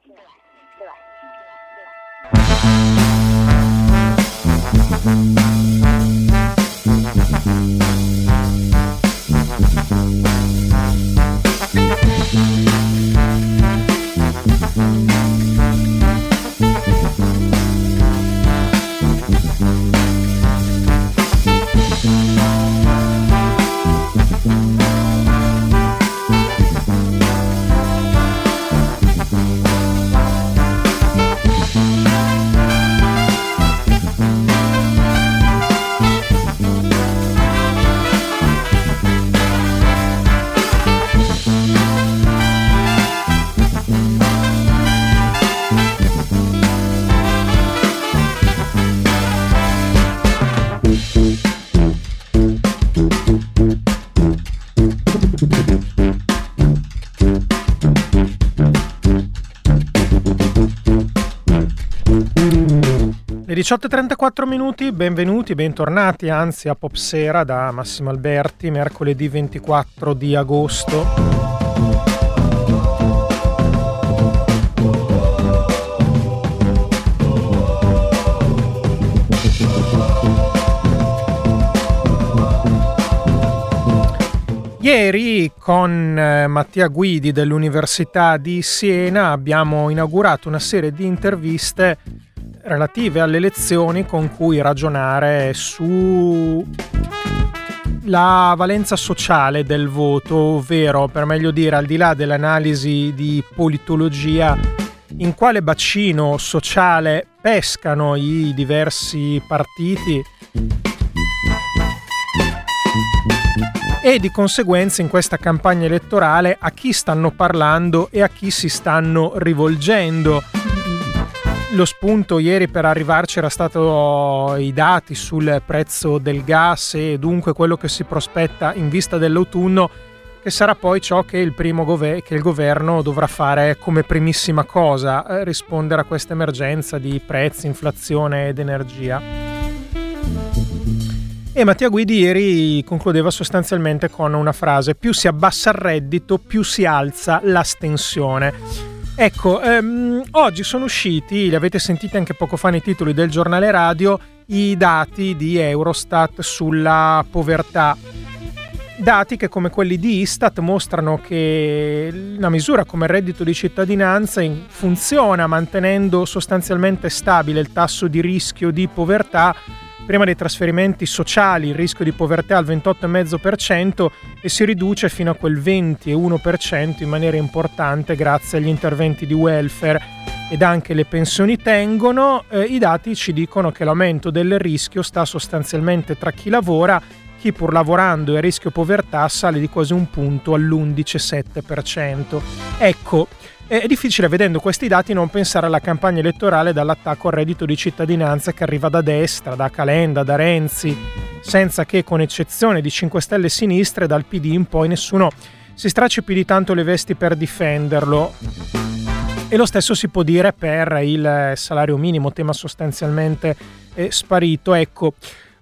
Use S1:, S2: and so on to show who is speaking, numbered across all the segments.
S1: Le 18:34 minuti, benvenuti, bentornati, anzi a Popsera da Massimo Alberti, mercoledì 24 di agosto. Ieri con Mattia Guidi dell'Università di Siena abbiamo inaugurato una serie di interviste relative alle elezioni con cui ragionare su la valenza sociale del voto, ovvero, per meglio dire, al di là dell'analisi di politologia, in quale bacino sociale pescano i diversi partiti e di conseguenza in questa campagna elettorale a chi stanno parlando e a chi si stanno rivolgendo. Lo spunto ieri per arrivarci era stato i dati sul prezzo del gas e dunque quello che si prospetta in vista dell'autunno, che sarà poi ciò che il governo dovrà fare come primissima cosa, rispondere a questa emergenza di prezzi, inflazione ed energia. E Mattia Guidi ieri concludeva sostanzialmente con una frase: più si abbassa il reddito, più si alza l'astensione. Ecco, oggi sono usciti, li avete sentiti anche poco fa nei titoli del giornale radio, i dati di Eurostat sulla povertà. Dati che, come quelli di Istat, mostrano che una misura come il reddito di cittadinanza funziona mantenendo sostanzialmente stabile il tasso di rischio di povertà. Prima dei trasferimenti sociali il rischio di povertà è al 28,5% e si riduce fino a quel 21% in maniera importante grazie agli interventi di welfare, ed anche le pensioni tengono. I dati ci dicono che l'aumento del rischio sta sostanzialmente tra chi lavora, chi pur lavorando è a rischio povertà sale di quasi un punto all'11,7%. Ecco, è difficile, vedendo questi dati, non pensare alla campagna elettorale dall'attacco al reddito di cittadinanza che arriva da destra, da Calenda, da Renzi, senza che, con eccezione di 5 Stelle e sinistre, dal PD in poi nessuno si stracci più di tanto le vesti per difenderlo. E lo stesso si può dire per il salario minimo, tema sostanzialmente sparito. Ecco,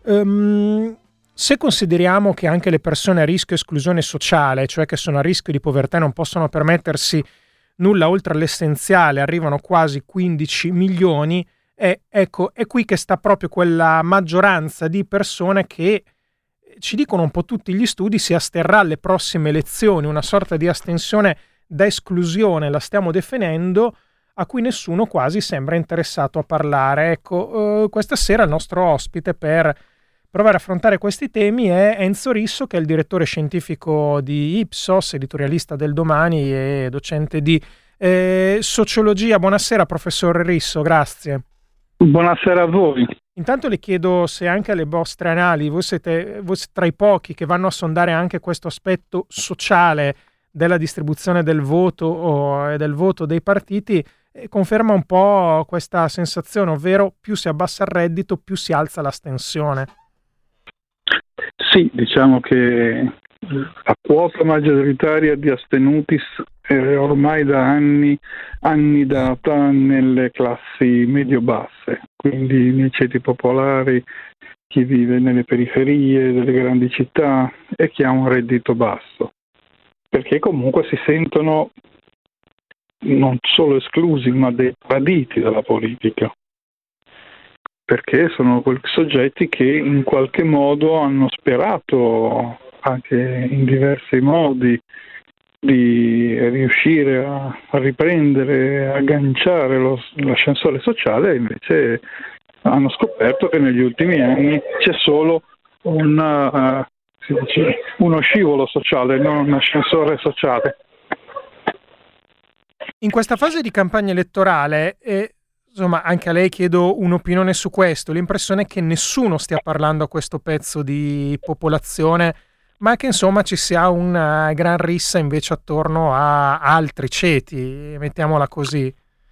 S1: se consideriamo che anche le persone a rischio esclusione sociale, cioè che sono a rischio di povertà e non possono permettersi nulla oltre all'essenziale, arrivano quasi 15 milioni, ecco, è qui che sta proprio quella maggioranza di persone che, ci dicono un po' tutti gli studi, si asterrà alle prossime elezioni, una sorta di astensione da esclusione la stiamo definendo, a cui nessuno quasi sembra interessato a parlare. Ecco, questa sera il nostro ospite per provare a affrontare questi temi è Enzo Risso, che è il direttore scientifico di Ipsos, editorialista del Domani e docente di sociologia. Buonasera professor Risso, grazie.
S2: Buonasera a voi.
S1: Intanto le chiedo se anche alle vostre analisi, voi siete tra i pochi che vanno a sondare anche questo aspetto sociale della distribuzione del voto e del voto dei partiti, conferma un po' questa sensazione, ovvero più si abbassa il reddito, più si alza l'astensione.
S2: Sì, diciamo che la quota maggioritaria di astenutis è ormai da anni data nelle classi medio-basse, quindi nei ceti popolari, chi vive nelle periferie delle grandi città e chi ha un reddito basso, perché comunque si sentono non solo esclusi, ma dei traditi dalla politica, perché sono quei soggetti che in qualche modo hanno sperato, anche in diversi modi, di riuscire a riprendere, a agganciare l'ascensore sociale, e invece hanno scoperto che negli ultimi anni c'è solo uno scivolo sociale, non un ascensore sociale.
S1: In questa fase di campagna elettorale, insomma, anche a lei chiedo un'opinione su questo, l'impressione è che nessuno stia parlando a questo pezzo di popolazione, ma che insomma ci sia una gran rissa invece attorno a altri ceti, mettiamola così.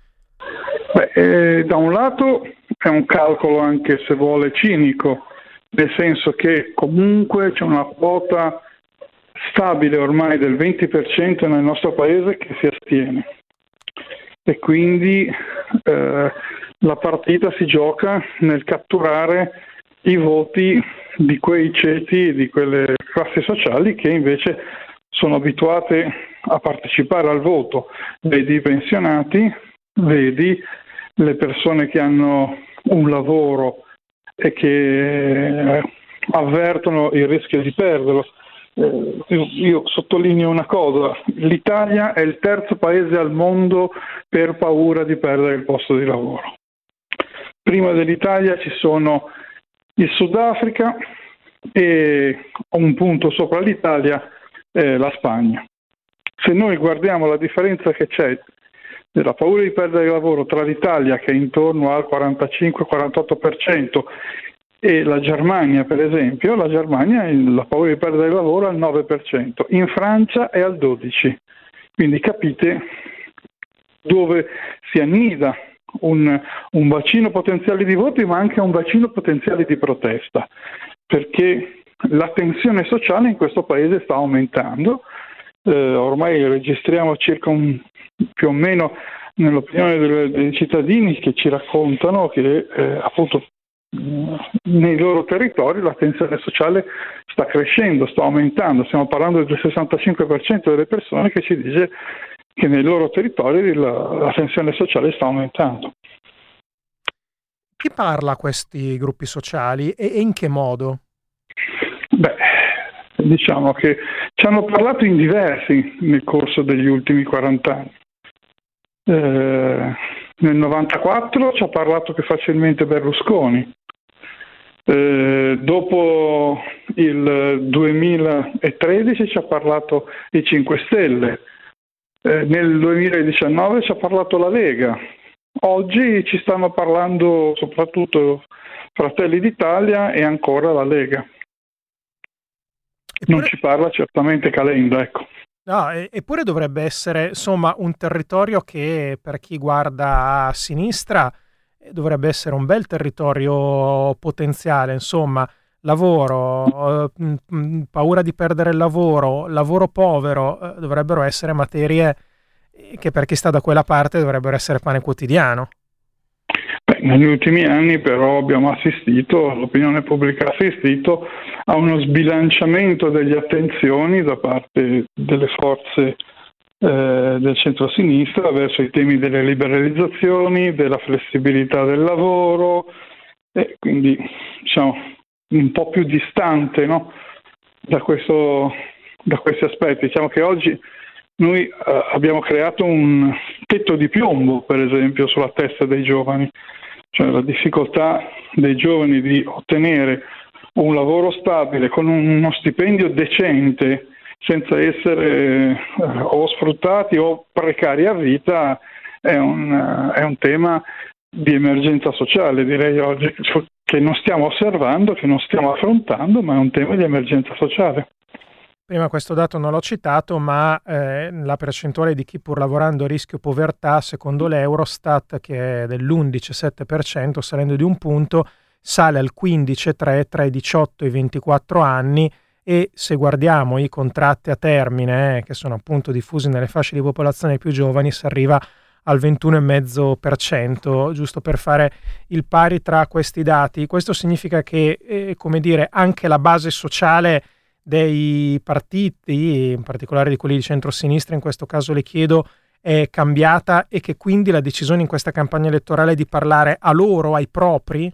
S2: Da un lato è un calcolo, anche se vuole, cinico, nel senso che comunque c'è una quota stabile ormai del 20% nel nostro paese che si astiene, e quindi la partita si gioca nel catturare i voti di quei ceti, di quelle classi sociali che invece sono abituate a partecipare al voto. Vedi i pensionati, vedi le persone che hanno un lavoro e che avvertono il rischio di perderlo. Io sottolineo una cosa: l'Italia è il terzo paese al mondo per paura di perdere il posto di lavoro. Prima dell'Italia ci sono il Sudafrica e un punto sopra l'Italia la Spagna. Se noi guardiamo la differenza che c'è della paura di perdere il lavoro tra l'Italia, che è intorno al 45-48%, e la Germania, per esempio, la Germania la paura di perdere il lavoro è al 9%, in Francia è al 12%. Quindi capite dove si annida un bacino potenziale di voti, ma anche un bacino potenziale di protesta, perché la tensione sociale in questo paese sta aumentando. Ormai registriamo circa più o meno, nell'opinione dei cittadini, che ci raccontano che appunto nei loro territori la tensione sociale sta crescendo, sta aumentando. Stiamo parlando del 65% delle persone che ci dice che nei loro territori la tensione sociale sta aumentando.
S1: Chi parla a questi gruppi sociali e in che modo?
S2: Diciamo che ci hanno parlato in diversi nel corso degli ultimi 40 anni. Nel 94 ci ha parlato più facilmente Berlusconi. Dopo il 2013 ci ha parlato i 5 Stelle. Nel 2019 ci ha parlato la Lega. Oggi ci stanno parlando soprattutto Fratelli d'Italia e ancora la Lega. Non ci parla certamente Calenda, ecco.
S1: No, eppure dovrebbe essere, insomma, un territorio che per chi guarda a sinistra dovrebbe essere un bel territorio potenziale, insomma, lavoro, paura di perdere il lavoro, lavoro povero, dovrebbero essere materie che per chi sta da quella parte dovrebbero essere pane quotidiano.
S2: Negli ultimi anni però abbiamo assistito, l'opinione pubblica ha assistito a uno sbilanciamento delle attenzioni da parte delle forze del centro-sinistra verso i temi delle liberalizzazioni, della flessibilità del lavoro, e quindi diciamo un po' più distante, no? da questi aspetti. Diciamo che oggi noi abbiamo creato un tetto di piombo, per esempio, sulla testa dei giovani, cioè la difficoltà dei giovani di ottenere un lavoro stabile con uno stipendio decente senza essere o sfruttati o precari a vita è un tema di emergenza sociale, direi oggi, che non stiamo osservando, che non stiamo affrontando, ma è un tema di emergenza sociale.
S1: Prima questo dato non l'ho citato, ma la percentuale di chi pur lavorando a rischio povertà, secondo l'Eurostat, che è dell'11,7%, salendo di un punto, sale al 15,3% tra i 18 e i 24 anni, e se guardiamo i contratti a termine, che sono appunto diffusi nelle fasce di popolazione più giovani, si arriva al 21,5%, giusto per fare il pari tra questi dati. Questo significa che, come dire, anche la base sociale dei partiti, in particolare di quelli di centrosinistra, in questo caso le chiedo, è cambiata e che quindi la decisione in questa campagna elettorale è di parlare a loro, ai propri?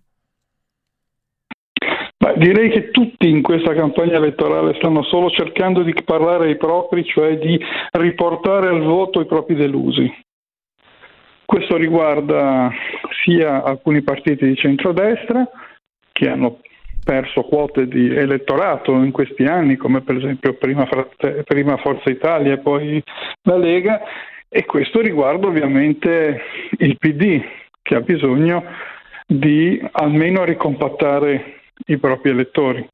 S2: Ma direi che tutti in questa campagna elettorale stanno solo cercando di parlare ai propri, cioè di riportare al voto i propri delusi. Questo riguarda sia alcuni partiti di centrodestra che hanno perso quote di elettorato in questi anni, come per esempio prima Forza Italia e poi la Lega, e questo riguarda ovviamente il PD, che ha bisogno di almeno ricompattare i propri elettori.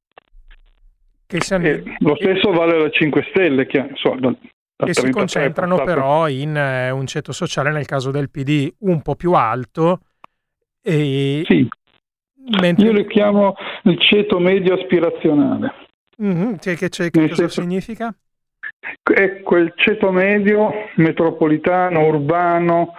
S2: Lo stesso vale alla 5 Stelle, che
S1: si concentrano però in un ceto sociale, nel caso del PD, un po' più alto.
S2: Sì. Io lo chiamo il ceto medio aspirazionale.
S1: Cosa significa?
S2: È quel ceto medio metropolitano, urbano,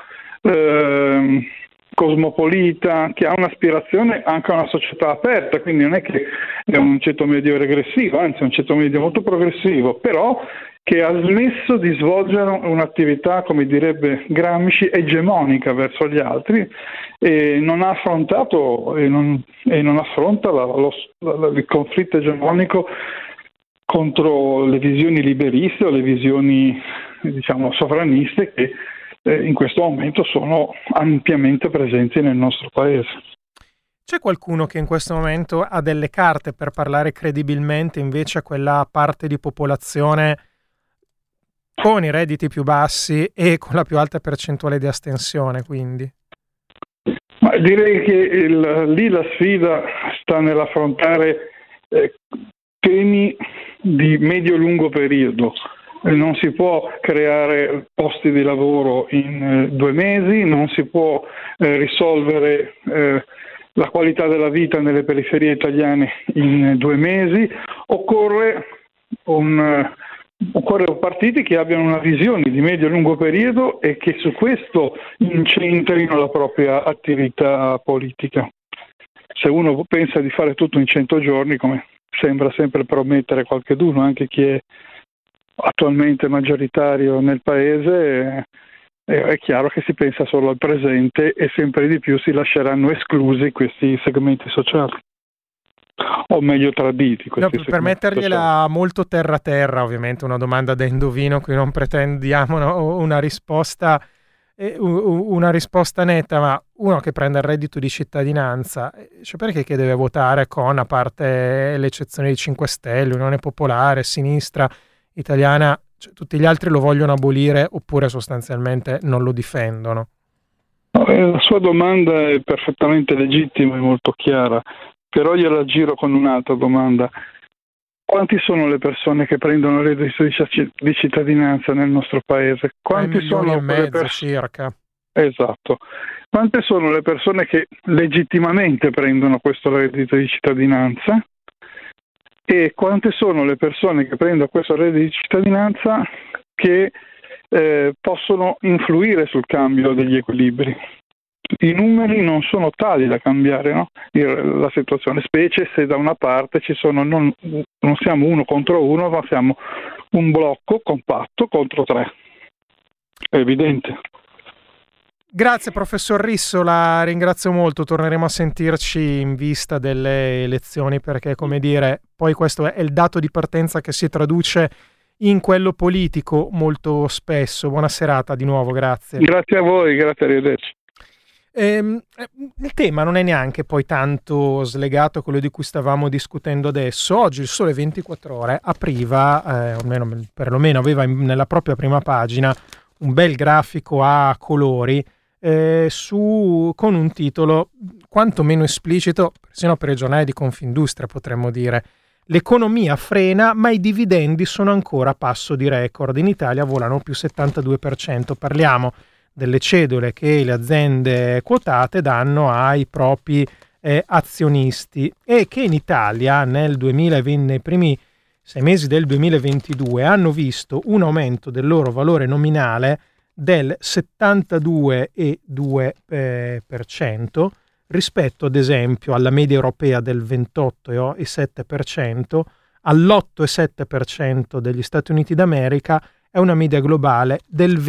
S2: cosmopolita, che ha un'aspirazione anche a una società aperta, quindi non è che è un ceto medio regressivo, anzi è un ceto medio molto progressivo, però che ha smesso di svolgere un'attività, come direbbe Gramsci, egemonica verso gli altri, e non ha affrontato e non affronta il conflitto egemonico contro le visioni liberiste o le visioni, diciamo, sovraniste che in questo momento sono ampiamente presenti nel nostro paese.
S1: C'è qualcuno che in questo momento ha delle carte per parlare credibilmente invece a quella parte di popolazione con i redditi più bassi e con la più alta percentuale di astensione, quindi?
S2: Ma direi che lì la sfida sta nell'affrontare temi di medio-lungo periodo. Non si può creare posti di lavoro in 2 mesi, non si può risolvere la qualità della vita nelle periferie italiane in 2 mesi. Occorre partiti che abbiano una visione di medio e lungo periodo e che su questo incentrino la propria attività politica. Se uno pensa di fare tutto in 100 giorni, come sembra sempre promettere qualcheduno, anche chi è attualmente maggioritario nel paese, è chiaro che si pensa solo al presente e sempre di più si lasceranno esclusi questi segmenti sociali, o meglio traditi.
S1: Per mettergliela molto terra, ovviamente una domanda da indovino, qui non pretendiamo una risposta netta, ma uno che prende il reddito di cittadinanza, cioè perché che deve votare con, a parte le eccezioni di 5 Stelle, Unione Popolare, Sinistra Italiana, cioè, tutti gli altri lo vogliono abolire oppure sostanzialmente non lo difendono?
S2: La sua domanda è perfettamente legittima e molto chiara, però io la giro con un'altra domanda. Quanti sono le persone che prendono il reddito di cittadinanza nel nostro paese? Quanti sono
S1: e mezzo circa?
S2: Esatto. Quante sono le persone che legittimamente prendono questo reddito di cittadinanza? E quante sono le persone che prendono questo reddito di cittadinanza che possono influire sul cambio degli equilibri? I numeri non sono tali da cambiare, no? La situazione, specie se da una parte ci sono non siamo 1 contro 1, ma siamo un blocco compatto contro 3. È evidente.
S1: Grazie professor Risso, la ringrazio molto, torneremo a sentirci in vista delle elezioni perché, come dire, poi questo è il dato di partenza che si traduce in quello politico molto spesso. Buona serata di nuovo, grazie.
S2: Grazie a voi, grazie, arrivederci.
S1: Il tema non è neanche poi tanto slegato a quello di cui stavamo discutendo adesso. Oggi il Sole 24 Ore apriva, almeno perlomeno aveva nella propria prima pagina un bel grafico a colori con un titolo quantomeno esplicito, persino per i giornali di Confindustria potremmo dire: l'economia frena ma i dividendi sono ancora a passo di record, in Italia volano più 72%. Parliamo delle cedole che le aziende quotate danno ai propri azionisti e che in Italia nel 2020, nei primi 6 mesi del 2022 hanno visto un aumento del loro valore nominale del 72,2% rispetto ad esempio alla media europea del 28,7%, all'8,7% degli Stati Uniti d'America è una media globale del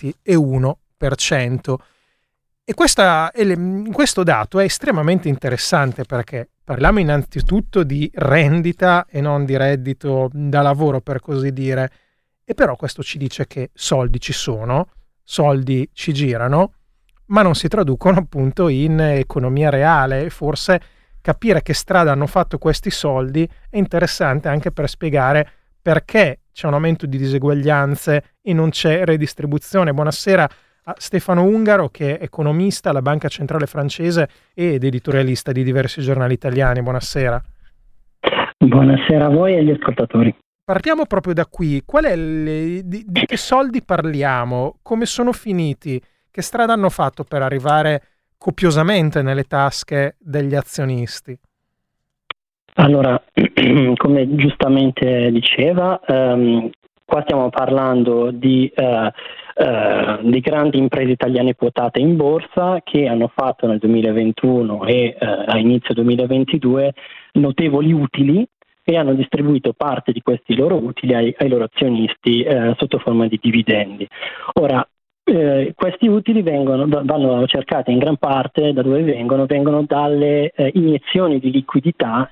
S1: 21%. E questo dato è estremamente interessante perché parliamo innanzitutto di rendita e non di reddito da lavoro, per così dire, e però questo ci dice che soldi ci sono, soldi ci girano, ma non si traducono appunto in economia reale. Forse capire che strada hanno fatto questi soldi è interessante anche per spiegare perché c'è un aumento di diseguaglianze e non c'è redistribuzione. Buonasera a Stefano Ungaro, che è economista alla Banca Centrale Francese ed editorialista di diversi giornali italiani. Buonasera.
S3: Buonasera a voi e agli ascoltatori.
S1: Partiamo proprio da qui. Di che soldi parliamo? Come sono finiti? Che strada hanno fatto per arrivare copiosamente nelle tasche degli azionisti?
S3: Allora, come giustamente diceva, qua stiamo parlando di grandi imprese italiane quotate in borsa che hanno fatto nel 2021 e a inizio 2022 notevoli utili e hanno distribuito parte di questi loro utili ai loro azionisti sotto forma di dividendi. Ora, questi utili vanno cercati in gran parte da dove vengono dalle iniezioni di liquidità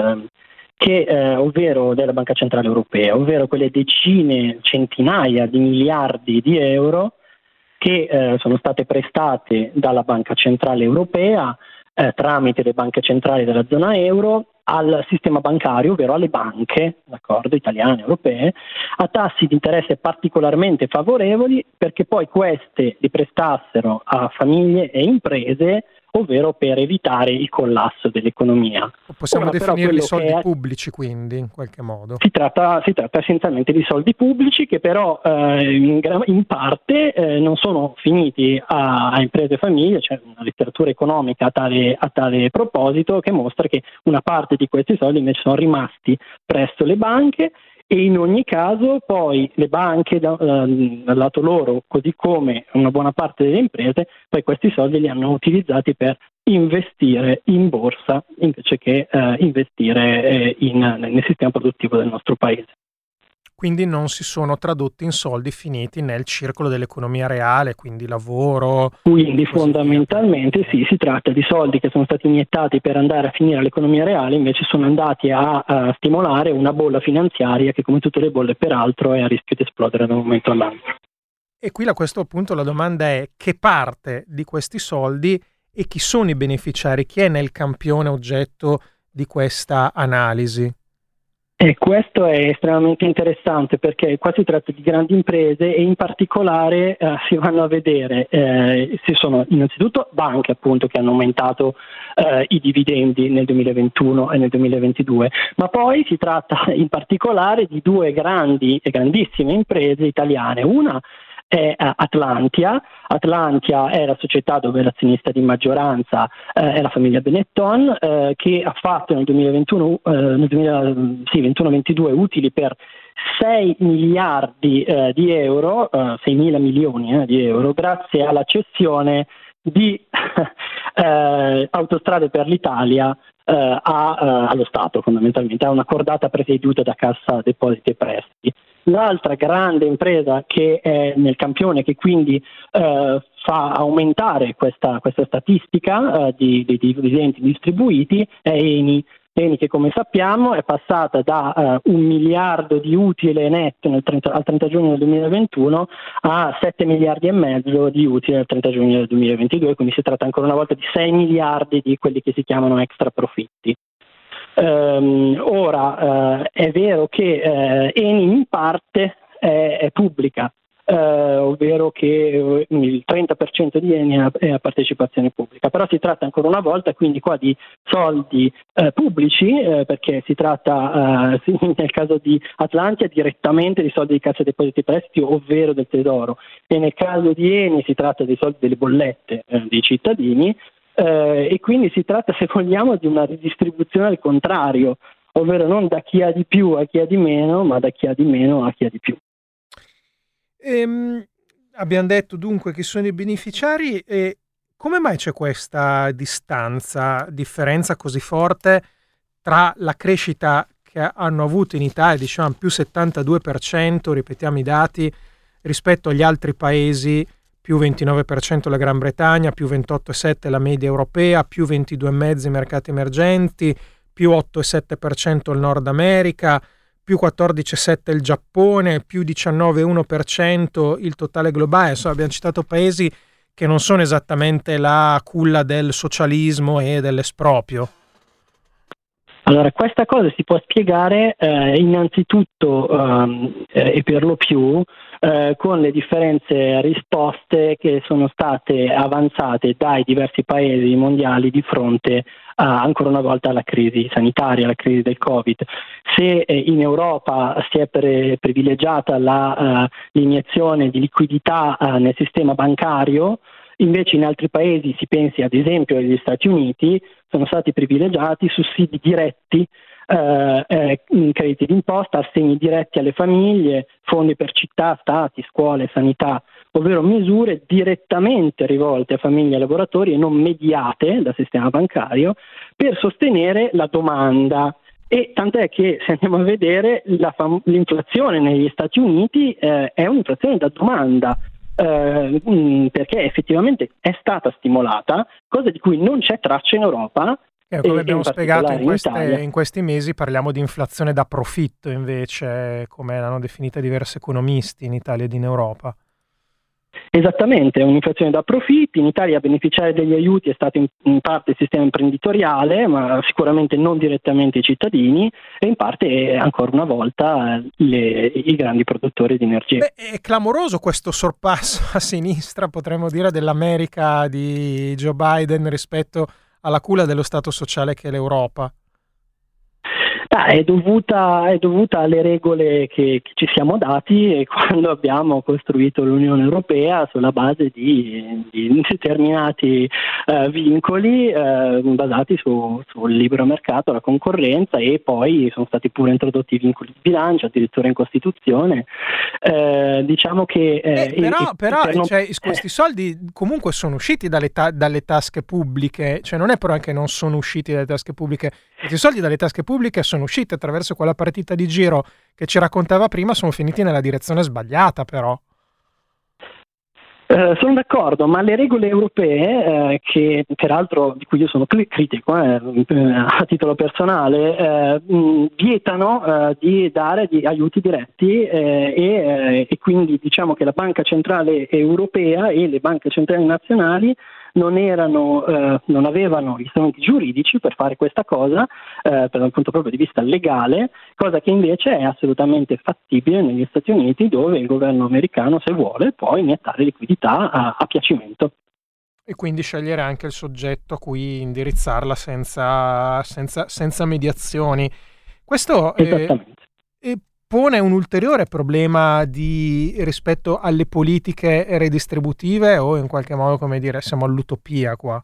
S3: ovvero della Banca Centrale Europea, ovvero quelle centinaia di miliardi di euro che sono state prestate dalla Banca Centrale Europea tramite le banche centrali della zona euro al sistema bancario, ovvero alle banche, d'accordo, italiane, europee, a tassi di interesse particolarmente favorevoli perché poi queste li prestassero a famiglie e imprese, ovvero per evitare il collasso dell'economia.
S1: Possiamo definirli soldi pubblici, quindi, in qualche modo?
S3: Si tratta essenzialmente di soldi pubblici che però in parte non sono finiti a imprese e famiglie. C'è una letteratura economica a tale proposito che mostra che una parte di questi soldi invece sono rimasti presso le banche e in ogni caso poi le banche dal lato loro, così come una buona parte delle imprese, poi questi soldi li hanno utilizzati per investire in borsa invece che investire nel sistema produttivo del nostro paese.
S1: Quindi non si sono tradotti in soldi finiti nel circolo dell'economia reale, quindi lavoro.
S3: Quindi fondamentalmente sì, si tratta di soldi che sono stati iniettati per andare a finire all'economia reale, invece sono andati a stimolare una bolla finanziaria che, come tutte le bolle peraltro, è a rischio di esplodere da un momento all'altro.
S1: E qui a questo punto la domanda è: che parte di questi soldi e chi sono i beneficiari? Chi è nel campione oggetto di questa analisi?
S3: E questo è estremamente interessante perché qua si tratta di grandi imprese e in particolare si vanno a vedere, ci sono innanzitutto banche appunto che hanno aumentato i dividendi nel 2021 e nel 2022, ma poi si tratta in particolare di due grandi e grandissime imprese italiane. Una è Atlantia. Atlantia è la società dove l'azionista di maggioranza è la famiglia Benetton, che ha fatto nel 2021-22 utili per 6 miliardi di euro, 6 mila milioni di euro, grazie alla cessione di Autostrade per l'Italia allo Stato, fondamentalmente, a una cordata presieduta da Cassa Depositi e Prestiti. L'altra grande impresa che è nel campione, che quindi fa aumentare questa statistica di dividendi distribuiti, è Eni. Eni, che come sappiamo è passata da 1 miliardo di utile netto al 30 giugno del 2021 a 7 miliardi e mezzo di utile al 30 giugno del 2022, quindi si tratta ancora una volta di 6 miliardi di quelli che si chiamano extra profitti. Ora è vero che Eni in parte è pubblica, ovvero che il 30% di Eni è a partecipazione pubblica, però si tratta ancora una volta quindi qua di soldi pubblici, perché si tratta nel caso di Atlantia direttamente di soldi di Cassa Depositi e Prestiti, ovvero del Tesoro, e nel caso di Eni si tratta dei soldi delle bollette dei cittadini, e quindi si tratta, se vogliamo, di una ridistribuzione al contrario, ovvero non da chi ha di più a chi ha di meno, ma da chi ha di meno a chi ha di più.
S1: Abbiamo detto dunque chi sono i beneficiari e come mai c'è questa differenza così forte tra la crescita che hanno avuto in Italia, diciamo più 72%, ripetiamo i dati, rispetto agli altri paesi, più 29% la Gran Bretagna, più 28,7% la media europea, più 22,5% i mercati emergenti, più 8,7% il Nord America, più 14,7% il Giappone, più 19,1% il totale globale. Insomma, abbiamo citato paesi che non sono esattamente la culla del socialismo e dell'esproprio.
S3: Allora, questa cosa si può spiegare innanzitutto e per lo più con le differenze risposte che sono state avanzate dai diversi paesi mondiali di fronte ancora una volta alla crisi sanitaria, alla crisi del Covid. Se in Europa si è privilegiata l'iniezione di liquidità nel sistema bancario, invece in altri paesi, si pensi ad esempio agli Stati Uniti, sono stati privilegiati sussidi diretti, crediti d'imposta, assegni diretti alle famiglie, fondi per città, stati, scuole, sanità, ovvero misure direttamente rivolte a famiglie e lavoratori e non mediate dal sistema bancario per sostenere la domanda. E tant'è che, se andiamo a vedere, l'inflazione negli Stati Uniti è un'inflazione da domanda, perché effettivamente è stata stimolata, cosa di cui non c'è traccia in Europa.
S1: Come abbiamo spiegato in questi mesi, parliamo di inflazione da profitto invece, come l'hanno definita diversi economisti in Italia ed in Europa.
S3: Esattamente, è un'inflazione da profitti. In Italia a beneficiare degli aiuti è stato in parte il sistema imprenditoriale, ma sicuramente non direttamente i cittadini, e in parte ancora una volta i grandi produttori di energia.
S1: È clamoroso questo sorpasso a sinistra, potremmo dire, dell'America di Joe Biden rispetto alla culla dello Stato sociale che è l'Europa.
S3: È dovuta alle regole che ci siamo dati e quando abbiamo costruito l'Unione Europea sulla base di determinati vincoli basati sul libero mercato, la concorrenza, e poi sono stati pure introdotti i vincoli di bilancio, addirittura in Costituzione. Diciamo che
S1: questi soldi comunque sono usciti dalle tasche pubbliche, cioè non è però che non sono usciti dalle tasche pubbliche, questi soldi dalle tasche pubbliche sono usciti attraverso quella partita di giro che ci raccontava prima, sono finiti nella direzione sbagliata però.
S3: Sono d'accordo, ma le regole europee, che peraltro di cui io sono critico a titolo personale, vietano di dare aiuti diretti e quindi diciamo che la Banca Centrale Europea e le banche centrali nazionali non avevano gli strumenti giuridici per fare questa cosa dal punto proprio di vista legale, cosa che invece è assolutamente fattibile negli Stati Uniti, dove il governo americano, se vuole, può iniettare liquidità a piacimento.
S1: E quindi scegliere anche il soggetto a cui indirizzarla senza mediazioni. Questo pone un ulteriore problema rispetto alle politiche redistributive, o in qualche modo, come dire, siamo all'utopia qua?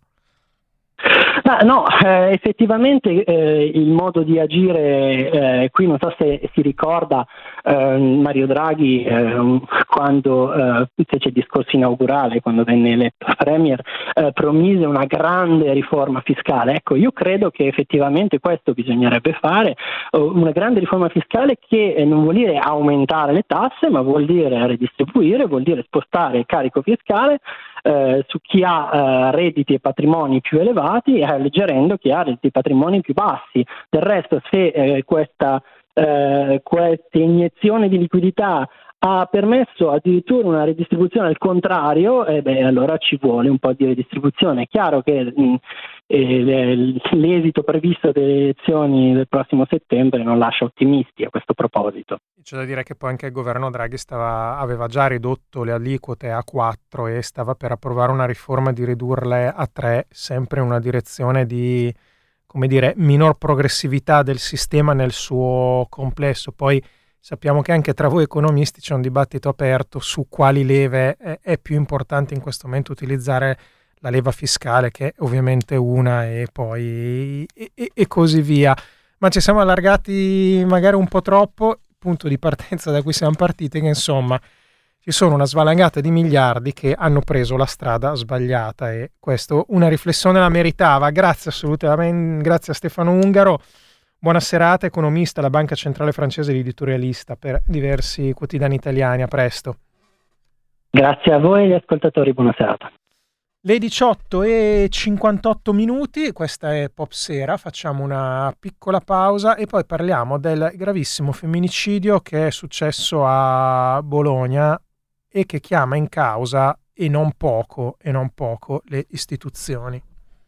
S3: No, effettivamente il modo di agire qui, non so se si ricorda Mario Draghi quando fece il discorso inaugurale, quando venne eletto premier, promise una grande riforma fiscale. Ecco, io credo che effettivamente questo bisognerebbe fare, una grande riforma fiscale che non vuol dire aumentare le tasse, ma vuol dire redistribuire, vuol dire spostare il carico fiscale su chi ha redditi e patrimoni più elevati, alleggerendo chi ha redditi e patrimoni più bassi. Del resto, se questa iniezione di liquidità ha permesso addirittura una redistribuzione al contrario, allora ci vuole un po' di redistribuzione. È chiaro che l'esito previsto delle elezioni del prossimo settembre non lascia ottimisti a questo proposito.
S1: C'è da dire che poi anche il governo Draghi aveva già ridotto le aliquote a 4 e stava per approvare una riforma di ridurle a 3, sempre in una direzione di, come dire, minor progressività del sistema nel suo complesso. Poi sappiamo che anche tra voi economisti c'è un dibattito aperto su quali leve è più importante in questo momento utilizzare, la leva fiscale, che è ovviamente una, e poi e così via. Ma ci siamo allargati magari un po' troppo. Il punto di partenza da cui siamo partiti, che insomma ci sono una svalangata di miliardi che hanno preso la strada sbagliata, e questo una riflessione la meritava. Grazie assolutamente, grazie a Stefano Ungaro. Buona serata, economista alla Banca Centrale Francese ed editorialista per diversi quotidiani italiani. A presto.
S3: Grazie a voi e agli ascoltatori, buona serata.
S1: Le 18:58, questa è Pop Sera, facciamo una piccola pausa e poi parliamo del gravissimo femminicidio che è successo a Bologna e che chiama in causa e non poco le istituzioni.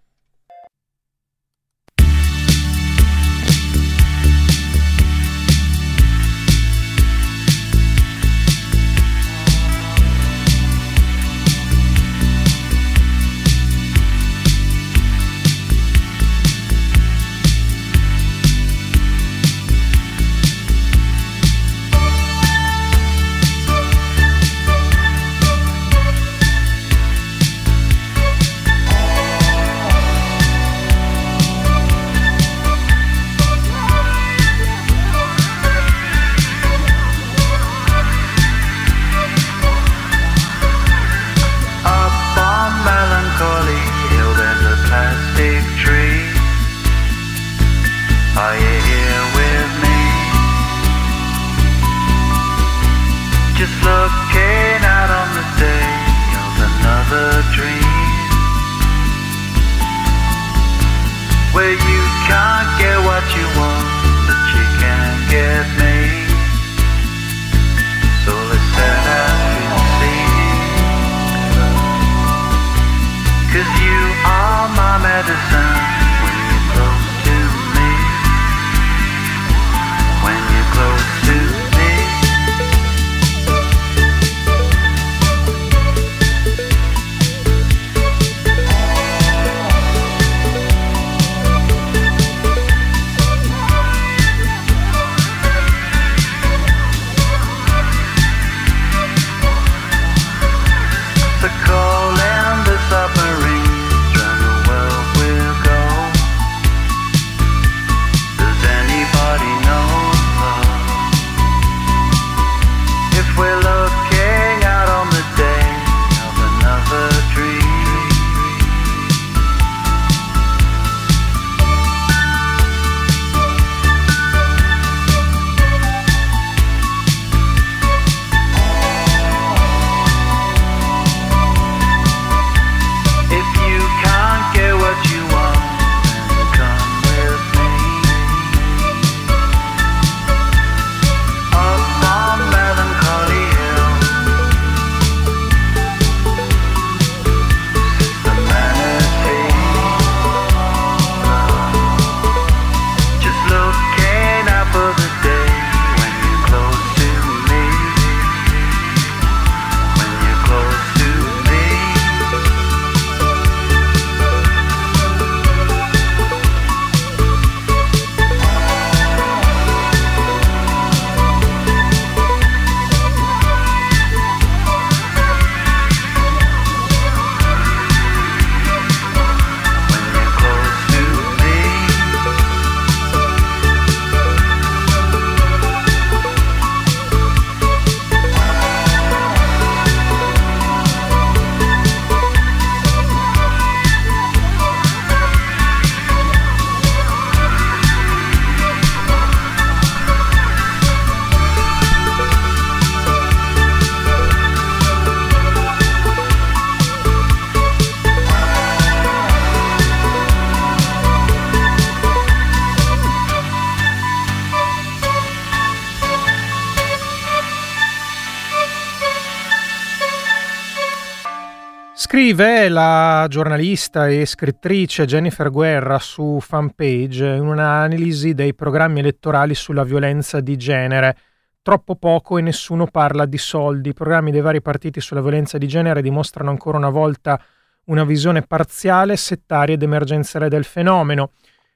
S1: Scrive la giornalista e scrittrice Jennifer Guerra su Fanpage in un'analisi dei programmi elettorali sulla violenza di genere. Troppo poco e nessuno parla di soldi. I programmi dei vari partiti sulla violenza di genere dimostrano ancora una volta una visione parziale, settaria ed emergenziale del fenomeno.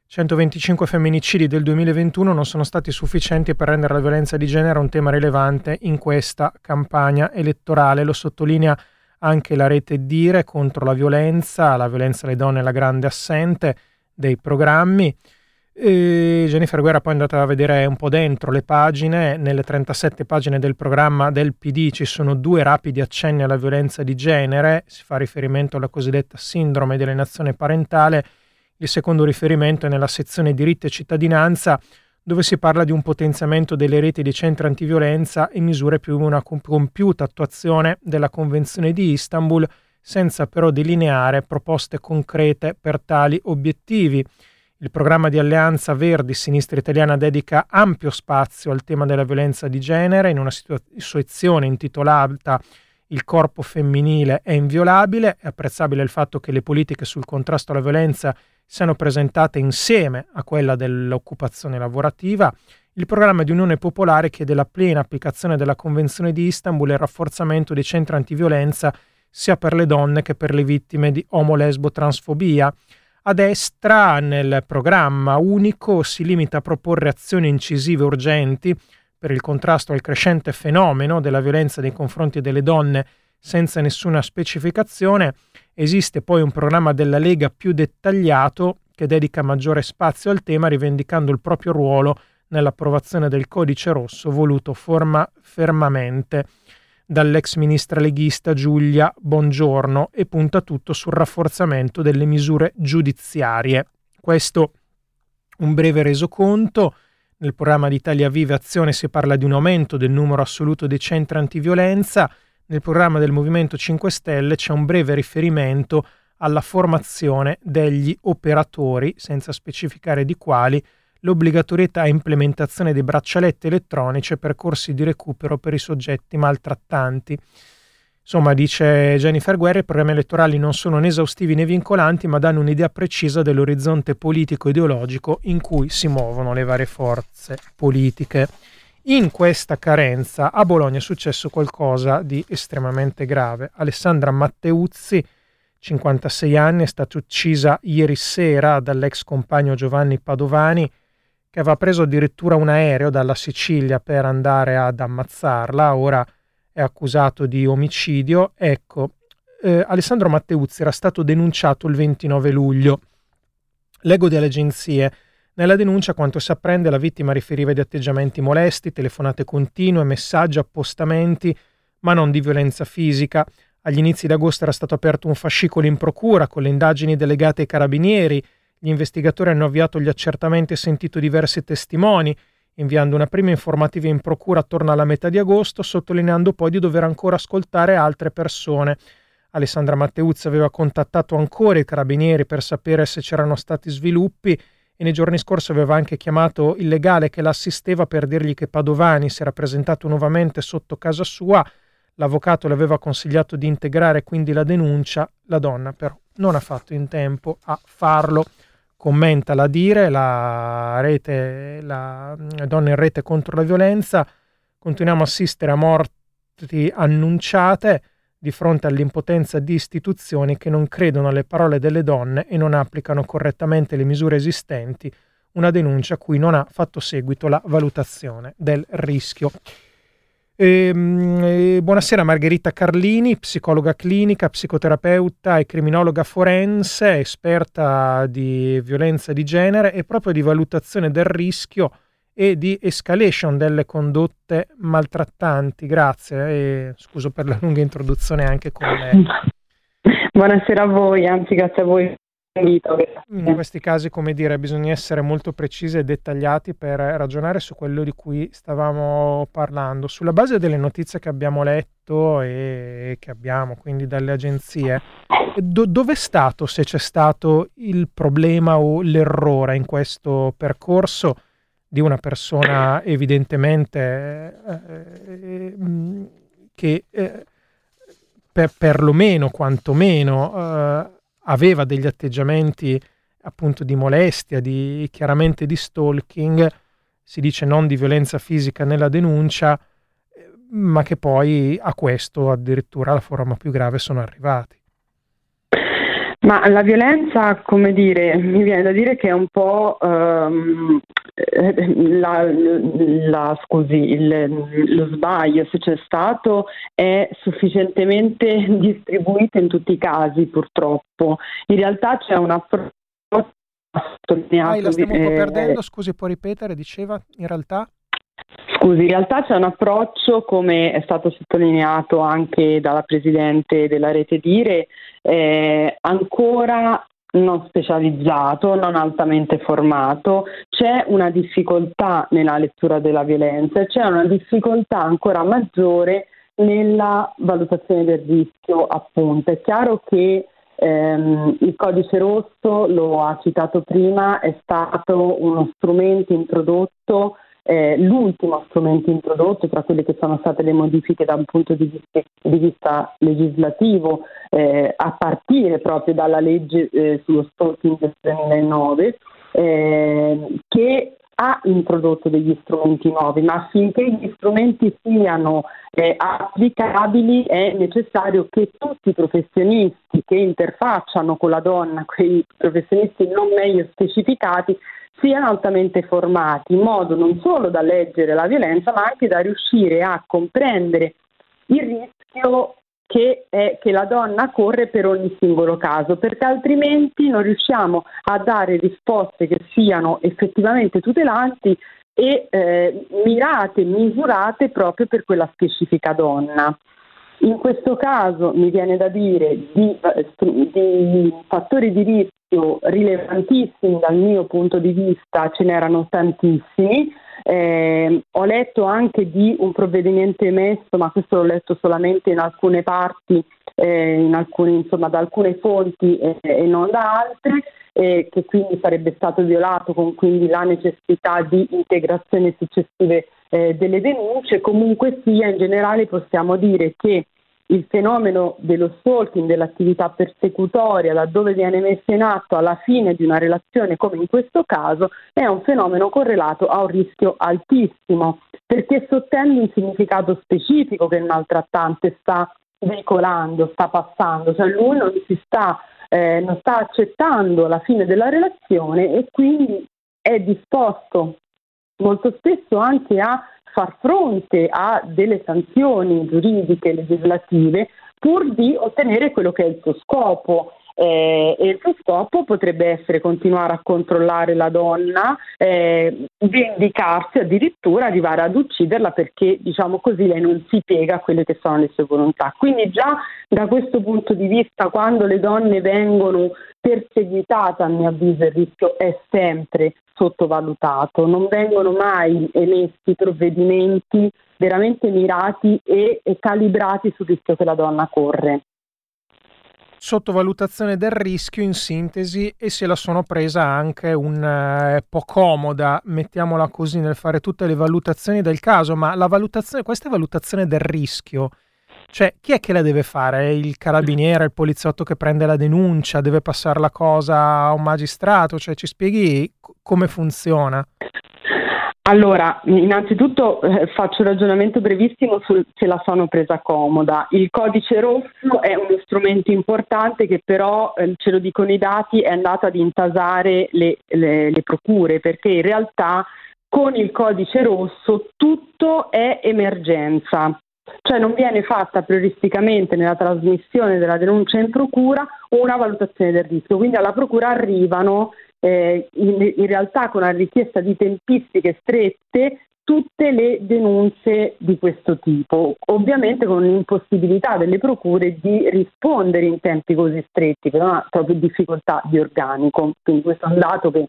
S1: 125 femminicidi del 2021 non sono stati sufficienti per rendere la violenza di genere un tema rilevante in questa campagna elettorale. Lo sottolinea anche la rete Dire contro la violenza alle donne è la grande assente dei programmi. Jennifer Guerra poi è andata a vedere un po' dentro le pagine. Nelle 37 pagine del programma del PD ci sono 2 rapidi accenni alla violenza di genere, si fa riferimento alla cosiddetta sindrome di alienazione parentale. Il secondo riferimento è nella sezione diritti e cittadinanza, dove si parla di un potenziamento delle reti dei centri antiviolenza e misure più una compiuta attuazione della Convenzione di Istanbul, senza però delineare proposte concrete per tali obiettivi. Il programma di Alleanza Verdi Sinistra Italiana dedica ampio spazio al tema della violenza di genere in una sezione intitolata "Il corpo femminile è inviolabile". È apprezzabile il fatto che le politiche sul contrasto alla violenza siano presentate insieme a quella dell'occupazione lavorativa. Il programma di Unione Popolare chiede la piena applicazione della Convenzione di Istanbul e il rafforzamento dei centri antiviolenza sia per le donne che per le vittime di omo-lesbo-transfobia. A destra, nel programma unico, si limita a proporre azioni incisive urgenti per il contrasto al crescente fenomeno della violenza nei confronti delle donne senza nessuna specificazione. Esiste poi un programma della Lega più dettagliato che dedica maggiore spazio al tema, rivendicando il proprio ruolo nell'approvazione del codice rosso voluto fermamente dall'ex ministra leghista Giulia Bongiorno e punta tutto sul rafforzamento delle misure giudiziarie. Questo un breve resoconto. Nel programma di Italia Viva Azione si parla di un aumento del numero assoluto dei centri antiviolenza. Nel programma del Movimento 5 Stelle c'è un breve riferimento alla formazione degli operatori, senza specificare di quali, l'obbligatorietà e implementazione dei braccialetti elettronici e percorsi di recupero per i soggetti maltrattanti. Insomma, dice Jennifer Guerra, i programmi elettorali non sono né esaustivi né vincolanti, ma danno un'idea precisa dell'orizzonte politico-ideologico in cui si muovono le varie forze politiche. In questa carenza a Bologna è successo qualcosa di estremamente grave. Alessandra Matteuzzi, 56 anni, è stata uccisa ieri sera dall'ex compagno Giovanni Padovani, che aveva preso addirittura un aereo dalla Sicilia per andare ad ammazzarla. Ora è accusato di omicidio. Ecco, Alessandro Matteuzzi era stato denunciato il 29 luglio. Leggo delle agenzie. Nella denuncia, quanto si apprende, la vittima riferiva di atteggiamenti molesti, telefonate continue, messaggi, appostamenti, ma non di violenza fisica. Agli inizi d'agosto era stato aperto un fascicolo in procura con le indagini delegate ai carabinieri. Gli investigatori hanno avviato gli accertamenti e sentito diversi testimoni, inviando una prima informativa in procura attorno alla metà di agosto, sottolineando poi di dover ancora ascoltare altre persone. Alessandra Matteuzzi aveva contattato ancora i carabinieri per sapere se c'erano stati sviluppi e nei giorni scorsi aveva anche chiamato il legale che l'assisteva per dirgli che Padovani si era presentato nuovamente sotto casa sua. L'avvocato le aveva consigliato di integrare quindi la denuncia. La donna però non ha fatto in tempo a farlo. Commenta la Dire, la donna in rete contro la violenza. Continuiamo a assistere a morti annunciate di fronte all'impotenza di istituzioni che non credono alle parole delle donne e non applicano correttamente le misure esistenti, una denuncia a cui non ha fatto seguito la valutazione del rischio. Buonasera Margherita Carlini, psicologa clinica, psicoterapeuta e criminologa forense, esperta di violenza di genere e proprio di valutazione del rischio e di escalation delle condotte maltrattanti. Grazie e scuso per la lunga introduzione anche con lei.
S4: Buonasera a voi, anzi grazie a voi.
S1: In questi casi, come dire, bisogna essere molto precisi e dettagliati per ragionare su quello di cui stavamo parlando. Sulla base delle notizie che abbiamo letto e che abbiamo quindi dalle agenzie, dove è stato, se c'è stato, il problema o l'errore in questo percorso di una persona evidentemente che perlomeno, quantomeno, aveva degli atteggiamenti appunto di molestia, chiaramente di stalking, si dice non di violenza fisica nella denuncia, ma che poi a questo addirittura la forma più grave sono arrivati.
S4: Ma la violenza, come dire, mi viene da dire che è un po' lo sbaglio, se c'è stato, è sufficientemente distribuito in tutti i casi, purtroppo. In realtà c'è un approccio sottolineato.
S1: La stiamo un po' perdendo, scusi, può ripetere, diceva, in realtà?
S4: Scusi, in realtà c'è un approccio, come è stato sottolineato anche dalla Presidente della Rete Dire, ancora non specializzato, non altamente formato, c'è una difficoltà nella lettura della violenza e c'è una difficoltà ancora maggiore nella valutazione del rischio, appunto. È chiaro che il codice rosso, lo ha citato prima, è stato uno strumento introdotto, l'ultimo strumento introdotto tra quelle che sono state le modifiche da un punto di vista legislativo, a partire proprio dalla legge sullo stalking del 2009, che ha introdotto degli strumenti nuovi, ma affinché gli strumenti siano applicabili è necessario che tutti i professionisti che interfacciano con la donna, quei professionisti non meglio specificati, siano altamente formati, in modo non solo da leggere la violenza, ma anche da riuscire a comprendere il rischio che la donna corre per ogni singolo caso, perché altrimenti non riusciamo a dare risposte che siano effettivamente tutelanti e mirate, misurate proprio per quella specifica donna. In questo caso mi viene da dire di fattori di rischio rilevantissimi dal mio punto di vista, ce n'erano tantissimi. Ho letto anche di un provvedimento emesso, ma questo l'ho letto solamente in alcune parti, da alcune fonti e non da altre, che quindi sarebbe stato violato, con quindi la necessità di integrazioni successive delle denunce. Comunque sia, in generale possiamo dire che il fenomeno dello stalking, dell'attività persecutoria, laddove viene messa in atto alla fine di una relazione come in questo caso, è un fenomeno correlato a un rischio altissimo, perché sottende un significato specifico che il maltrattante sta veicolando, sta passando, cioè lui non sta accettando la fine della relazione e quindi è disposto molto spesso anche a far fronte a delle sanzioni giuridiche, legislative, pur di ottenere quello che è il suo scopo. E il suo scopo potrebbe essere continuare a controllare la donna, vendicarsi, addirittura arrivare ad ucciderla, perché, diciamo così, lei non si piega a quelle che sono le sue volontà. Quindi già da questo punto di vista, quando le donne vengono perseguitate, a mio avviso il rischio è sempre sottovalutato, non vengono mai emessi provvedimenti veramente mirati e calibrati sul rischio che la donna corre.
S1: Sottovalutazione del rischio, in sintesi, e se la sono presa anche un po' comoda, mettiamola così, nel fare tutte le valutazioni del caso. Ma questa valutazione del rischio, cioè chi è che la deve fare? È il carabiniere, il poliziotto che prende la denuncia, deve passare la cosa a un magistrato? Cioè, ci spieghi come funziona?
S4: Allora, innanzitutto faccio un ragionamento brevissimo se la sono presa comoda. Il codice rosso è uno strumento importante che però, ce lo dicono i dati, è andato ad intasare le procure, perché in realtà con il codice rosso tutto è emergenza. Cioè non viene fatta prioristicamente nella trasmissione della denuncia in procura una valutazione del rischio, quindi alla procura arrivano in realtà con una richiesta di tempistiche strette tutte le denunce di questo tipo, ovviamente con l'impossibilità delle procure di rispondere in tempi così stretti, per una proprio difficoltà di organico, quindi questo è un dato che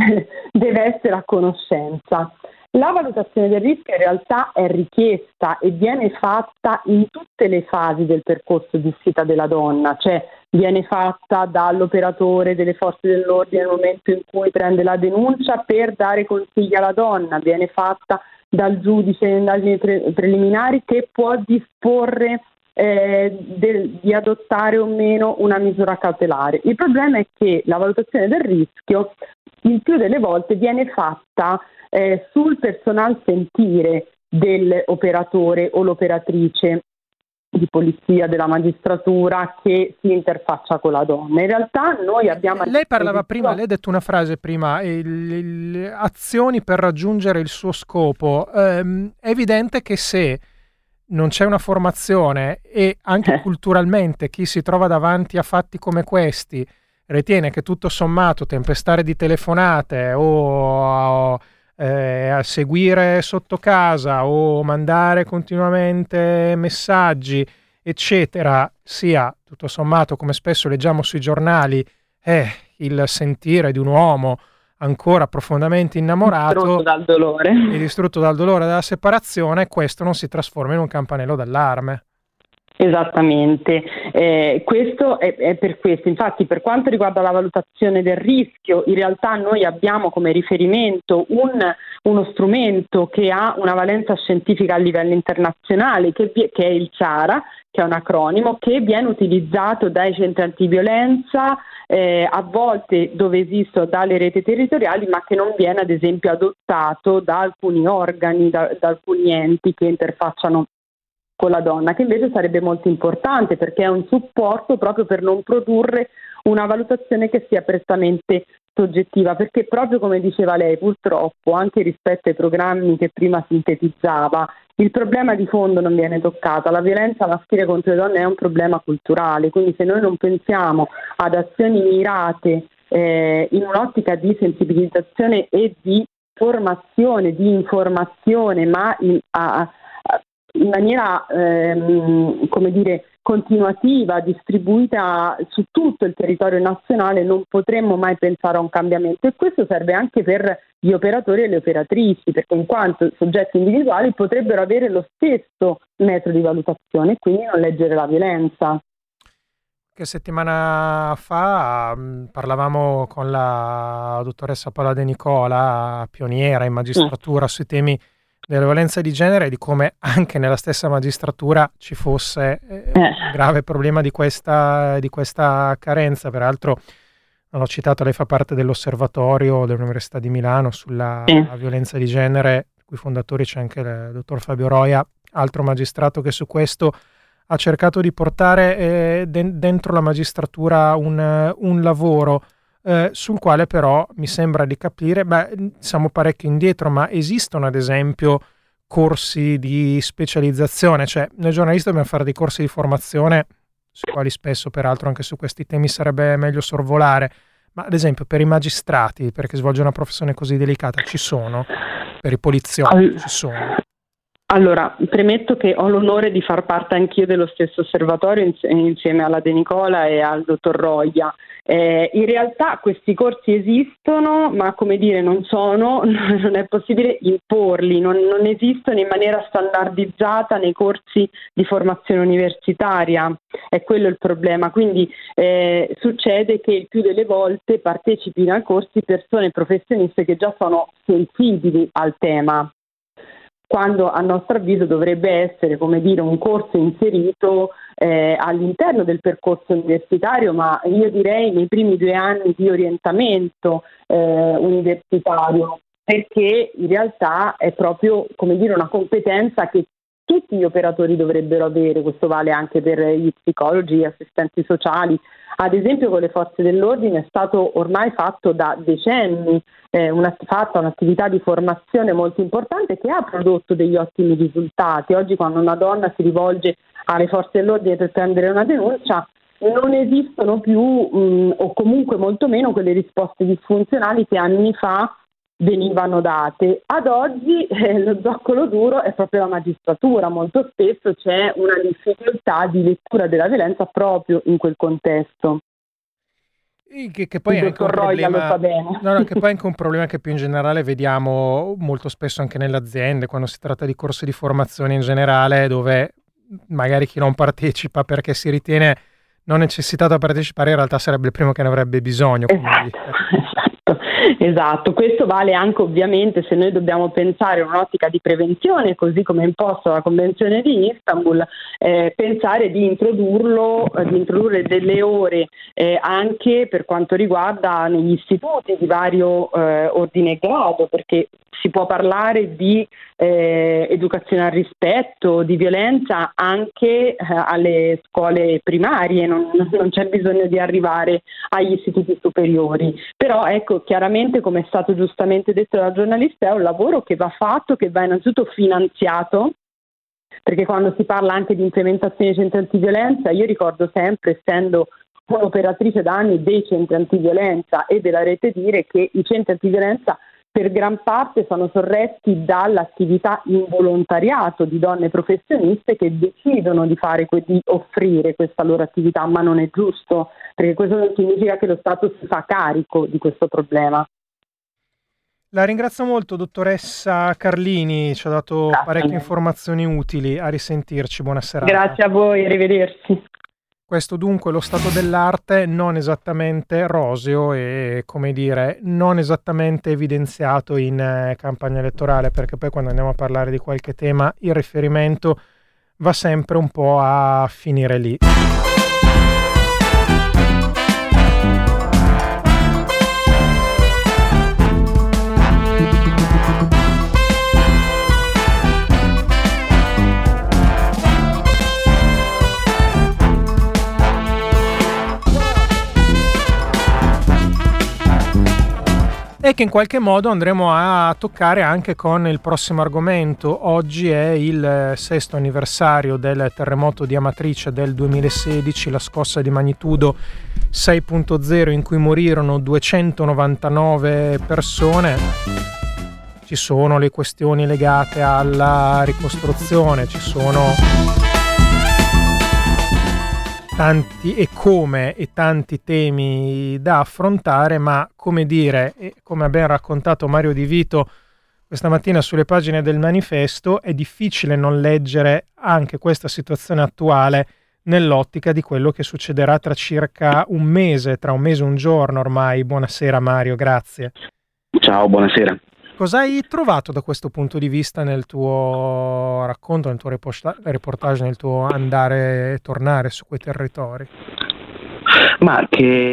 S4: deve essere a conoscenza. La valutazione del rischio in realtà è richiesta e viene fatta in tutte le fasi del percorso di uscita della donna, cioè viene fatta dall'operatore delle forze dell'ordine nel momento in cui prende la denuncia per dare consigli alla donna, viene fatta dal giudice in indagini preliminari che può disporre di adottare o meno una misura cautelare. Il problema è che la valutazione del rischio il più delle volte viene fatta sul personal sentire dell'operatore o l'operatrice di polizia, della magistratura che si interfaccia con la donna. In realtà noi abbiamo...
S1: Lei parlava prima, lei ha detto una frase prima, azioni per raggiungere il suo scopo. È evidente che se non c'è una formazione e anche culturalmente chi si trova davanti a fatti come questi ritiene che tutto sommato tempestare di telefonate o a seguire sotto casa o mandare continuamente messaggi eccetera sia tutto sommato, come spesso leggiamo sui giornali, il sentire di un uomo ancora profondamente innamorato
S4: distrutto dal dolore
S1: e distrutto dal dolore della separazione, questo non si trasforma in un campanello d'allarme.
S4: Esattamente, questo è per questo. Infatti, per quanto riguarda la valutazione del rischio, in realtà noi abbiamo come riferimento uno strumento che ha una valenza scientifica a livello internazionale, che è il CIARA, che è un acronimo, che viene utilizzato dai centri antiviolenza, a volte dove esistono dalle reti territoriali, ma che non viene ad esempio adottato da alcuni organi, da alcuni enti che interfacciano con la donna, che invece sarebbe molto importante perché è un supporto proprio per non produrre una valutazione che sia prettamente soggettiva, perché proprio come diceva lei, purtroppo anche rispetto ai programmi che prima sintetizzava, il problema di fondo non viene toccato. La violenza maschile contro le donne è un problema culturale, quindi se noi non pensiamo ad azioni mirate in un'ottica di sensibilizzazione e di formazione, di informazione, ma in maniera continuativa, distribuita su tutto il territorio nazionale, non potremmo mai pensare a un cambiamento, e questo serve anche per gli operatori e le operatrici, perché in quanto soggetti individuali potrebbero avere lo stesso metodo di valutazione e quindi non leggere la violenza.
S1: Che settimana fa parlavamo con la dottoressa Paola De Nicola, pioniera in magistratura sui temi della violenza di genere, e di come anche nella stessa magistratura ci fosse un grave problema di questa carenza. Peraltro, non l'ho citato, lei fa parte dell'osservatorio dell'Università di Milano sulla violenza di genere, i cui fondatori c'è anche il dottor Fabio Roia, altro magistrato che su questo ha cercato di portare dentro la magistratura un lavoro sul quale però mi sembra di capire, siamo parecchio indietro, ma esistono ad esempio corsi di specializzazione? Cioè, noi giornalisti dobbiamo fare dei corsi di formazione, sui quali spesso peraltro anche su questi temi sarebbe meglio sorvolare, ma ad esempio per i magistrati, perché svolge una professione così delicata, ci sono? Per i poliziotti ci sono?
S4: Allora, premetto che ho l'onore di far parte anch'io dello stesso osservatorio insieme alla De Nicola e al dottor Roia. In realtà questi corsi esistono, ma come dire non è possibile imporli, non esistono in maniera standardizzata nei corsi di formazione universitaria, è quello il problema. Quindi succede che il più delle volte partecipino ai corsi persone professioniste che già sono sensibili al tema, quando a nostro avviso dovrebbe essere, come dire, un corso inserito all'interno del percorso universitario, ma io direi nei primi 2 anni di orientamento universitario, perché in realtà è proprio, come dire, una competenza che tutti gli operatori dovrebbero avere. Questo vale anche per gli psicologi, gli assistenti sociali. Ad esempio con le forze dell'ordine è stato ormai fatto da decenni un'attività di formazione molto importante che ha prodotto degli ottimi risultati. Oggi quando una donna si rivolge alle forze dell'ordine per prendere una denuncia non esistono più o comunque molto meno quelle risposte disfunzionali che anni fa venivano date. Ad oggi lo zoccolo duro è proprio la magistratura, molto spesso c'è una difficoltà di lettura della violenza proprio in quel contesto.
S1: Che poi è anche un problema, che poi è anche un problema che più in generale vediamo molto spesso anche nelle aziende, quando si tratta di corsi di formazione in generale, dove magari chi non partecipa perché si ritiene non necessitato a partecipare, in realtà sarebbe il primo che ne avrebbe bisogno.
S4: Esatto, questo vale anche ovviamente se noi dobbiamo pensare a un'ottica di prevenzione, così come imposto dalla Convenzione di Istanbul, pensare di introdurre delle ore anche per quanto riguarda negli istituti di vario ordine e grado, perché si può parlare di educazione al rispetto, di violenza anche alle scuole primarie, non c'è bisogno di arrivare agli istituti superiori. Però ecco, chiaramente, come è stato giustamente detto dalla giornalista, è un lavoro che va fatto, che va innanzitutto finanziato, perché quando si parla anche di implementazione dei centri antiviolenza, io ricordo sempre, essendo un'operatrice da anni dei centri antiviolenza e della rete, dire che i centri antiviolenza per gran parte sono sorretti dall'attività in volontariato di donne professioniste che decidono di offrire questa loro attività, ma non è giusto, perché questo non significa che lo Stato si fa carico di questo problema.
S1: La ringrazio molto, dottoressa Carlini, ci ha dato parecchie informazioni utili. A risentirci, buona serata.
S4: Grazie a voi, arrivederci.
S1: Questo dunque è lo stato dell'arte, non esattamente roseo e, come dire, non esattamente evidenziato in campagna elettorale, perché poi quando andiamo a parlare di qualche tema il riferimento va sempre un po' a finire lì. E che in qualche modo andremo a toccare anche con il prossimo argomento. Oggi è il 6° anniversario del terremoto di Amatrice del 2016, la scossa di magnitudo 6.0 in cui morirono 299 persone. Ci sono le questioni legate alla ricostruzione, ci sono tanti temi da affrontare, ma come dire, e come ha ben raccontato Mario Di Vito questa mattina sulle pagine del Manifesto, è difficile non leggere anche questa situazione attuale nell'ottica di quello che succederà tra circa un mese e un giorno ormai. Buonasera Mario, grazie.
S5: Ciao, buonasera.
S1: Cosa hai trovato da questo punto di vista nel tuo racconto, nel tuo reportage, nel tuo andare e tornare su quei territori?
S5: Ma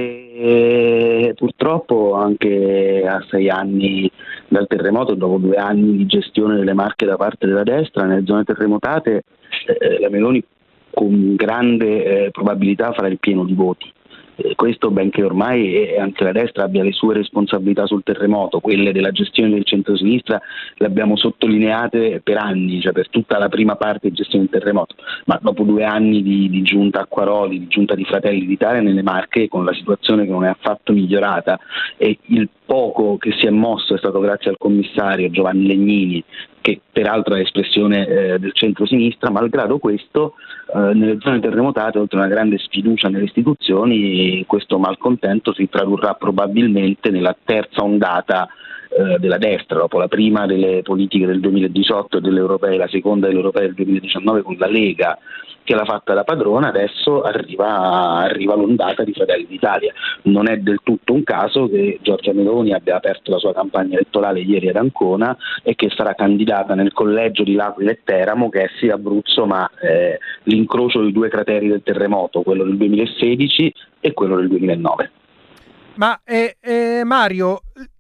S5: che purtroppo anche a 6 anni dal terremoto, dopo 2 anni di gestione delle Marche da parte della destra, nelle zone terremotate la Meloni con grande probabilità farà il pieno di voti. Questo benché ormai anche la destra abbia le sue responsabilità sul terremoto, quelle della gestione del centro-sinistra le abbiamo sottolineate per anni, cioè per tutta la prima parte di gestione del terremoto, ma dopo 2 anni di giunta Acquaroli, di giunta di Fratelli d'Italia nelle Marche, con la situazione che non è affatto migliorata e il poco che si è mosso è stato grazie al commissario Giovanni Legnini, che peraltro è espressione del centro-sinistra. Malgrado questo, nelle zone terremotate, oltre a una grande sfiducia nelle istituzioni, questo malcontento si tradurrà probabilmente nella terza ondata della destra, dopo la prima delle politiche del 2018 e delle europee, la seconda delle europee del 2019 con la Lega che l'ha fatta da padrona. Adesso arriva l'ondata di Fratelli d'Italia. Non è del tutto un caso che Giorgia Meloni abbia aperto la sua campagna elettorale ieri ad Ancona e che sarà candidata nel collegio di L'Aquila e Teramo, che è sì Abruzzo ma l'incrocio dei 2 crateri del terremoto, quello del 2016 e quello del 2009.
S1: Ma Mario,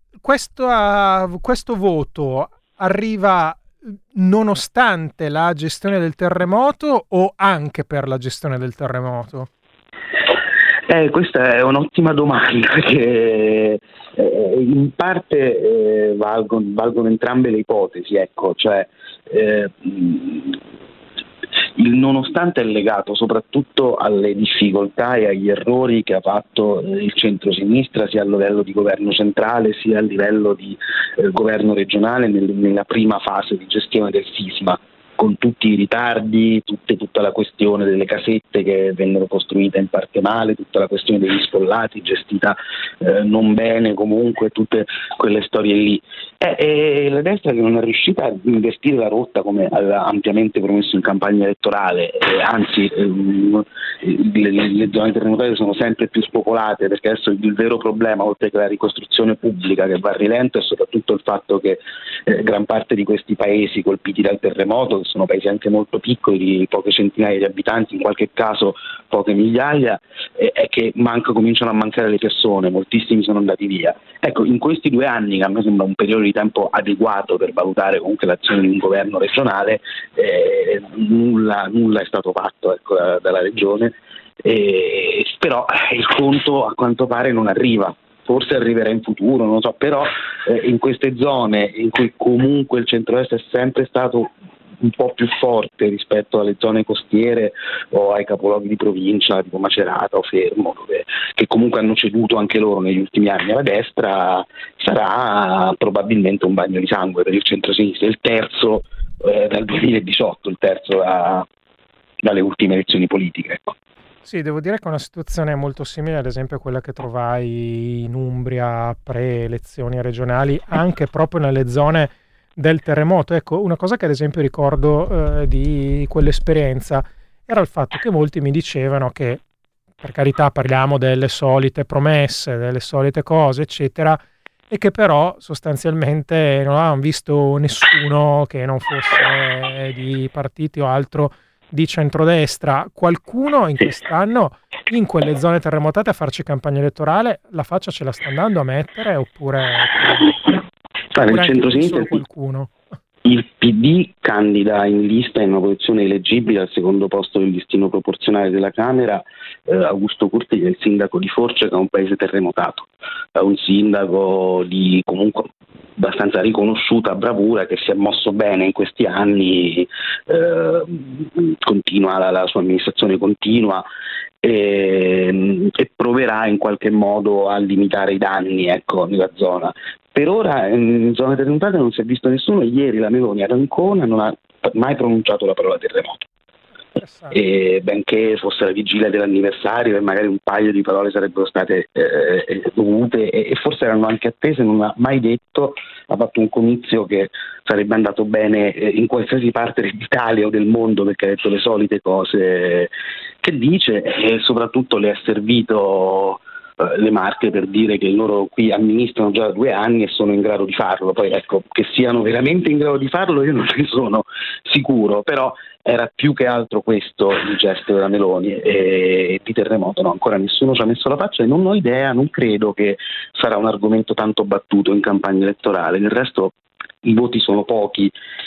S1: questo voto arriva nonostante la gestione del terremoto o anche per la gestione del terremoto?
S5: Questa è un'ottima domanda che in parte valgono entrambe le ipotesi, ecco, cioè il nonostante è legato soprattutto alle difficoltà e agli errori che ha fatto il centro-sinistra sia a livello di governo centrale sia a livello di governo regionale nella prima fase di gestione del sisma, con tutti i ritardi, tutta la questione delle casette che vennero costruite in parte male, tutta la questione degli sfollati gestita non bene, comunque tutte quelle storie lì. E la destra che non è riuscita a investire la rotta come aveva ampiamente promesso in campagna elettorale, anzi le zone terremotate sono sempre più spopolate, perché adesso il vero problema, oltre che la ricostruzione pubblica che va a rilento, è soprattutto il fatto che gran parte di questi paesi colpiti dal terremoto, che sono paesi anche molto piccoli, di poche centinaia di abitanti, in qualche caso poche migliaia, è che cominciano a mancare le persone, moltissimi sono andati via. Ecco, in questi 2 anni, che a me sembra un periodo di tempo adeguato per valutare comunque l'azione di un governo regionale, nulla è stato fatto, ecco, dalla regione, però il conto a quanto pare non arriva. Forse arriverà in futuro, non lo so, però in queste zone in cui comunque il centrodestra è sempre stato un po' più forte rispetto alle zone costiere o ai capoluoghi di provincia tipo Macerata o Fermo, che comunque hanno ceduto anche loro negli ultimi anni alla destra, sarà probabilmente un bagno di sangue per il centro-sinistra, il terzo dal 2018, il terzo dalle ultime elezioni politiche, ecco.
S1: Sì, devo dire che è una situazione molto simile ad esempio a quella che trovai in Umbria pre-elezioni regionali, anche proprio nelle zone del terremoto. Ecco, una cosa che ad esempio ricordo di quell'esperienza era il fatto che molti mi dicevano che, per carità, parliamo delle solite promesse, delle solite cose, eccetera, e che però sostanzialmente non avevano visto nessuno che non fosse di partiti o altro di centrodestra. Qualcuno in quest'anno in quelle zone terremotate a farci campagna elettorale la faccia ce la sta andando a mettere oppure
S5: il centro-sinistra,
S1: qualcuno?
S5: Il PD candida in lista in una posizione eleggibile al secondo posto del listino proporzionale della Camera Augusto Curti, che è il sindaco di Force, che è un paese terremotato, è un sindaco di comunque abbastanza riconosciuta bravura, che si è mosso bene in questi anni, continua la sua amministrazione continua e proverà in qualche modo a limitare i danni, ecco, nella zona. Per ora in zone terremotate non si è visto nessuno. Ieri la Meloni ad Ancona non ha mai pronunciato la parola terremoto, e benché fosse la vigilia dell'anniversario e magari un paio di parole sarebbero state dovute e forse erano anche attese, non ha mai detto. Ha fatto un comizio che sarebbe andato bene in qualsiasi parte d'Italia o del mondo, perché ha detto le solite cose che dice, e soprattutto le ha servito le Marche per dire che loro qui amministrano già da 2 anni e sono in grado di farlo. Poi ecco, che siano veramente in grado di farlo io non ne sono sicuro, però era più che altro questo il gesto della Meloni, e di terremoto no, ancora nessuno ci ha messo la faccia e non ho idea, non credo che sarà un argomento tanto battuto in campagna elettorale. Del resto i voti sono pochi,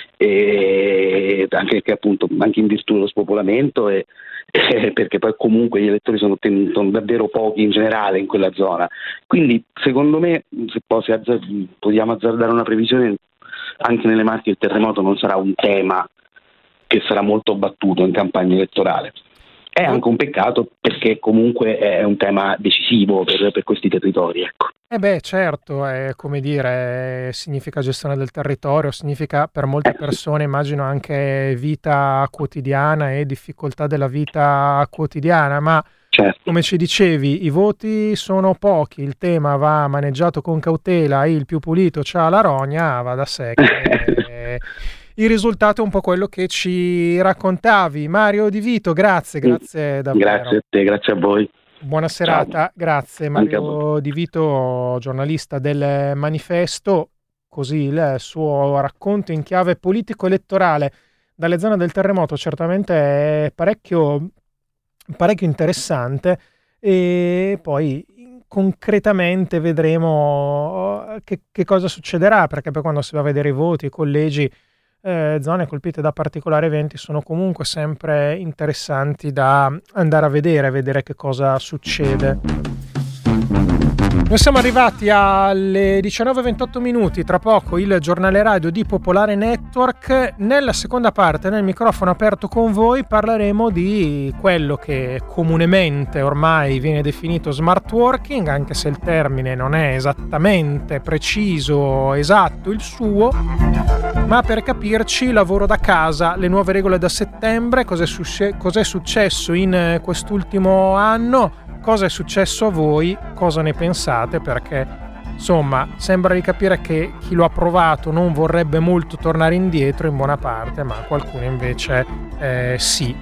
S5: e anche perché appunto anche in virtù dello spopolamento e perché poi comunque gli elettori sono davvero pochi in generale in quella zona. Quindi secondo me, se possiamo azzardare una previsione, anche nelle Marche il terremoto non sarà un tema che sarà molto battuto in campagna elettorale. È anche un peccato, perché comunque è un tema decisivo per questi territori, ecco.
S1: Certo, è come dire, significa gestione del territorio, significa per molte persone immagino anche vita quotidiana e difficoltà della vita quotidiana, ma
S5: certo,
S1: come ci dicevi, i voti sono pochi, il tema va maneggiato con cautela, il più pulito c'ha la rogna, va da sé che il risultato è un po' quello che ci raccontavi. Mario Di Vito, grazie davvero.
S5: Grazie a te, grazie a voi.
S1: Buona serata. Ciao. Grazie Mario Di Vito, giornalista del Manifesto. Così il suo racconto in chiave politico-elettorale dalle zone del terremoto certamente è parecchio interessante, e poi concretamente vedremo che cosa succederà, perché poi quando si va a vedere i voti, i collegi, zone colpite da particolari eventi sono comunque sempre interessanti da andare a vedere che cosa succede. Noi siamo arrivati alle 19:28 minuti, tra poco il giornale radio di Popolare Network. Nella seconda parte, nel microfono aperto con voi, parleremo di quello che comunemente ormai viene definito smart working, anche se il termine non è esattamente preciso, esatto il suo, ma per capirci, lavoro da casa, le nuove regole da settembre, cos'è successo in quest'ultimo anno, cosa è successo a voi, cosa ne pensate, perché insomma sembra di capire che chi lo ha provato non vorrebbe molto tornare indietro in buona parte, ma qualcuno invece sì.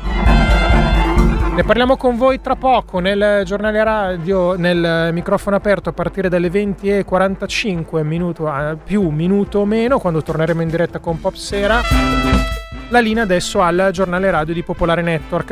S1: Ne parliamo con voi tra poco nel giornale radio, nel microfono aperto a partire dalle 20:45, minuto o meno, quando torneremo in diretta con Pop Sera. La linea adesso al giornale radio di Popolare Network.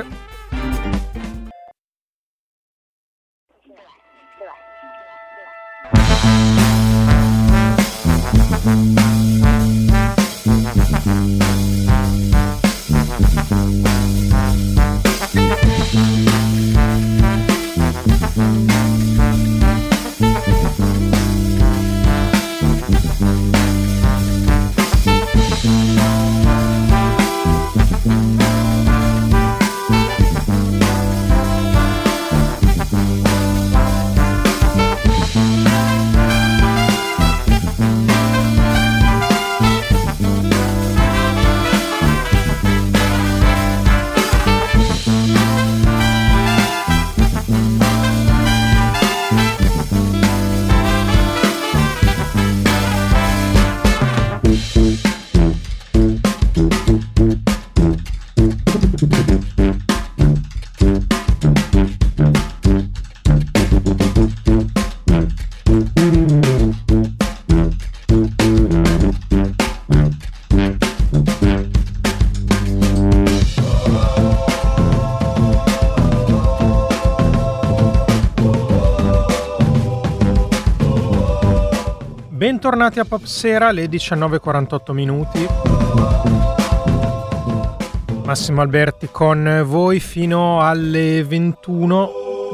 S1: Bentornati a Popsera, le 19:48 minuti. Massimo Alberti con voi fino alle 21.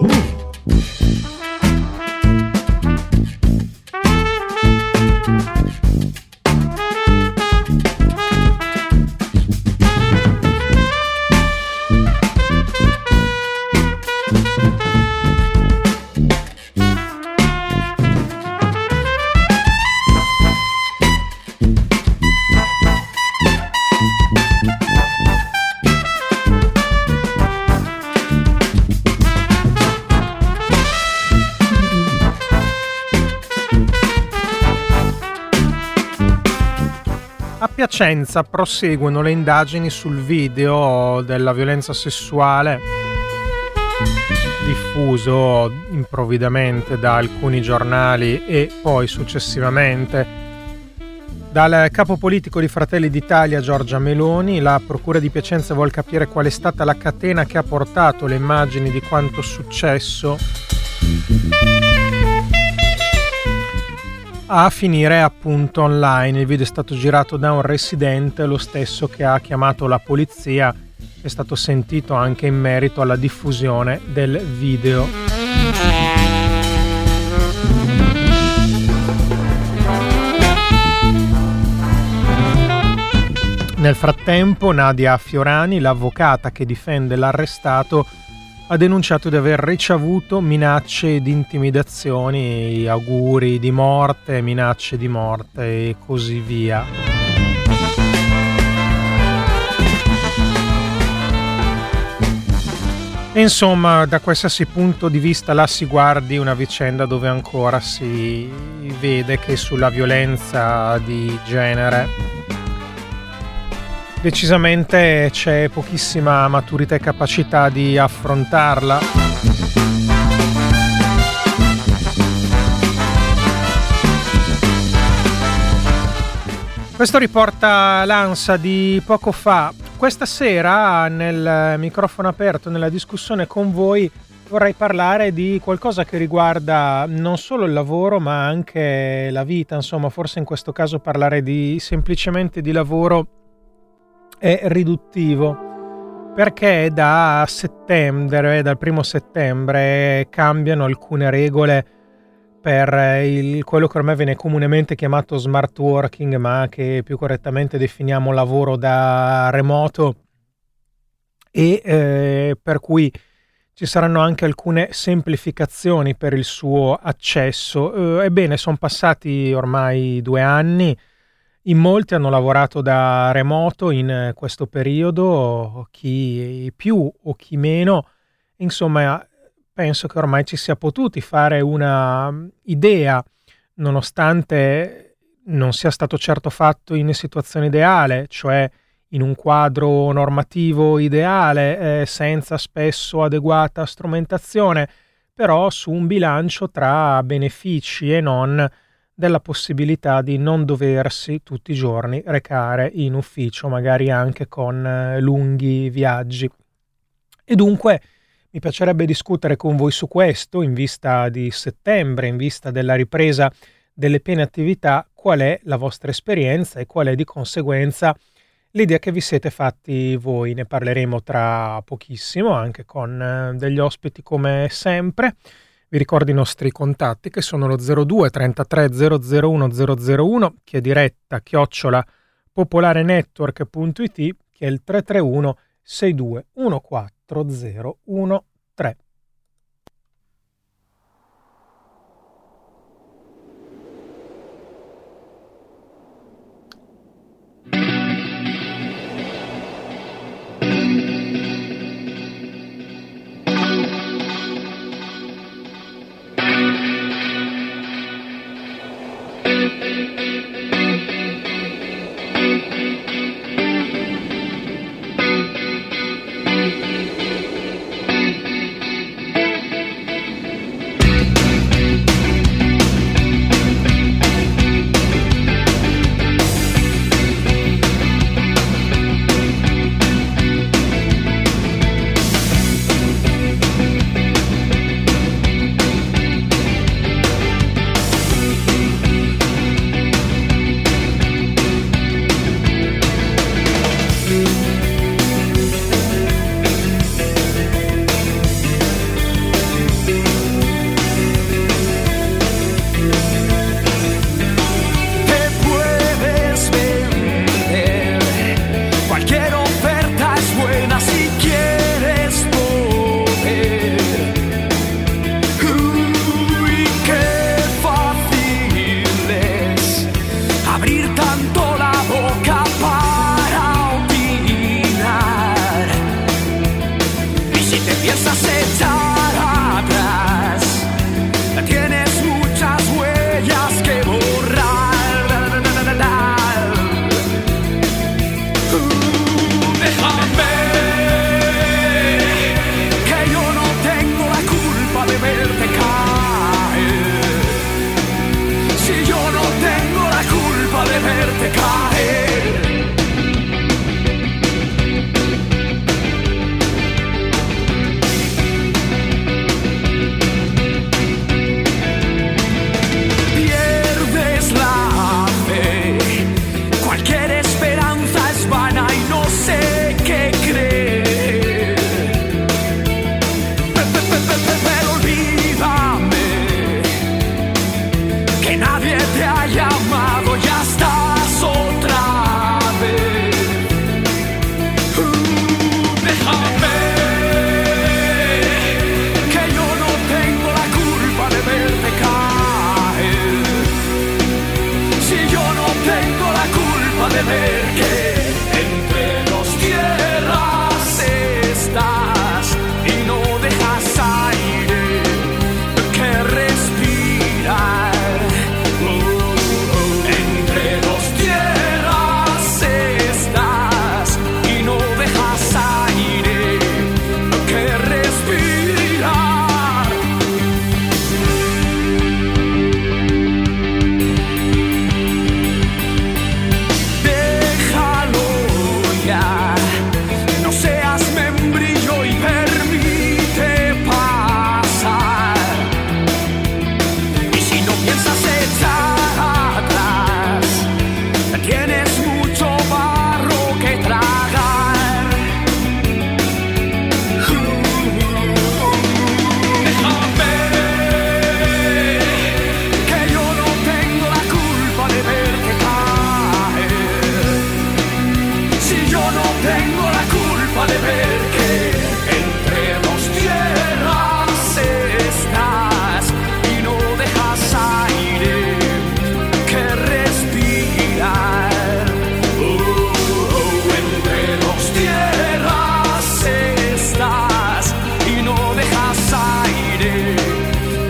S1: A Piacenza proseguono le indagini sul video della violenza sessuale diffuso improvvidamente da alcuni giornali e poi successivamente dal capo politico di Fratelli d'Italia Giorgia Meloni. La procura di Piacenza vuole capire qual è stata la catena che ha portato le immagini di quanto successo a finire appunto online. Il video è stato girato da un residente, lo stesso che ha chiamato la polizia, è stato sentito anche in merito alla diffusione del video. Nel frattempo Nadia Fiorani, l'avvocata che difende l'arrestato, ha denunciato di aver ricevuto minacce di intimidazioni, auguri di morte, minacce di morte e così via. E insomma, da qualsiasi punto di vista la si guardi, una vicenda dove ancora si vede che sulla violenza di genere decisamente c'è pochissima maturità e capacità di affrontarla. Questo riporta l'ANSA di poco fa. Questa sera, nel microfono aperto, nella discussione con voi, vorrei parlare di qualcosa che riguarda non solo il lavoro ma anche la vita. Insomma, forse in questo caso parlare semplicemente di lavoro è riduttivo, perché da settembre, dal 1° settembre, cambiano alcune regole per quello che ormai viene comunemente chiamato smart working, ma che più correttamente definiamo lavoro da remoto, e per cui ci saranno anche alcune semplificazioni per il suo accesso. Ebbene, sono passati ormai 2 anni. In molti hanno lavorato da remoto in questo periodo, chi più o chi meno. Insomma, penso che ormai ci sia potuti fare una idea, nonostante non sia stato certo fatto in situazione ideale, cioè in un quadro normativo ideale, senza spesso adeguata strumentazione, però su un bilancio tra benefici e non, della possibilità di non doversi tutti i giorni recare in ufficio, magari anche con lunghi viaggi. E dunque mi piacerebbe discutere con voi su questo, in vista di settembre, in vista della ripresa delle piene attività, qual è la vostra esperienza e qual è di conseguenza l'idea che vi siete fatti voi. Ne parleremo tra pochissimo, anche con degli ospiti come sempre. Vi ricordo i nostri contatti, che sono lo 02 33 001 001, che è diretta @popolarenetwork.it, che è il 331 62 14 013.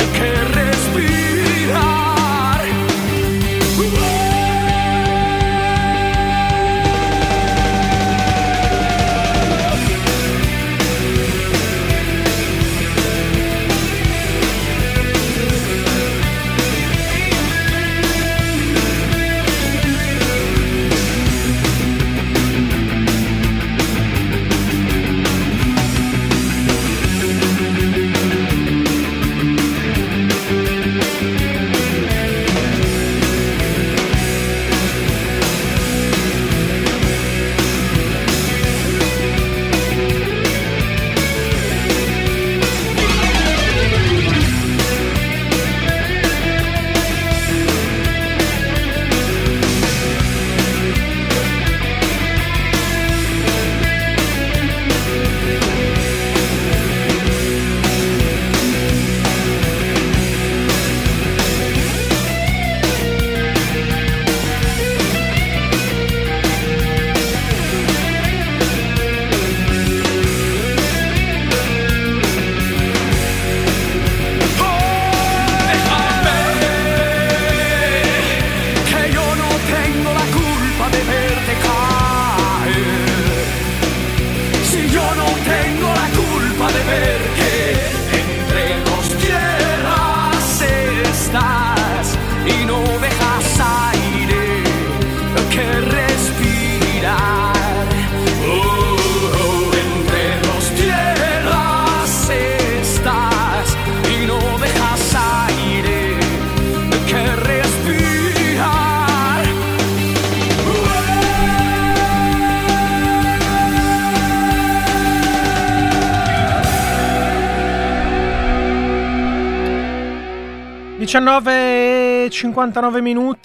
S1: (19:59),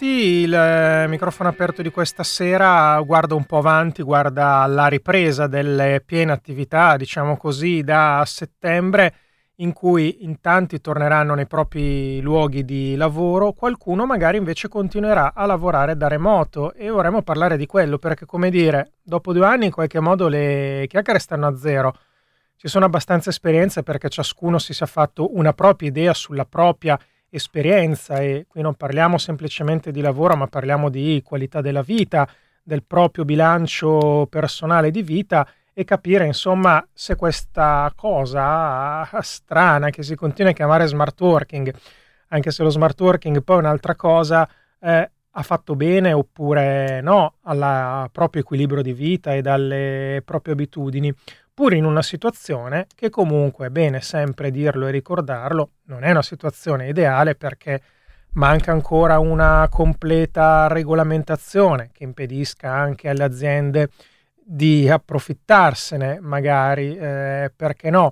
S1: il microfono aperto di questa sera guarda un po' avanti, guarda la ripresa delle piene attività, diciamo così, da settembre, in cui in tanti torneranno nei propri luoghi di lavoro, qualcuno magari invece continuerà a lavorare da remoto, e vorremmo parlare di quello perché, come dire, dopo 2 anni in qualche modo le chiacchiere stanno a zero. Ci sono abbastanza esperienze perché ciascuno si sia fatto una propria idea sulla propria esperienza, e qui non parliamo semplicemente di lavoro, ma parliamo di qualità della vita, del proprio bilancio personale di vita, e capire insomma se questa cosa strana che si continua a chiamare smart working, anche se lo smart working poi è un'altra cosa, ha fatto bene oppure no al proprio equilibrio di vita e dalle proprie abitudini, pur in una situazione che comunque, è bene sempre dirlo e ricordarlo, non è una situazione ideale perché manca ancora una completa regolamentazione che impedisca anche alle aziende di approfittarsene, magari, perché no?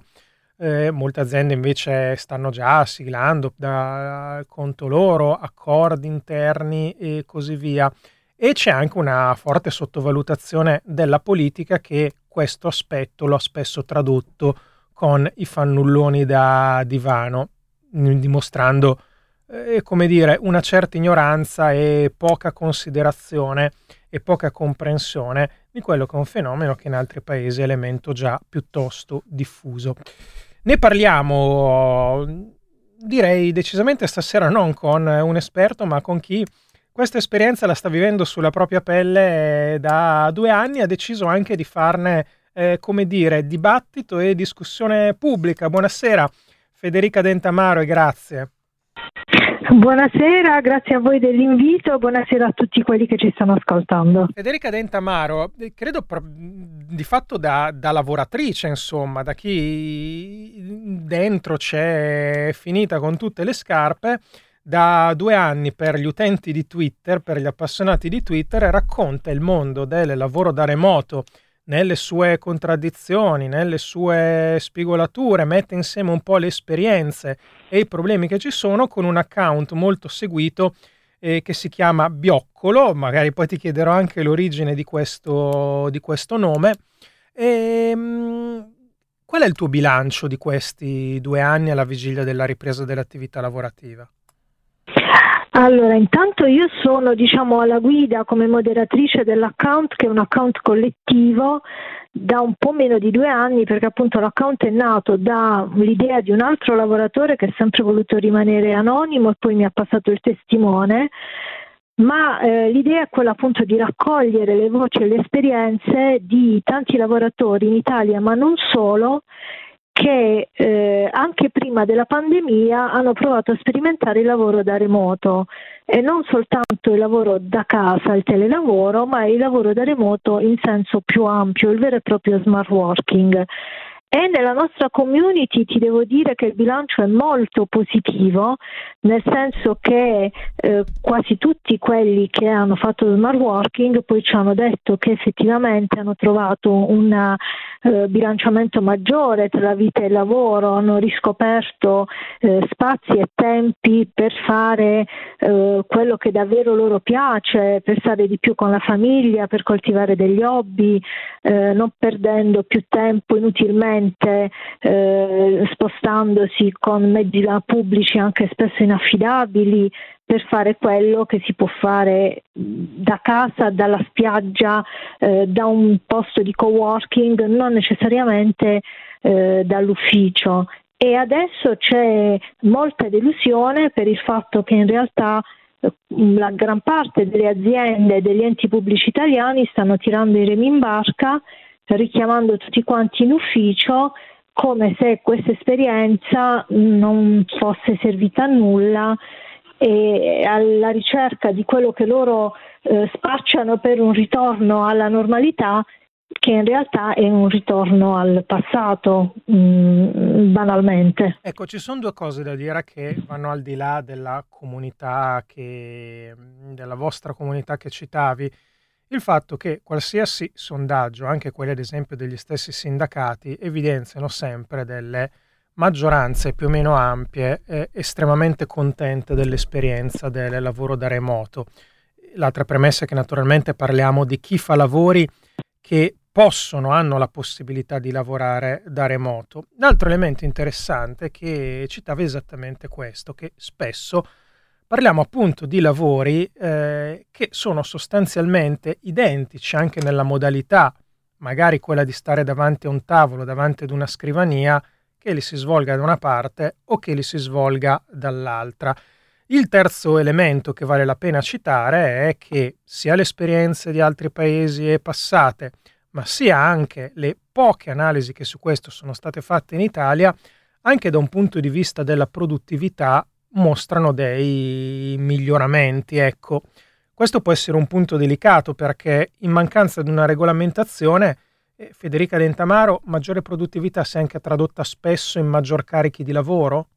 S1: Molte aziende invece stanno già siglando da conto loro accordi interni e così via, e c'è anche una forte sottovalutazione della politica che questo aspetto lo ha spesso tradotto con i fannulloni da divano, dimostrando come dire, una certa ignoranza e poca considerazione e poca comprensione di quello che è un fenomeno che in altri paesi è elemento già piuttosto diffuso. Ne parliamo, direi decisamente stasera, non con un esperto, ma con chi questa esperienza la sta vivendo sulla propria pelle da 2 anni, ha deciso anche di farne, come dire, dibattito e discussione pubblica. Buonasera Federica Dentamaro e grazie.
S6: Buonasera, grazie a voi dell'invito, buonasera a tutti quelli che ci stanno ascoltando.
S1: Federica Dentamaro, credo di fatto da lavoratrice, insomma, da chi dentro c'è finita con tutte le scarpe, da 2 anni per gli utenti di Twitter, per gli appassionati di Twitter, racconta il mondo del lavoro da remoto nelle sue contraddizioni, nelle sue spigolature, mette insieme un po' le esperienze e i problemi che ci sono con un account molto seguito che si chiama Bioccolo, magari poi ti chiederò anche l'origine di questo nome. Qual è il tuo bilancio di questi 2 anni alla vigilia della ripresa dell'attività lavorativa?
S6: Allora, intanto io sono alla guida come moderatrice dell'account, che è un account collettivo da un po' meno di 2 anni, perché appunto l'account è nato dall'idea di un altro lavoratore che ha sempre voluto rimanere anonimo e poi mi ha passato il testimone, ma l'idea è quella appunto di raccogliere le voci e le esperienze di tanti lavoratori in Italia, ma non solo, che anche prima della pandemia hanno provato a sperimentare il lavoro da remoto, e non soltanto il lavoro da casa, il telelavoro, ma il lavoro da remoto in senso più ampio, il vero e proprio smart working. E nella nostra community ti devo dire che il bilancio è molto positivo, nel senso che quasi tutti quelli che hanno fatto smart working poi ci hanno detto che effettivamente hanno trovato un bilanciamento maggiore tra la vita e il lavoro, hanno riscoperto spazi e tempi per fare quello che davvero loro piace, per stare di più con la famiglia, per coltivare degli hobby, non perdendo più tempo inutilmente spostandosi con mezzi pubblici anche spesso inaffidabili, per fare quello che si può fare da casa, dalla spiaggia, da un posto di coworking, non necessariamente dall'ufficio. E adesso c'è molta delusione per il fatto che in realtà la gran parte delle aziende e degli enti pubblici italiani stanno tirando i remi in barca, richiamando tutti quanti in ufficio, come se questa esperienza non fosse servita a nulla, e alla ricerca di quello che loro spacciano per un ritorno alla normalità, che in realtà è un ritorno al passato, banalmente.
S1: Ecco, ci sono 2 cose da dire che vanno al di là della comunità della vostra comunità che citavi. Il fatto che qualsiasi sondaggio, anche quelli ad esempio degli stessi sindacati, evidenziano sempre delle maggioranze più o meno ampie estremamente contente dell'esperienza del lavoro da remoto. L'altra premessa è che naturalmente parliamo di chi fa lavori che hanno la possibilità di lavorare da remoto. L'altro elemento interessante è che citava esattamente questo, che spesso parliamo appunto di lavori che sono sostanzialmente identici anche nella modalità, magari quella di stare davanti a un tavolo, davanti ad una scrivania, che li si svolga da una parte o che li si svolga dall'altra. Il terzo elemento che vale la pena citare è che sia le esperienze di altri paesi e passate, ma sia anche le poche analisi che su questo sono state fatte in Italia, anche da un punto di vista della produttività, mostrano dei miglioramenti. Ecco, questo può essere un punto delicato perché in mancanza di una regolamentazione, Federica Dentamaro, maggiore produttività si è anche tradotta spesso in maggior carichi di lavoro?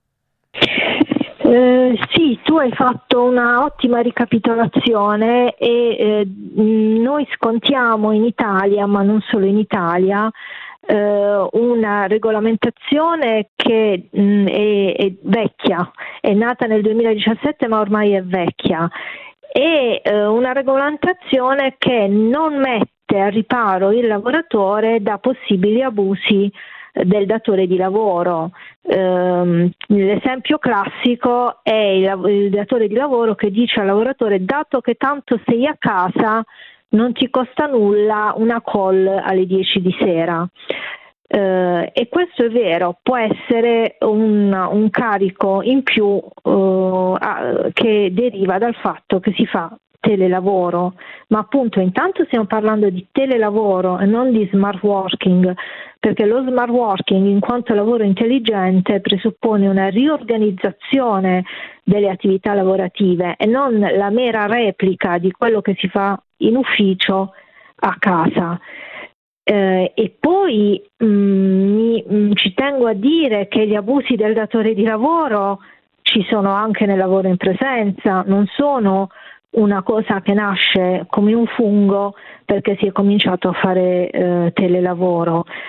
S6: Sì, tu hai fatto una ottima ricapitolazione e noi scontiamo in Italia, ma non solo in Italia, una regolamentazione che è vecchia, è nata nel 2017 ma ormai è vecchia, e una regolamentazione che non mette a riparo il lavoratore da possibili abusi del datore di lavoro. L'esempio classico è il datore di lavoro che dice al lavoratore: dato che tanto sei a casa, non ti costa nulla una call alle 10 di sera. E questo è vero, può essere un carico in più che deriva dal fatto che si fa telelavoro, ma appunto intanto stiamo parlando di telelavoro e non di smart working, perché lo smart working in quanto lavoro intelligente presuppone una riorganizzazione delle attività lavorative e non la mera replica di quello che si fa in ufficio a casa. E poi ci tengo a dire che gli abusi del datore di lavoro ci sono anche nel lavoro in presenza, non sono una cosa che nasce come un fungo perché si è cominciato a fare telelavoro.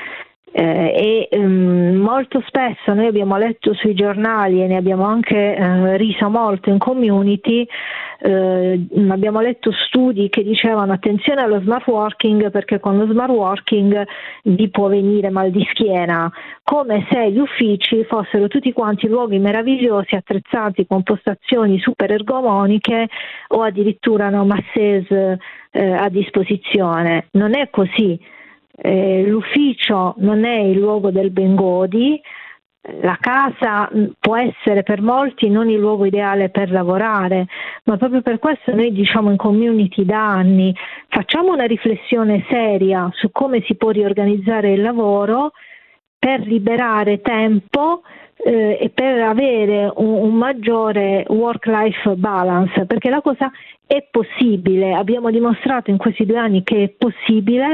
S6: Molto spesso noi abbiamo letto sui giornali e ne abbiamo anche riso molto in community, abbiamo letto studi che dicevano attenzione allo smart working perché con lo smart working vi può venire mal di schiena, come se gli uffici fossero tutti quanti luoghi meravigliosi attrezzati con postazioni super ergonomiche o addirittura masseuse a disposizione. Non è così. L'ufficio non è il luogo del bengodi, la casa può essere per molti non il luogo ideale per lavorare, ma proprio per questo noi diciamo in community da anni facciamo una riflessione seria su come si può riorganizzare il lavoro per liberare tempo e per avere un maggiore work-life balance, perché la cosa è possibile, abbiamo dimostrato in questi 2 anni che è possibile,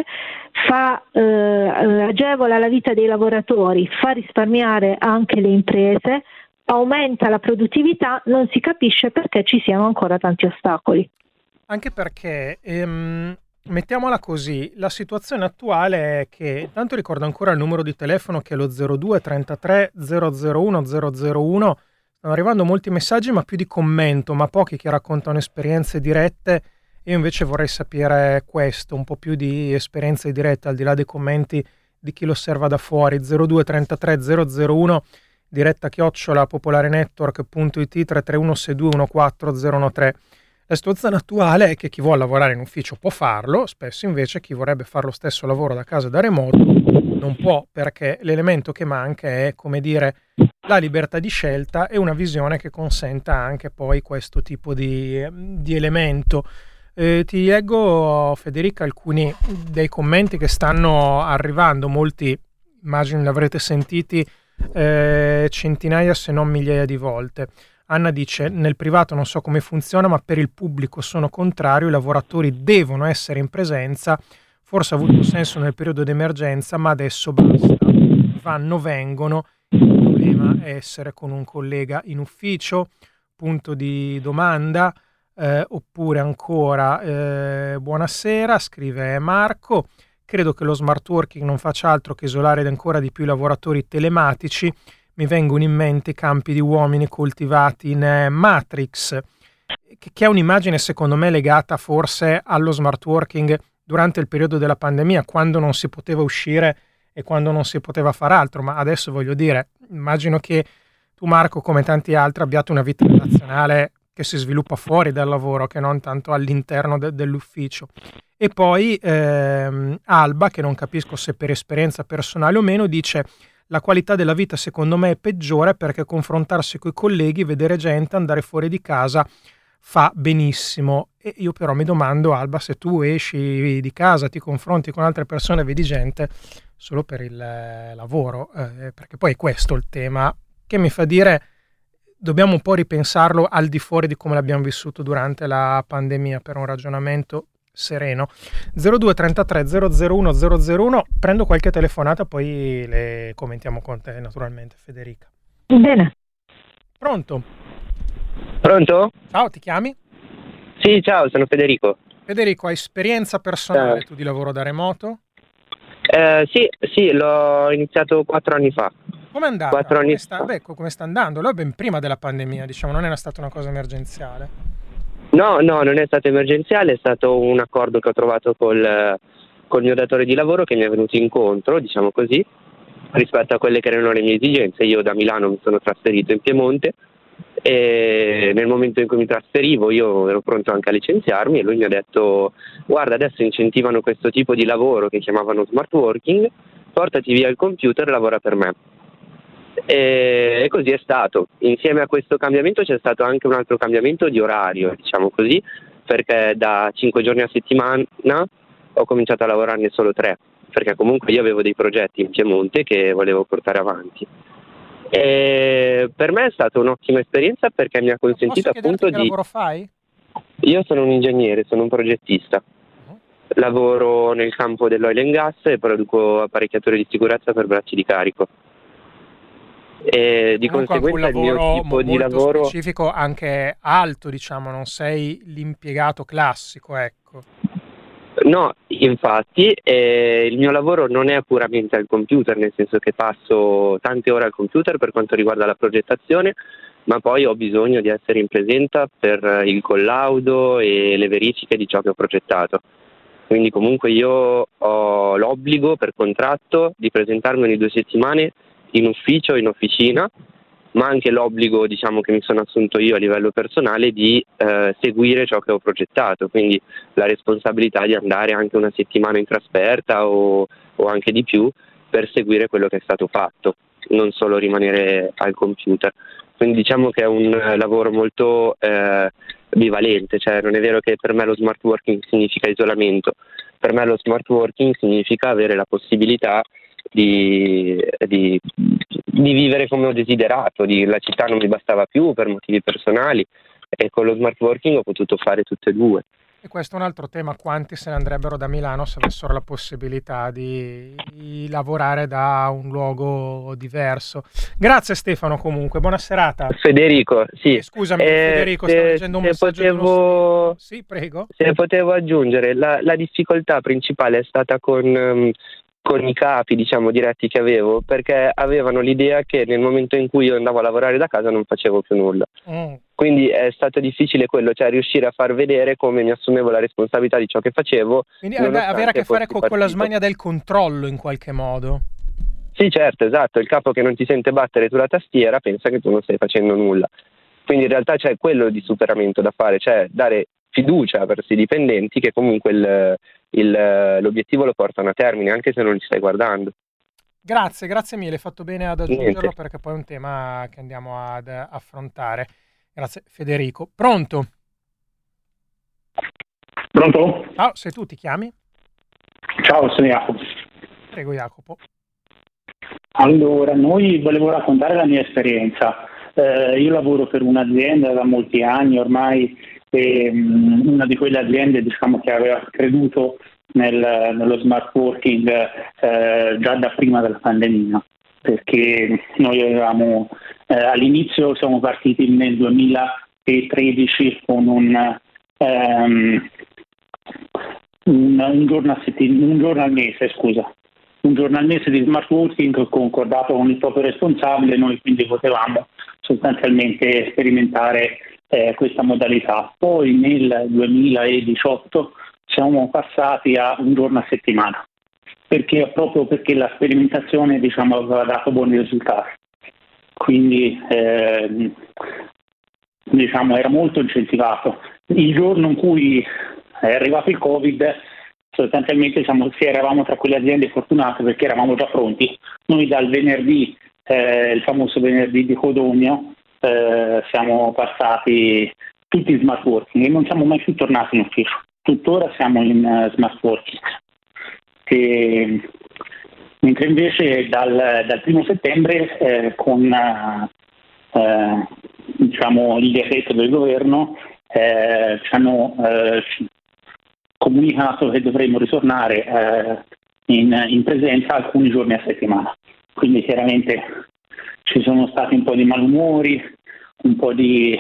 S6: agevola la vita dei lavoratori, fa risparmiare anche le imprese, aumenta la produttività, non si capisce perché ci siano ancora tanti ostacoli.
S1: Anche perché, mettiamola così, la situazione attuale è che, intanto ricordo ancora il numero di telefono che è lo 02 33 001 001, stanno arrivando molti messaggi ma più di commento, ma pochi che raccontano esperienze dirette. Io invece vorrei sapere questo, un po' più di esperienze dirette, al di là dei commenti di chi lo osserva da fuori. 02 33 001, diretta @popolarenetwork.it, 331 62 14 013. La situazione attuale è che chi vuole lavorare in ufficio può farlo, spesso invece chi vorrebbe fare lo stesso lavoro da casa da remoto non può, perché l'elemento che manca è, come dire, la libertà di scelta e una visione che consenta anche poi questo tipo di elemento. Ti leggo, Federica, alcuni dei commenti che stanno arrivando, molti immagino li avrete sentiti centinaia se non migliaia di volte. Anna dice: nel privato non so come funziona, ma per il pubblico sono contrario, i lavoratori devono essere in presenza, forse ha avuto senso nel periodo d'emergenza, ma adesso basta, vanno, vengono, il problema è essere con un collega in ufficio, punto di domanda. Oppure ancora, buonasera, scrive Marco, credo che lo smart working non faccia altro che isolare ancora di più i lavoratori telematici. Mi vengono in mente i campi di uomini coltivati in Matrix, che è un'immagine secondo me legata forse allo smart working durante il periodo della pandemia, quando non si poteva uscire e quando non si poteva fare altro. Ma adesso, voglio dire, immagino che tu, Marco, come tanti altri, abbiate una vita relazionale che si sviluppa fuori dal lavoro, che non tanto all'interno dell'ufficio. E poi Alba, che non capisco se per esperienza personale o meno, dice: la qualità della vita secondo me è peggiore perché confrontarsi coi colleghi, vedere gente, andare fuori di casa fa benissimo. E io però mi domando, Alba, se tu esci di casa, ti confronti con altre persone, vedi gente solo per il lavoro, perché poi è questo il tema che mi fa dire dobbiamo un po' ripensarlo al di fuori di come l'abbiamo vissuto durante la pandemia, per un ragionamento sereno. 02 33 001 001, prendo qualche telefonata, poi le commentiamo con te naturalmente, Federica.
S6: Bene.
S1: Pronto?
S7: Pronto?
S1: Ciao, ti chiami?
S7: Sì, ciao, sono Federico.
S1: Federico, hai esperienza personale tu di lavoro da remoto?
S7: Sì, l'ho iniziato 4 anni fa.
S1: Come è andata?
S7: 4 anni
S1: Come sta andando? Lo è ben prima della pandemia, diciamo, non è stata una cosa emergenziale.
S7: No, non è stato emergenziale, è stato un accordo che ho trovato col mio datore di lavoro, che mi è venuto incontro, diciamo così, rispetto a quelle che erano le mie esigenze. Io da Milano mi sono trasferito in Piemonte e nel momento in cui mi trasferivo io ero pronto anche a licenziarmi, e lui mi ha detto: guarda, adesso incentivano questo tipo di lavoro che chiamavano smart working, portati via il computer e lavora per me. E così è stato. Insieme a questo cambiamento c'è stato anche un altro cambiamento di orario, diciamo così, perché da 5 giorni a settimana ho cominciato a lavorarne solo 3, perché comunque io avevo dei progetti in Piemonte che volevo portare avanti. E per me è stata un'ottima esperienza, perché mi ha consentito appunto di...
S1: Che lavoro fai?
S7: Io sono un ingegnere, sono un progettista. Lavoro nel campo dell'oil and gas e produco apparecchiature di sicurezza per bracci di carico. E di conseguenza il mio tipo di lavoro
S1: specifico, anche alto, diciamo, non sei l'impiegato classico, ecco.
S7: No, infatti il mio lavoro non è puramente al computer, nel senso che passo tante ore al computer per quanto riguarda la progettazione, ma poi ho bisogno di essere in presenza per il collaudo e le verifiche di ciò che ho progettato. Quindi comunque io ho l'obbligo per contratto di presentarmi ogni 2 settimane in ufficio, in officina, ma anche l'obbligo, diciamo, che mi sono assunto io a livello personale di seguire ciò che ho progettato, quindi la responsabilità di andare anche una settimana in trasferta o anche di più per seguire quello che è stato fatto, non solo rimanere al computer. Quindi diciamo che è un lavoro molto bivalente, cioè non è vero che per me lo smart working significa isolamento, per me lo smart working significa avere la possibilità di vivere come ho desiderato, la città non mi bastava più per motivi personali e con lo smart working ho potuto fare tutte e due.
S1: E questo è un altro tema: quanti se ne andrebbero da Milano se avessero la possibilità di lavorare da un luogo diverso. Grazie Stefano, comunque, buona serata.
S7: Federico, sì.
S1: Scusami Federico, stavo leggendo un messaggio di uno... Sì, prego.
S7: Se potevo aggiungere, la difficoltà principale è stata con i capi, diciamo, diretti che avevo, perché avevano l'idea che nel momento in cui io andavo a lavorare da casa non facevo più nulla. Quindi è stato difficile quello, cioè riuscire a far vedere come mi assumevo la responsabilità di ciò che facevo.
S1: Quindi avere a che fare con la smania del controllo in qualche modo.
S7: Sì, certo, esatto. Il capo che non ti sente battere sulla tastiera pensa che tu non stai facendo nulla. Quindi in realtà c'è quello di superamento da fare, cioè dare fiducia verso i dipendenti che comunque l'obiettivo lo portano a termine, anche se non li stai guardando.
S1: Grazie mille, hai fatto bene ad aggiungerlo, perché poi è un tema che andiamo ad affrontare. Grazie Federico. Pronto?
S8: Pronto?
S1: Ciao, sei tu, ti chiami?
S8: Ciao, sono Jacopo.
S1: Prego Jacopo.
S8: Allora, volevo raccontare la mia esperienza. Io lavoro per un'azienda da molti anni ormai, e una di quelle aziende, diciamo, che aveva creduto nello smart working già da prima della pandemia, perché noi avevamo all'inizio siamo partiti nel 2013 con un giorno al mese di smart working concordato con il proprio responsabile. Noi quindi potevamo sostanzialmente sperimentare questa modalità. Poi nel 2018 siamo passati a un giorno a settimana, proprio perché la sperimentazione, diciamo, aveva dato buoni risultati. Quindi diciamo era molto incentivato. Il giorno in cui è arrivato il Covid, sostanzialmente eravamo tra quelle aziende fortunate perché eravamo già pronti. Noi dal venerdì, il famoso venerdì di Codogno, siamo passati tutti in smart working e non siamo mai più tornati in ufficio. Tuttora siamo in smart working. Mentre invece dal 1 settembre con diciamo, il decreto del governo ci hanno comunicato che dovremmo ritornare in presenza alcuni giorni a settimana. Quindi chiaramente ci sono stati un po' di malumori, un po' di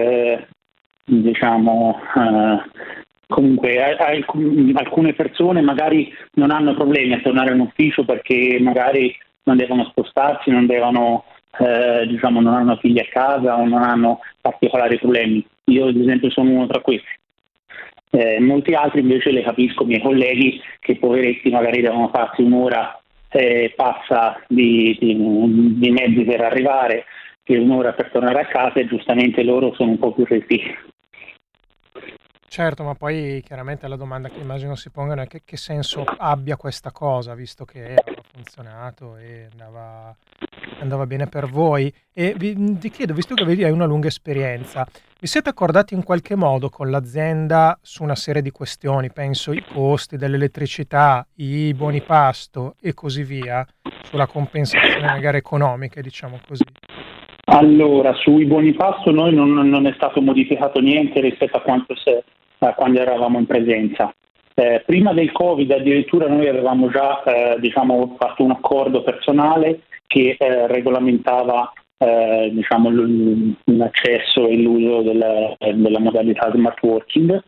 S8: comunque alcune persone magari non hanno problemi a tornare in ufficio perché magari non devono spostarsi, non hanno figli a casa o non hanno particolari problemi. Io ad esempio sono uno tra questi. Molti altri invece le capisco, miei colleghi, che poveretti magari devono farsi un'ora passa di mezzi per arrivare e un'ora per tornare a casa, e giustamente loro sono un po' più restii.
S1: Certo, ma poi chiaramente la domanda che immagino si pongano è che senso abbia questa cosa, visto che aveva funzionato e andava bene per voi. E ti chiedo, visto che hai una lunga esperienza, vi siete accordati in qualche modo con l'azienda su una serie di questioni, penso i costi dell'elettricità, i buoni pasto e così via, sulla compensazione magari economica, diciamo così?
S8: Allora, sui buoni pasto noi non è stato modificato niente rispetto a quando eravamo in presenza. Prima del Covid addirittura noi avevamo già fatto un accordo personale che regolamentava l'accesso e l'uso della modalità smart working.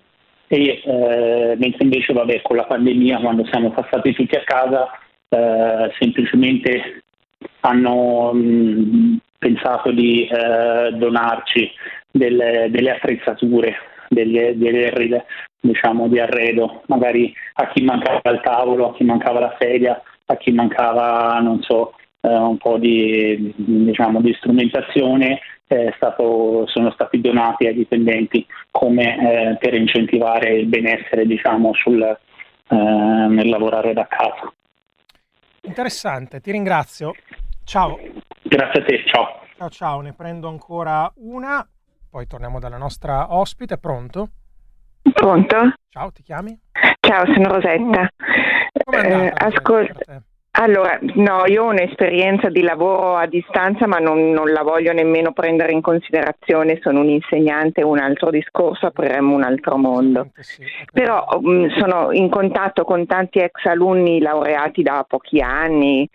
S8: mentre invece con la pandemia, quando siamo passati tutti a casa, semplicemente hanno pensato di donarci delle attrezzature, delle diciamo di arredo, magari a chi mancava il tavolo, a chi mancava la sedia, a chi mancava, non so, un po' di strumentazione, sono stati donati ai dipendenti come per incentivare il benessere, diciamo, nel lavorare da casa.
S1: Interessante, ti ringrazio. Ciao.
S8: Grazie a te, ciao.
S1: Ciao, ne prendo ancora una, poi torniamo dalla nostra ospite. Pronto?
S9: Pronto?
S1: Ciao, ti chiami?
S9: Ciao, sono Rosetta. Ascolta. Allora, no, io ho un'esperienza di lavoro a distanza, ma non la voglio nemmeno prendere in considerazione. Sono un insegnante, un altro discorso, apriremo un altro mondo.
S1: Sì,
S9: però sono in contatto con tanti ex alunni laureati da pochi anni.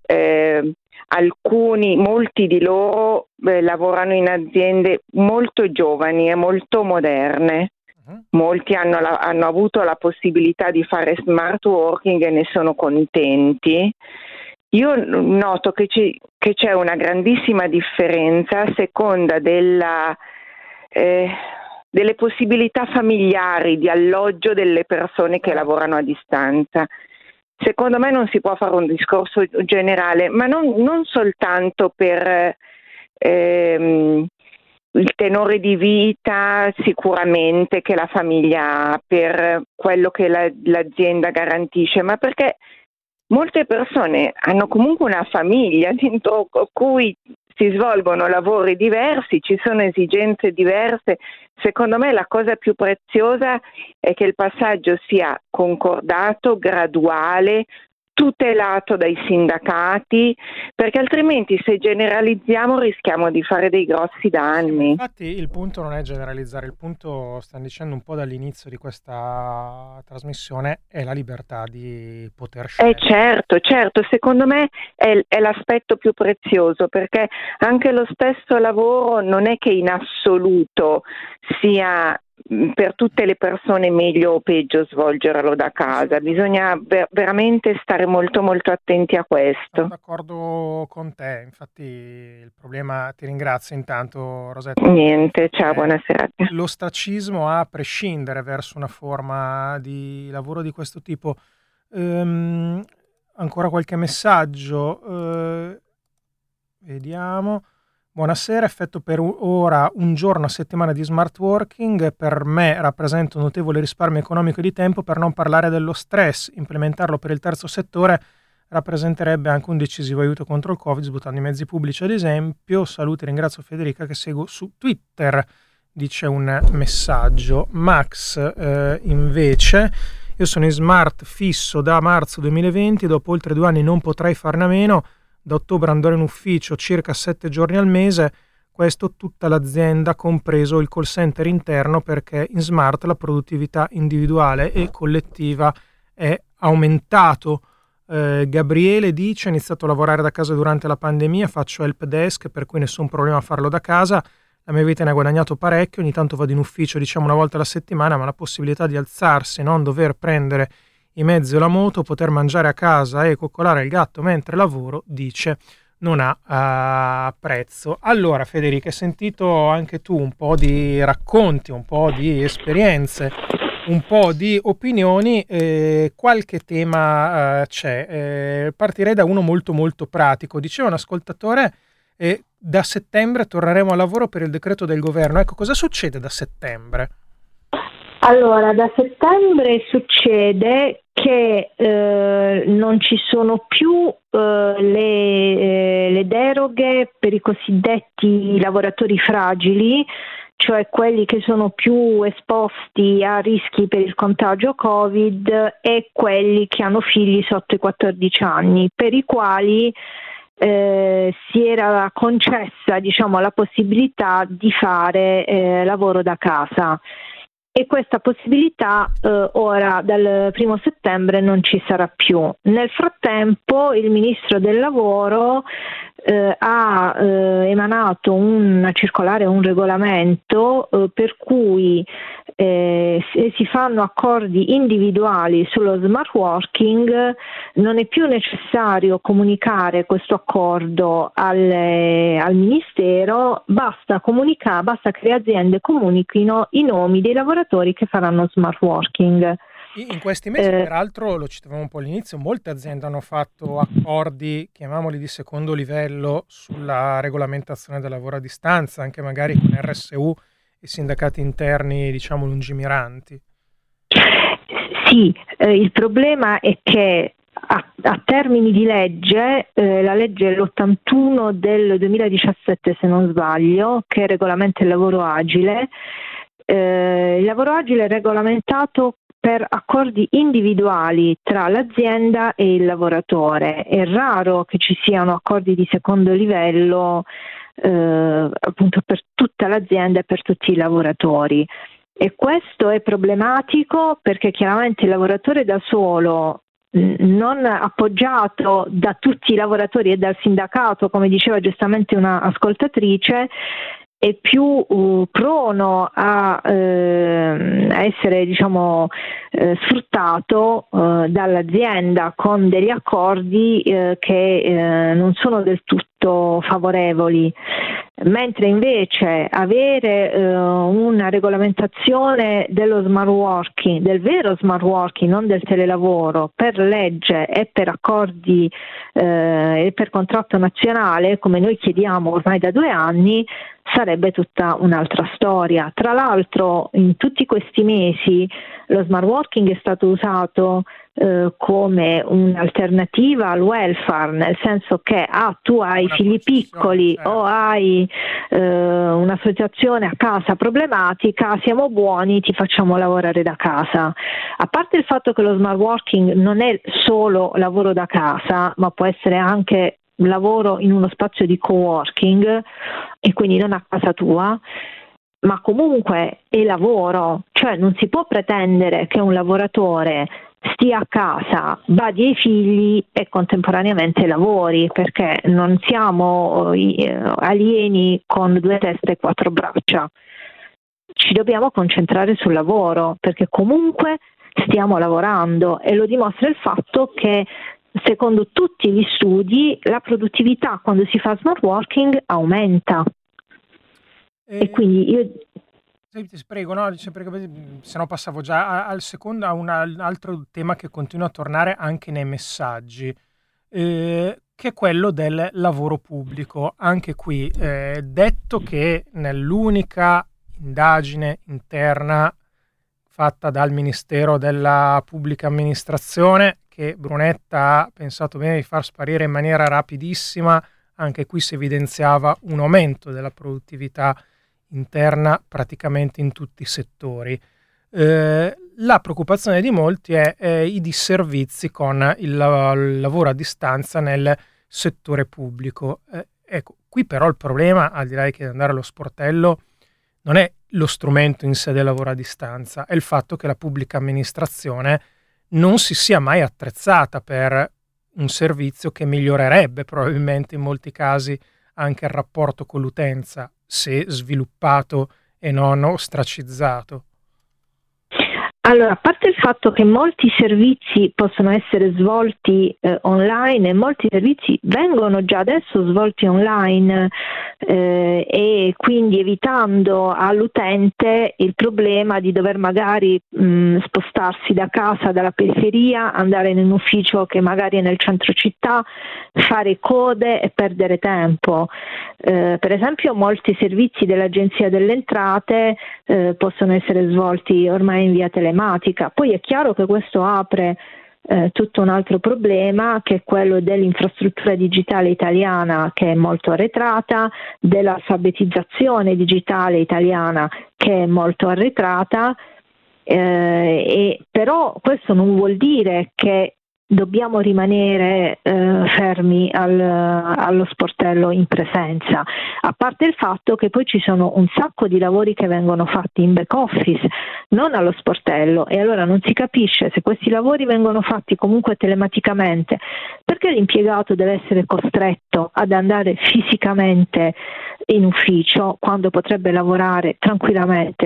S9: Molti di loro lavorano in aziende molto giovani e molto moderne. Molti hanno avuto la possibilità di fare smart working e ne sono contenti. Io noto che c'è una grandissima differenza a seconda delle possibilità familiari di alloggio delle persone che lavorano a distanza. Secondo me non si può fare un discorso generale, ma non soltanto per il tenore di vita sicuramente che la famiglia ha, per quello che l'azienda garantisce, ma perché molte persone hanno comunque una famiglia dentro cui si svolgono lavori diversi, ci sono esigenze diverse. Secondo me la cosa più preziosa è che il passaggio sia concordato, graduale, tutelato dai sindacati, perché altrimenti se generalizziamo rischiamo di fare dei grossi danni.
S1: Infatti il punto non è generalizzare, il punto, stanno dicendo un po' dall'inizio di questa trasmissione, è la libertà di poter scegliere.
S9: Certo, secondo me è l'aspetto più prezioso, perché anche lo stesso lavoro non è che in assoluto sia per tutte le persone meglio o peggio svolgerlo da casa. Bisogna veramente stare molto molto attenti a questo.
S1: Sono d'accordo con te, infatti il problema, ti ringrazio intanto Rosetta.
S9: Niente, ciao, buona serata.
S1: L'ostracismo a prescindere verso una forma di lavoro di questo tipo. Ancora qualche messaggio, vediamo. Buonasera, effetto per ora un giorno a settimana di smart working per me rappresenta un notevole risparmio economico e di tempo, per non parlare dello stress. Implementarlo per il terzo settore rappresenterebbe anche un decisivo aiuto contro il Covid, svuotando i mezzi pubblici ad esempio. Saluti, ringrazio Federica che seguo su Twitter, dice un messaggio. Max invece: io sono in smart fisso da marzo 2020, dopo oltre 2 anni non potrei farne a meno. Da ottobre andrò in ufficio circa 7 giorni al mese, questo tutta l'azienda, compreso il call center interno, perché in smart la produttività individuale e collettiva è aumentato. Gabriele dice: ho iniziato a lavorare da casa durante la pandemia, faccio help desk, per cui nessun problema a farlo da casa, la mia vita ne ha guadagnato parecchio, ogni tanto vado in ufficio diciamo una volta alla settimana, ma la possibilità di alzarsi, non dover prendere i mezzi o la moto, poter mangiare a casa e coccolare il gatto mentre lavoro, dice, non ha prezzo. Allora Federica, hai sentito anche tu un po' di racconti, un po' di esperienze, un po' di opinioni, qualche tema c'è. Partirei da uno molto molto pratico. Diceva un ascoltatore, da settembre torneremo al lavoro per il decreto del governo. Ecco, cosa succede da settembre?
S6: Allora, da settembre succede che non ci sono più le deroghe per i cosiddetti lavoratori fragili, cioè quelli che sono più esposti a rischi per il contagio Covid, e quelli che hanno figli sotto i 14 anni, per i quali si era concessa, diciamo, la possibilità di fare lavoro da casa. E questa possibilità ora dal 1° settembre non ci sarà più. Nel frattempo il Ministro del Lavoro ha emanato una circolare, un regolamento per cui se si fanno accordi individuali sullo smart working, non è più necessario comunicare questo accordo al Ministero, basta che le aziende comunichino i nomi dei lavoratori che faranno smart working.
S1: In questi mesi, peraltro, lo citavamo un po' all'inizio, molte aziende hanno fatto accordi, chiamiamoli di secondo livello, sulla regolamentazione del lavoro a distanza, anche magari con RSU e sindacati interni, diciamo, lungimiranti.
S6: Sì, il problema è che a termini di legge, la legge l'81 del 2017, se non sbaglio, che regolamenta il lavoro agile è regolamentato per accordi individuali tra l'azienda e il lavoratore. È raro che ci siano accordi di secondo livello appunto per tutta l'azienda e per tutti i lavoratori. E questo è problematico perché chiaramente il lavoratore da solo, non appoggiato da tutti i lavoratori e dal sindacato, come diceva giustamente una ascoltatrice, è più prono a essere, diciamo, sfruttato dall'azienda con degli accordi che non sono del tutto favorevoli, mentre invece avere una regolamentazione dello smart working, del vero smart working, non del telelavoro, per legge e per accordi e per contratto nazionale, come noi chiediamo ormai da 2 anni, sarebbe tutta un'altra storia. Tra l'altro, in tutti questi mesi lo smart working è stato usato come un'alternativa al welfare, nel senso che tu hai figli piccoli, certo, o hai un'associazione a casa problematica, siamo buoni, ti facciamo lavorare da casa. A parte il fatto che lo smart working non è solo lavoro da casa, ma può essere anche lavoro in uno spazio di coworking e quindi non a casa tua, ma comunque è lavoro, cioè non si può pretendere che un lavoratore stia a casa, badi ai figli e contemporaneamente lavori, perché non siamo alieni con 2 teste e 4 braccia. Ci dobbiamo concentrare sul lavoro, perché comunque stiamo lavorando, e lo dimostra il fatto che secondo tutti gli studi la produttività quando si fa smart working aumenta. E quindi io
S1: ti prego, no? Se no passavo già al secondo, a un altro tema che continua a tornare anche nei messaggi, che è quello del lavoro pubblico. Anche qui, detto che nell'unica indagine interna fatta dal Ministero della Pubblica Amministrazione, che Brunetta ha pensato bene di far sparire in maniera rapidissima, anche qui si evidenziava un aumento della produttività interna praticamente in tutti i settori. La preoccupazione di molti è i disservizi con il lavoro a distanza nel settore pubblico. Ecco, qui però il problema, al di là di andare allo sportello, non è lo strumento in sé del lavoro a distanza, è il fatto che la pubblica amministrazione non si sia mai attrezzata per un servizio che migliorerebbe probabilmente in molti casi anche il rapporto con l'utenza, se sviluppato e non ostracizzato.
S6: Allora, a parte il fatto che molti servizi possono essere svolti online e molti servizi vengono già adesso svolti online e quindi evitando all'utente il problema di dover magari spostarsi da casa, dalla periferia, andare in un ufficio che magari è nel centro città, fare code e perdere tempo. Per esempio molti servizi dell'Agenzia delle Entrate possono essere svolti ormai in via telematica. Poi è chiaro che questo apre tutto un altro problema, che è quello dell'infrastruttura digitale italiana, che è molto arretrata, dell'alfabetizzazione digitale italiana, che è molto arretrata, però questo non vuol dire che dobbiamo rimanere fermi allo sportello in presenza, a parte il fatto che poi ci sono un sacco di lavori che vengono fatti in back office, non allo sportello, e allora non si capisce, se questi lavori vengono fatti comunque telematicamente, perché l'impiegato deve essere costretto ad andare fisicamente in ufficio quando potrebbe lavorare tranquillamente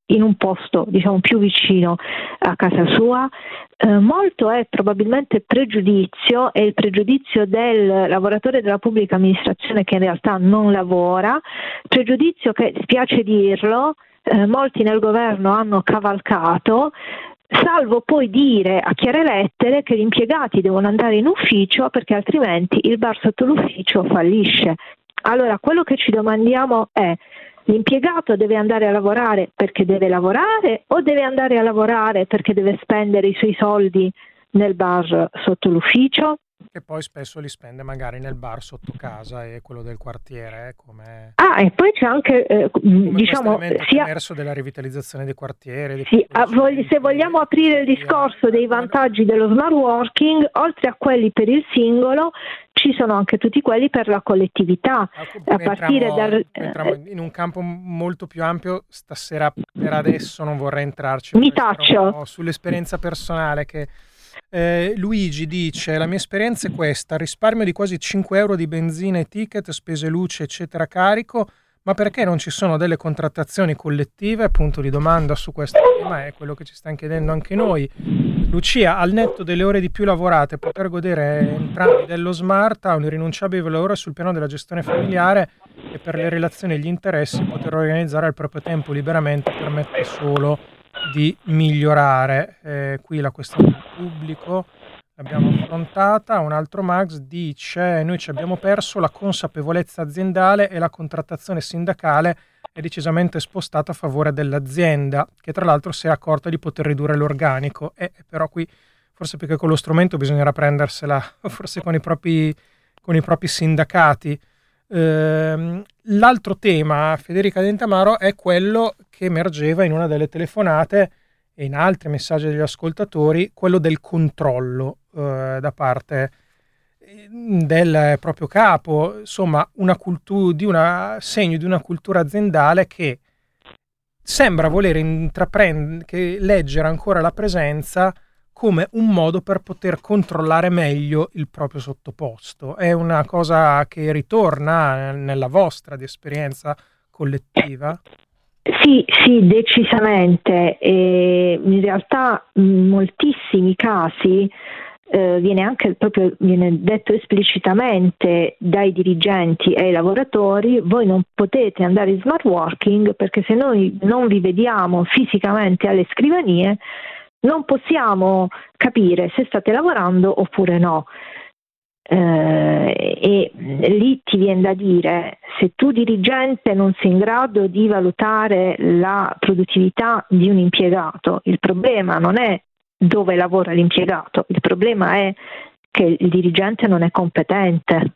S6: in un posto diciamo più vicino a casa sua. Molto è probabilmente pregiudizio, è il pregiudizio del lavoratore della pubblica amministrazione che in realtà non lavora, pregiudizio che, spiace dirlo, molti nel governo hanno cavalcato, salvo poi dire a chiare lettere che gli impiegati devono andare in ufficio perché altrimenti il bar sotto l'ufficio fallisce. Allora, quello che ci domandiamo è: l'impiegato deve andare a lavorare perché deve lavorare o deve andare a lavorare perché deve spendere i suoi soldi nel bar sotto l'ufficio?
S1: Che poi spesso li spende magari nel bar sotto casa e quello del quartiere, come...
S6: E poi c'è anche, diciamo,
S1: sia emerso della rivitalizzazione dei quartieri.
S6: Se vogliamo aprire il discorso dei vantaggi dello smart working, oltre a quelli per il singolo, ci sono anche tutti quelli per la collettività.
S1: Entriamo in un campo molto più ampio. Stasera per adesso non vorrei entrarci.
S6: Mi taccio.
S1: Sull'esperienza personale che... Luigi dice: la mia esperienza è questa, risparmio di quasi 5 euro di benzina e ticket, spese luce eccetera carico, ma perché non ci sono delle contrattazioni collettive? Punto di domanda su questo tema, è quello che ci stanno chiedendo anche noi. Lucia, al netto delle ore di più lavorate, poter godere entrambi dello smart ha un irrinunciabile valore sul piano della gestione familiare e per le relazioni e gli interessi poter organizzare il proprio tempo liberamente permette solo di migliorare. Qui la questione del pubblico l'abbiamo affrontata. Un altro Max dice: noi ci abbiamo perso la consapevolezza aziendale e la contrattazione sindacale è decisamente spostata a favore dell'azienda, che tra l'altro si è accorta di poter ridurre l'organico, però qui forse più che con lo strumento bisognerà prendersela forse con i propri sindacati. L'altro tema, Federica Dentamaro, è quello che emergeva in una delle telefonate e in altri messaggi degli ascoltatori, quello del controllo da parte del proprio capo, insomma segno di una cultura aziendale che sembra voler leggere ancora la presenza come un modo per poter controllare meglio il proprio sottoposto. È una cosa che ritorna nella vostra di esperienza collettiva?
S6: Sì, decisamente. In realtà in moltissimi casi viene detto esplicitamente dai dirigenti e ai lavoratori: voi non potete andare in smart working perché se noi non vi vediamo fisicamente alle scrivanie non possiamo capire se state lavorando oppure no. E lì ti viene da dire: se tu dirigente non sei in grado di valutare la produttività di un impiegato, il problema non è dove lavora l'impiegato, il problema è che il dirigente non è competente.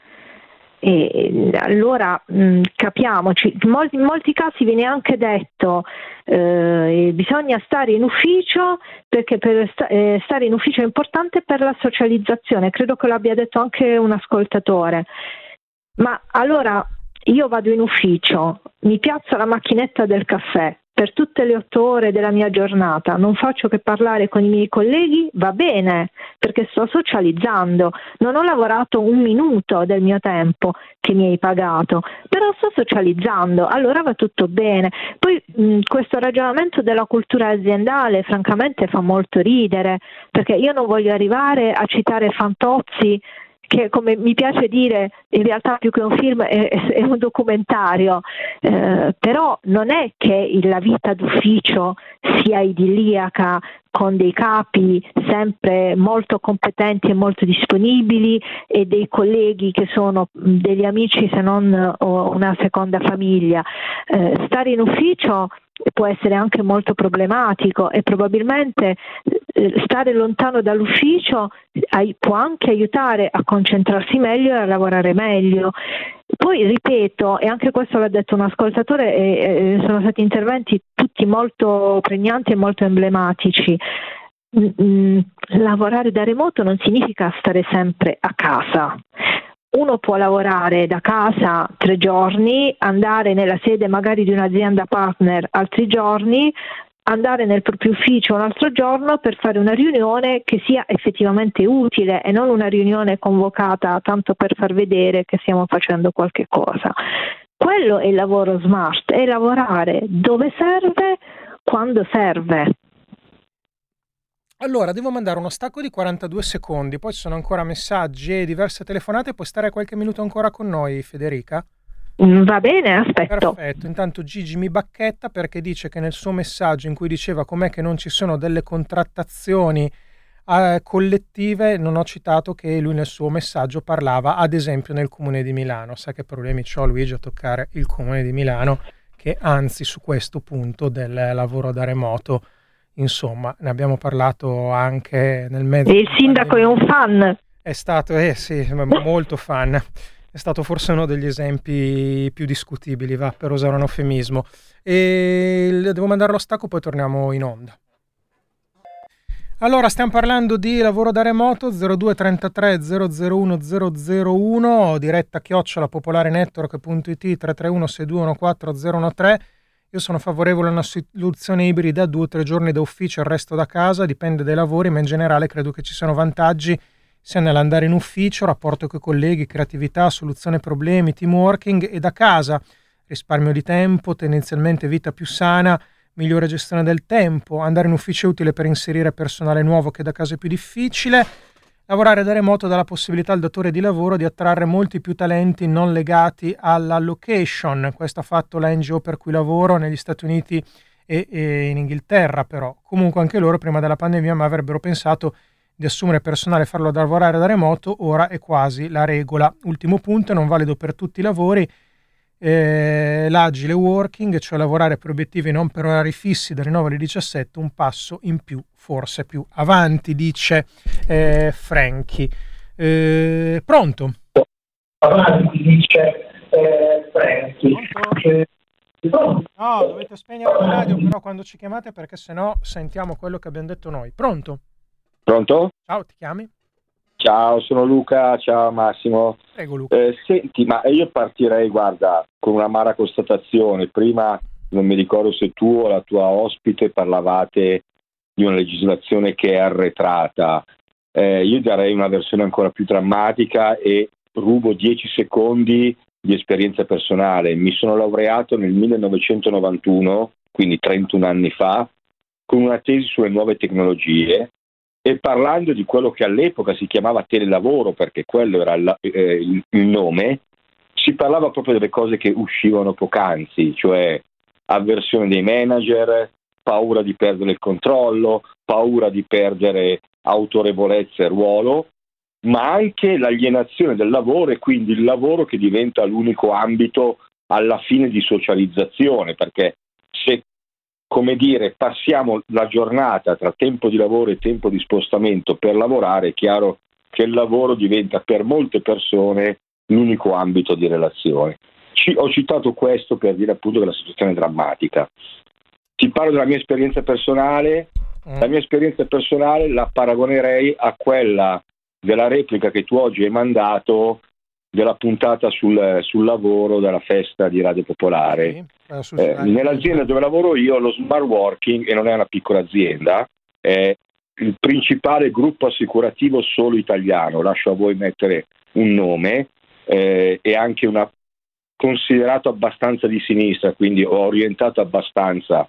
S6: E allora capiamoci, in molti casi viene anche detto bisogna stare in ufficio perché stare in ufficio è importante per la socializzazione, credo che l'abbia detto anche un ascoltatore. Ma allora io vado in ufficio, mi piazzo la macchinetta del caffè per tutte le 8 ore della mia giornata, non faccio che parlare con i miei colleghi, va bene, perché sto socializzando, non ho lavorato un minuto del mio tempo che mi hai pagato, però sto socializzando, allora va tutto bene. Poi questo ragionamento della cultura aziendale francamente fa molto ridere, perché io non voglio arrivare a citare Fantozzi, che, come mi piace dire, in realtà più che un film è un documentario, però non è che la vita d'ufficio sia idilliaca con dei capi sempre molto competenti e molto disponibili e dei colleghi che sono degli amici se non una seconda famiglia. Stare in ufficio può essere anche molto problematico e probabilmente stare lontano dall'ufficio può anche aiutare a concentrarsi meglio e a lavorare meglio. Poi ripeto, e anche questo l'ha detto un ascoltatore, e sono stati interventi tutti molto pregnanti e molto emblematici. Lavorare da remoto non significa stare sempre a casa. Uno può lavorare da casa 3 giorni, andare nella sede magari di un'azienda partner altri giorni, andare nel proprio ufficio un altro giorno per fare una riunione che sia effettivamente utile e non una riunione convocata tanto per far vedere che stiamo facendo qualche cosa. Quello è il lavoro smart, è lavorare dove serve, quando serve.
S1: Allora, devo mandare uno stacco di 42 secondi, poi ci sono ancora messaggi e diverse telefonate. Puoi stare qualche minuto ancora con noi, Federica?
S6: Va bene, aspetto.
S1: Perfetto, intanto Gigi mi bacchetta perché dice che nel suo messaggio in cui diceva com'è che non ci sono delle contrattazioni collettive, non ho citato che lui nel suo messaggio parlava ad esempio nel Comune di Milano. Sa che problemi c'ho, Luigi, a toccare il Comune di Milano, che anzi su questo punto del lavoro da remoto, insomma, ne abbiamo parlato anche nel mezzo.
S6: Il sindaco è un fan.
S1: È stato, sì, molto fan. È stato forse uno degli esempi più discutibili, va, per usare un eufemismo. E devo mandare lo stacco, poi torniamo in onda. Allora, stiamo parlando di lavoro da remoto, 0233 001 001, diretta @popolarenetwork.it, 331 621 4013. Io sono favorevole a una soluzione ibrida, 2 o 3 giorni da ufficio e il resto da casa, dipende dai lavori, ma in generale credo che ci siano vantaggi sia nell'andare in ufficio, rapporto con i colleghi, creatività, soluzione problemi, team working, e da casa, risparmio di tempo, tendenzialmente vita più sana, migliore gestione del tempo. Andare in ufficio è utile per inserire personale nuovo che da casa è più difficile. Lavorare da remoto dà la possibilità al datore di lavoro di attrarre molti più talenti non legati alla location. Questo ha fatto la NGO per cui lavoro negli Stati Uniti e in Inghilterra, però. Comunque anche loro prima della pandemia mi avrebbero pensato di assumere personale e farlo da lavorare da remoto, ora è quasi la regola. Ultimo punto, non valido per tutti i lavori, l'agile working, cioè lavorare per obiettivi non per orari fissi dalle 9 alle 17, un passo in più, forse più avanti, dice Franchi. Pronto?
S10: Avanti, dice Franchi.
S1: No, dovete spegnere la radio però quando ci chiamate, perché sennò sentiamo quello che abbiamo detto noi. Pronto?
S11: Pronto?
S1: Ciao, ti chiami?
S11: Ciao, sono Luca, ciao Massimo.
S1: Prego Luca.
S11: Senti, ma io partirei, guarda, con un'amara constatazione. Prima non mi ricordo se tu o la tua ospite parlavate di una legislazione che è arretrata. Io darei una versione ancora più drammatica e rubo 10 secondi di esperienza personale. Mi sono laureato nel 1991, quindi 31 anni fa, con una tesi sulle nuove tecnologie, e parlando di quello che all'epoca si chiamava telelavoro, perché quello era il nome, si parlava proprio delle cose che uscivano poc'anzi, cioè avversione dei manager, paura di perdere il controllo, paura di perdere autorevolezza e ruolo, ma anche l'alienazione del lavoro, e quindi il lavoro che diventa l'unico ambito alla fine di socializzazione, perché se, come dire, passiamo la giornata tra tempo di lavoro e tempo di spostamento per lavorare, è chiaro che il lavoro diventa per molte persone l'unico ambito di relazione. Ho citato questo per dire appunto che la situazione è drammatica. Ti parlo della mia esperienza personale. La mia esperienza personale la paragonerei a quella della replica che tu oggi hai mandato della puntata sul lavoro della festa di Radio Popolare. Nell'azienda dove lavoro io, lo smart working, e non è una piccola azienda, è il principale gruppo assicurativo solo italiano. Lascio a voi mettere un nome, e anche considerato abbastanza di sinistra, quindi ho orientato abbastanza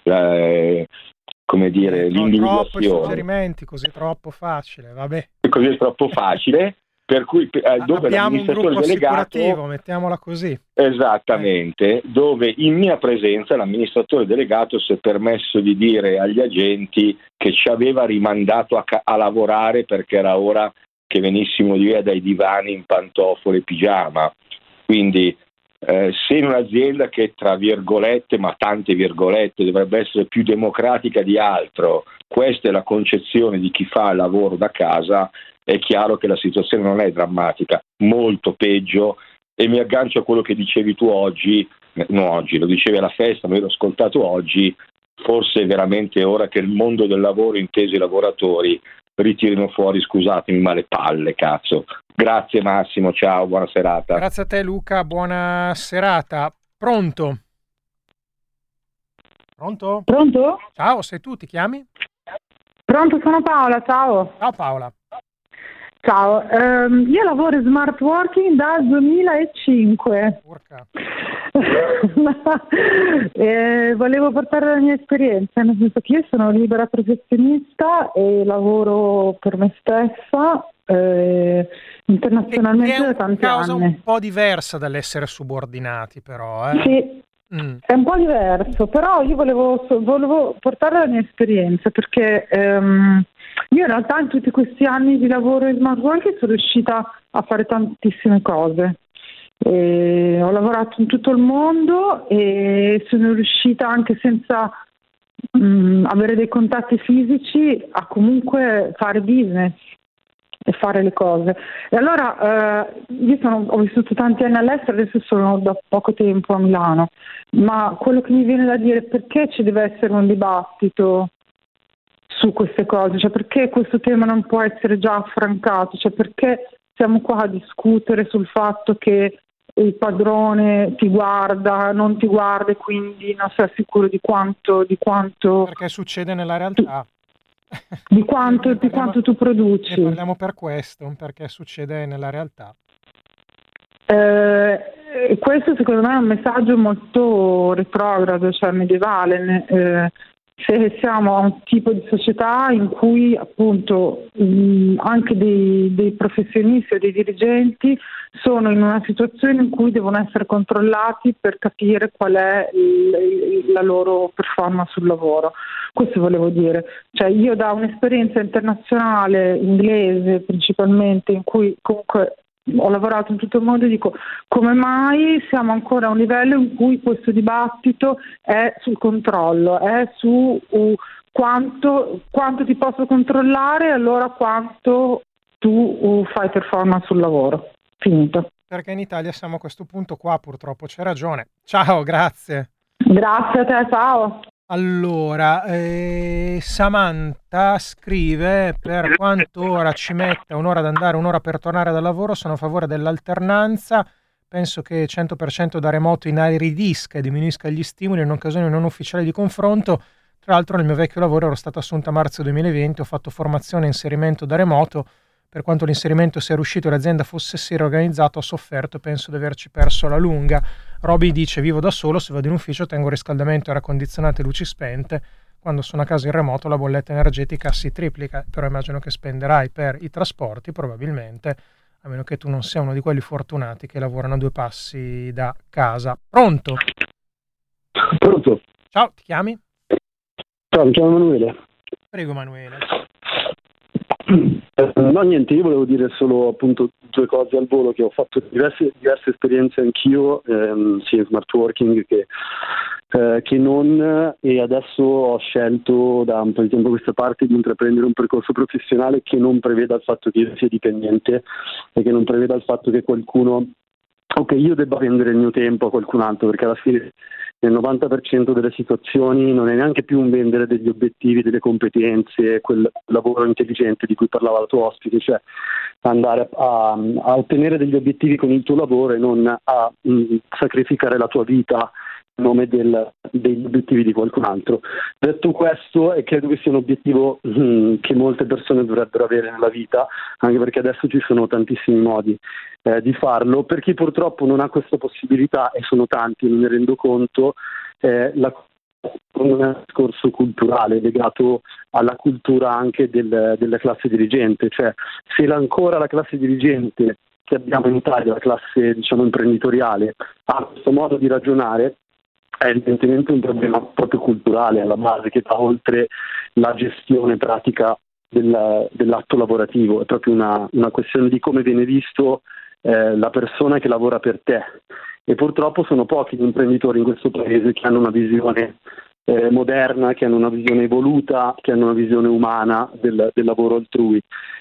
S11: come dire, l'individuazione.
S1: Troppo suggerimenti, così troppo facile, vabbè.
S11: Così è troppo facile, per cui dove
S1: abbiamo un gruppo
S11: delegato,
S1: assicurativo, mettiamola così.
S11: Esattamente, dove in mia presenza l'amministratore delegato si è permesso di dire agli agenti che ci aveva rimandato a lavorare perché era ora che venissimo via dai divani in pantofole e pigiama. Quindi se in un'azienda che, tra virgolette, ma tante virgolette, dovrebbe essere più democratica di altro, questa è la concezione di chi fa il lavoro da casa, è chiaro che la situazione non è drammatica, molto peggio. E mi aggancio a quello che dicevi tu oggi, lo dicevi alla festa, ma io l'ho ascoltato oggi, forse è veramente ora che il mondo del lavoro, inteso i lavoratori, ritirino fuori, scusatemi, ma le palle, cazzo. Grazie Massimo, ciao, buona serata.
S1: Grazie a te Luca, buona serata. Pronto? Pronto?
S12: Pronto?
S1: Ciao, sei tu, ti chiami?
S12: Pronto, sono Paola, ciao.
S1: Ciao Paola.
S12: Ciao, io lavoro in smart working dal 2005. Volevo portare la mia esperienza, nel senso che io sono libera professionista e lavoro per me stessa internazionalmente da tanti anni. È una cosa
S1: un po' diversa dall'essere subordinati, però.
S12: Sì, è un po' diverso, però io volevo portare la mia esperienza, perché io in realtà in tutti questi anni di lavoro in smart working sono riuscita a fare tantissime cose. Ho lavorato in tutto il mondo e sono riuscita, anche senza avere dei contatti fisici, a comunque fare business e fare le cose. E allora io ho vissuto tanti anni all'estero, adesso sono da poco tempo a Milano, ma quello che mi viene da dire è: perché ci deve essere un dibattito su queste cose? Cioè, perché questo tema non può essere già affrancato? Cioè, perché siamo qua a discutere sul fatto che il padrone ti guarda, non ti guarda e quindi non sei sicuro di quanto
S1: perché succede nella realtà.
S12: Di quanto tu produci.
S1: Ne parliamo per questo, perché succede nella realtà.
S12: Questo secondo me è un messaggio molto retrogrado, cioè medievale. Se siamo a un tipo di società in cui appunto anche dei professionisti o dei dirigenti sono in una situazione in cui devono essere controllati per capire qual è la loro performance sul lavoro. Questo volevo dire. Cioè, io da un'esperienza internazionale, inglese principalmente, in cui comunque ho lavorato in tutto il mondo, dico: come mai siamo ancora a un livello in cui questo dibattito è sul controllo, è su quanto ti posso controllare, allora quanto tu fai performance sul lavoro. Finito.
S1: Perché in Italia siamo a questo punto qua, purtroppo. C'è ragione. Ciao, grazie.
S12: Grazie a te, ciao.
S1: Allora, Samantha scrive: per quanto ora ci metta un'ora ad andare, un'ora per tornare dal lavoro, sono a favore dell'alternanza. Penso che 100% da remoto inaridisca e diminuisca gli stimoli in occasioni non ufficiali di confronto. Tra l'altro nel mio vecchio lavoro ero stato assunto a marzo 2020, ho fatto formazione e inserimento da remoto. Per quanto l'inserimento sia riuscito e l'azienda fosse seria organizzata, ho sofferto e penso di averci perso alla lunga. Roby dice: vivo da solo, se vado in ufficio tengo riscaldamento, aria condizionata e luci spente. Quando sono a casa in remoto la bolletta energetica si triplica, però immagino che spenderai per i trasporti probabilmente, a meno che tu non sia uno di quelli fortunati che lavorano a 2 passi da casa. Pronto?
S13: Pronto.
S1: Ciao, ti chiami?
S13: Ciao, mi chiamo Emanuele.
S1: Prego Emanuele.
S13: No, niente, io volevo dire solo appunto 2 cose al volo, che ho fatto diverse esperienze anch'io, sia in smart working che non, e adesso ho scelto da un po' di tempo a questa parte di intraprendere un percorso professionale che non preveda il fatto che io sia dipendente e che non preveda il fatto che qualcuno, io debba vendere il mio tempo a qualcun altro, perché alla fine nel 90% delle situazioni non è neanche più un vendere degli obiettivi, delle competenze, quel lavoro intelligente di cui parlava la tua ospite, cioè andare a ottenere degli obiettivi con il tuo lavoro e non a sacrificare la tua vita in nome degli obiettivi di qualcun altro. Detto questo, e credo che sia un obiettivo che molte persone dovrebbero avere nella vita, anche perché adesso ci sono tantissimi modi di farlo. Per chi purtroppo non ha questa possibilità, e sono tanti, me ne rendo conto, un discorso culturale legato alla cultura anche della classe dirigente, cioè se ancora la classe dirigente che abbiamo in Italia, la classe diciamo imprenditoriale, ha questo modo di ragionare, è evidentemente un problema proprio culturale alla base, che va oltre la gestione pratica dell'atto lavorativo, è proprio una questione di come viene visto la persona che lavora per te, e purtroppo sono pochi gli imprenditori in questo paese che hanno una visione moderna, che hanno una visione evoluta, che hanno una visione umana del lavoro altrui.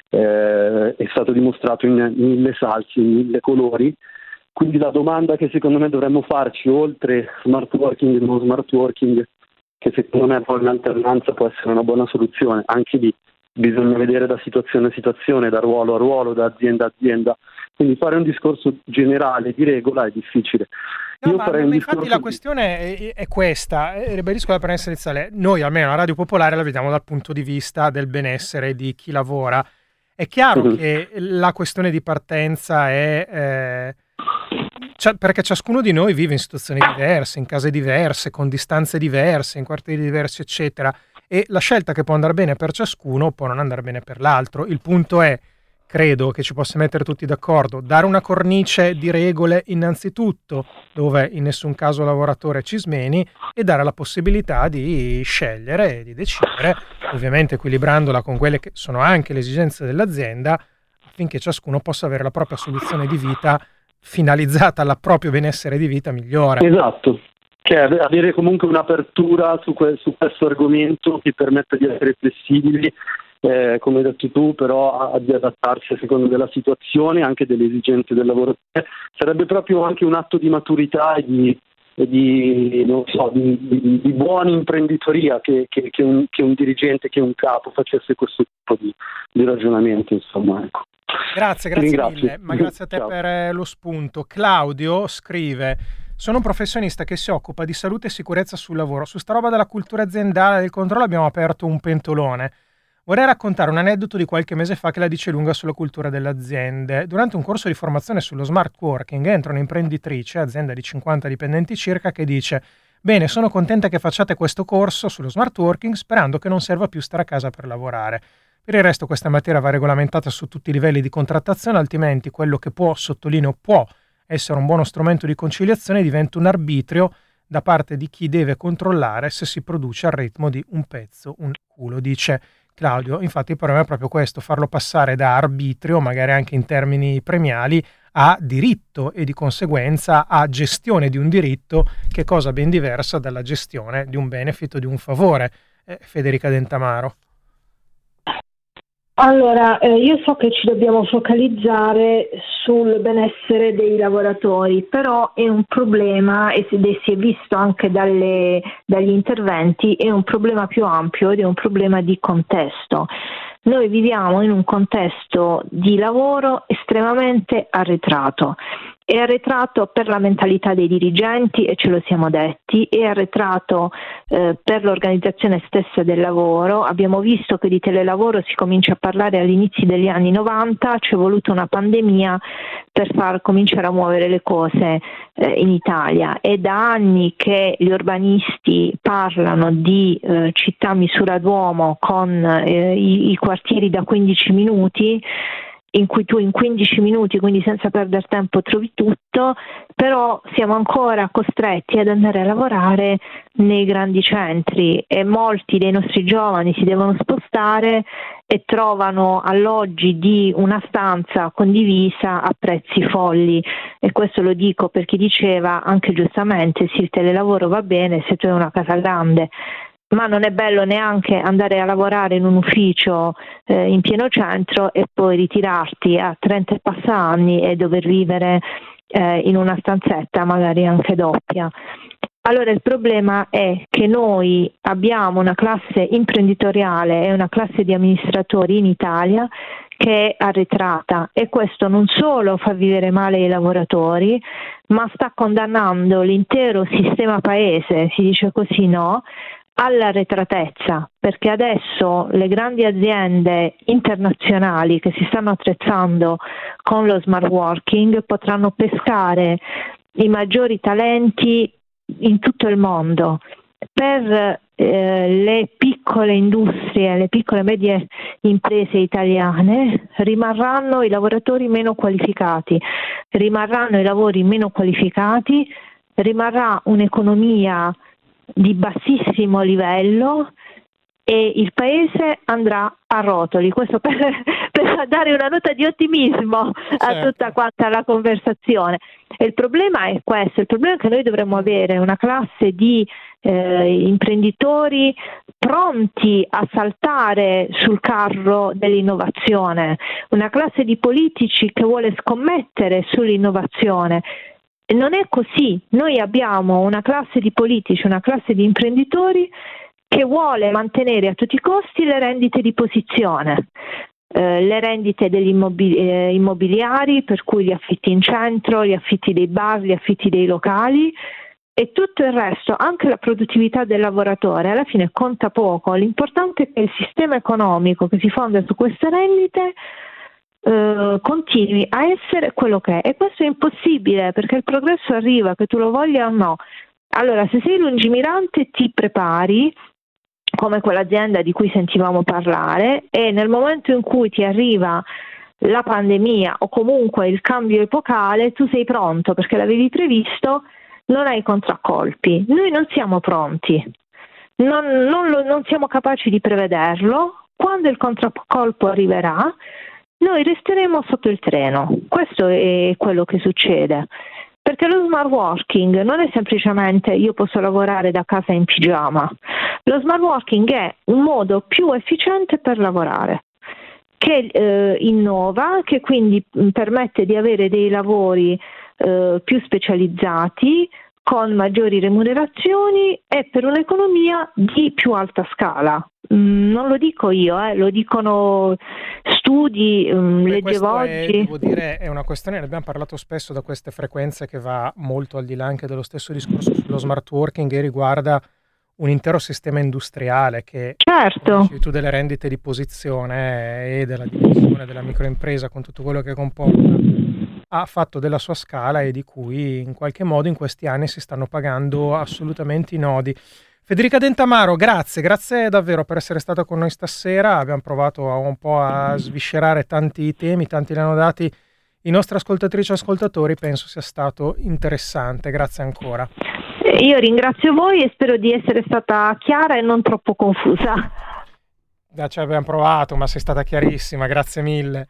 S13: È stato dimostrato in 1000 salse, in 1000 colori. Quindi la domanda che secondo me dovremmo farci, oltre smart working e non smart working, che secondo me poi un'alternanza può essere una buona soluzione, anche lì bisogna vedere da situazione a situazione, da ruolo a ruolo, da azienda a azienda, quindi fare un discorso generale di regola è difficile.
S1: No, ma infatti la questione è questa, ribadisco la premessa iniziale: noi almeno la Radio Popolare la vediamo dal punto di vista del benessere di chi lavora. È chiaro che la questione di partenza è perché ciascuno di noi vive in situazioni diverse, in case diverse, con distanze diverse, in quartieri diversi, eccetera, e la scelta che può andare bene per ciascuno può non andare bene per l'altro. Il punto è, credo che ci possa mettere tutti d'accordo, dare una cornice di regole innanzitutto, dove in nessun caso il lavoratore ci smeni, e dare la possibilità di scegliere e di decidere, ovviamente equilibrandola con quelle che sono anche le esigenze dell'azienda, affinché ciascuno possa avere la propria soluzione di vita finalizzata al proprio benessere di vita migliore.
S13: Esatto, cioè avere comunque un'apertura su questo argomento che permette di essere flessibili, come hai detto tu, però di adattarsi a seconda della situazione, anche delle esigenze del lavoro. Sarebbe proprio anche un atto di maturità e di buona imprenditoria che un dirigente, che un capo facesse questo tipo di ragionamento, insomma, ecco.
S1: Grazie mille, ma grazie a te per lo spunto. Claudio scrive: sono un professionista che si occupa di salute e sicurezza sul lavoro. Su sta roba della cultura aziendale del controllo abbiamo aperto un pentolone. Vorrei raccontare un aneddoto di qualche mese fa che la dice lunga sulla cultura delle aziende. Durante un corso di formazione sullo smart working entra un'imprenditrice, azienda di 50 dipendenti circa, che dice: bene, sono contenta che facciate questo corso sullo smart working, sperando che non serva più stare a casa per lavorare. Per il resto questa materia va regolamentata su tutti i livelli di contrattazione, altrimenti quello che può, sottolineo può, essere un buono strumento di conciliazione diventa un arbitrio da parte di chi deve controllare se si produce al ritmo di un pezzo, un culo, dice Claudio. Infatti il problema è proprio questo, farlo passare da arbitrio, magari anche in termini premiali, a diritto e di conseguenza a gestione di un diritto, che è cosa ben diversa dalla gestione di un benefit o di un favore. Federica Dentamaro.
S6: Allora, io so che ci dobbiamo focalizzare sul benessere dei lavoratori, però è un problema, e si è visto anche dagli interventi, è un problema più ampio ed è un problema di contesto. Noi viviamo in un contesto di lavoro estremamente arretrato. È arretrato per la mentalità dei dirigenti, e ce lo siamo detti, è arretrato per l'organizzazione stessa del lavoro. Abbiamo visto che di telelavoro si comincia a parlare all'inizio degli anni 90, c'è voluta una pandemia per far cominciare a muovere le cose in Italia. È da anni che gli urbanisti parlano di città a misura d'uomo con i quartieri da 15 minuti, in cui tu in 15 minuti, quindi senza perdere tempo, trovi tutto, però siamo ancora costretti ad andare a lavorare nei grandi centri, e molti dei nostri giovani si devono spostare e trovano alloggi di una stanza condivisa a prezzi folli. E questo lo dico per chi diceva, anche giustamente, sì, il telelavoro va bene se tu hai una casa grande, ma non è bello neanche andare a lavorare in un ufficio in pieno centro e poi ritirarti a 30 e passa anni e dover vivere in una stanzetta magari anche doppia. Allora il problema è che noi abbiamo una classe imprenditoriale e una classe di amministratori in Italia che è arretrata, e questo non solo fa vivere male i lavoratori, ma sta condannando l'intero sistema paese, si dice così, no? All'arretratezza, perché adesso le grandi aziende internazionali che si stanno attrezzando con lo smart working potranno pescare i maggiori talenti in tutto il mondo. Per le piccole industrie, le piccole e medie imprese italiane rimarranno i lavoratori meno qualificati, rimarranno i lavori meno qualificati, rimarrà un'economia di bassissimo livello e il paese andrà a rotoli. Questo per dare una nota di ottimismo a tutta quanta la conversazione. E il problema è questo, il problema è che noi dovremmo avere una classe di imprenditori pronti a saltare sul carro dell'innovazione, una classe di politici che vuole scommettere sull'innovazione. Non è così, noi abbiamo una classe di politici, una classe di imprenditori che vuole mantenere a tutti i costi le rendite di posizione, le rendite degli immobiliari, per cui gli affitti in centro, gli affitti dei bar, gli affitti dei locali, e tutto il resto, anche la produttività del lavoratore, alla fine conta poco. L'importante è che il sistema economico che si fonda su queste rendite continui a essere quello che è, e questo è impossibile perché il progresso arriva, che tu lo voglia o no. Allora, se sei lungimirante ti prepari come quell'azienda di cui sentivamo parlare, e nel momento in cui ti arriva la pandemia o comunque il cambio epocale tu sei pronto perché l'avevi previsto, non hai contraccolpi. Noi non siamo pronti, non siamo capaci di prevederlo. Quando il contraccolpo arriverà noi resteremo sotto il treno. Questo è quello che succede, perché lo smart working non è semplicemente io posso lavorare da casa in pigiama. Lo smart working è un modo più efficiente per lavorare, che innova, che quindi permette di avere dei lavori più specializzati, con maggiori remunerazioni e per un'economia di più alta scala. Non lo dico io, lo dicono studi, leggevo oggi.
S1: Devo dire, è una questione, ne abbiamo parlato spesso da queste frequenze, che va molto al di là anche dello stesso discorso sullo smart working, e riguarda un intero sistema industriale che,
S6: certo,
S1: tu delle rendite di posizione e della dimensione della microimpresa con tutto quello che comporta, ha fatto della sua scala e di cui in qualche modo in questi anni si stanno pagando assolutamente i nodi. Federica Dentamaro, grazie davvero per essere stata con noi stasera. Abbiamo provato un po' a sviscerare tanti temi, tanti li hanno dati i nostri ascoltatrici e ascoltatori, penso sia stato interessante. Grazie ancora.
S6: Io ringrazio voi e spero di essere stata chiara e non troppo confusa.
S1: Ci abbiamo provato, ma sei stata chiarissima, grazie mille.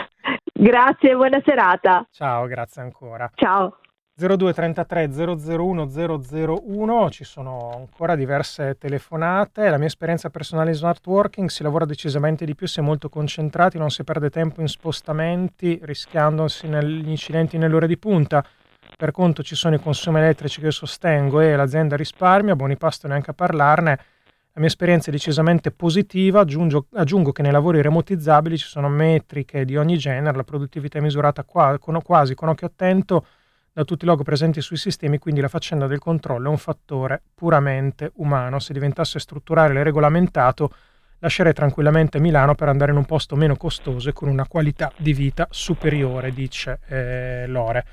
S6: Grazie, buona serata.
S1: Ciao, grazie ancora.
S6: Ciao.
S1: 0233 001 001, ci sono ancora diverse telefonate. La mia esperienza personale in smart working: si lavora decisamente di più, si è molto concentrati, non si perde tempo in spostamenti, rischiandosi negli incidenti nelle ore di punta. Per conto ci sono i consumi elettrici che sostengo e l'azienda risparmia, buoni pasto neanche a parlarne. La mia esperienza è decisamente positiva. Aggiungo che nei lavori remotizzabili ci sono metriche di ogni genere, la produttività è misurata quasi con occhio attento da tutti i log presenti sui sistemi, quindi la faccenda del controllo è un fattore puramente umano. Se diventasse strutturale e regolamentato, lascerei tranquillamente Milano per andare in un posto meno costoso e con una qualità di vita superiore, dice Lore.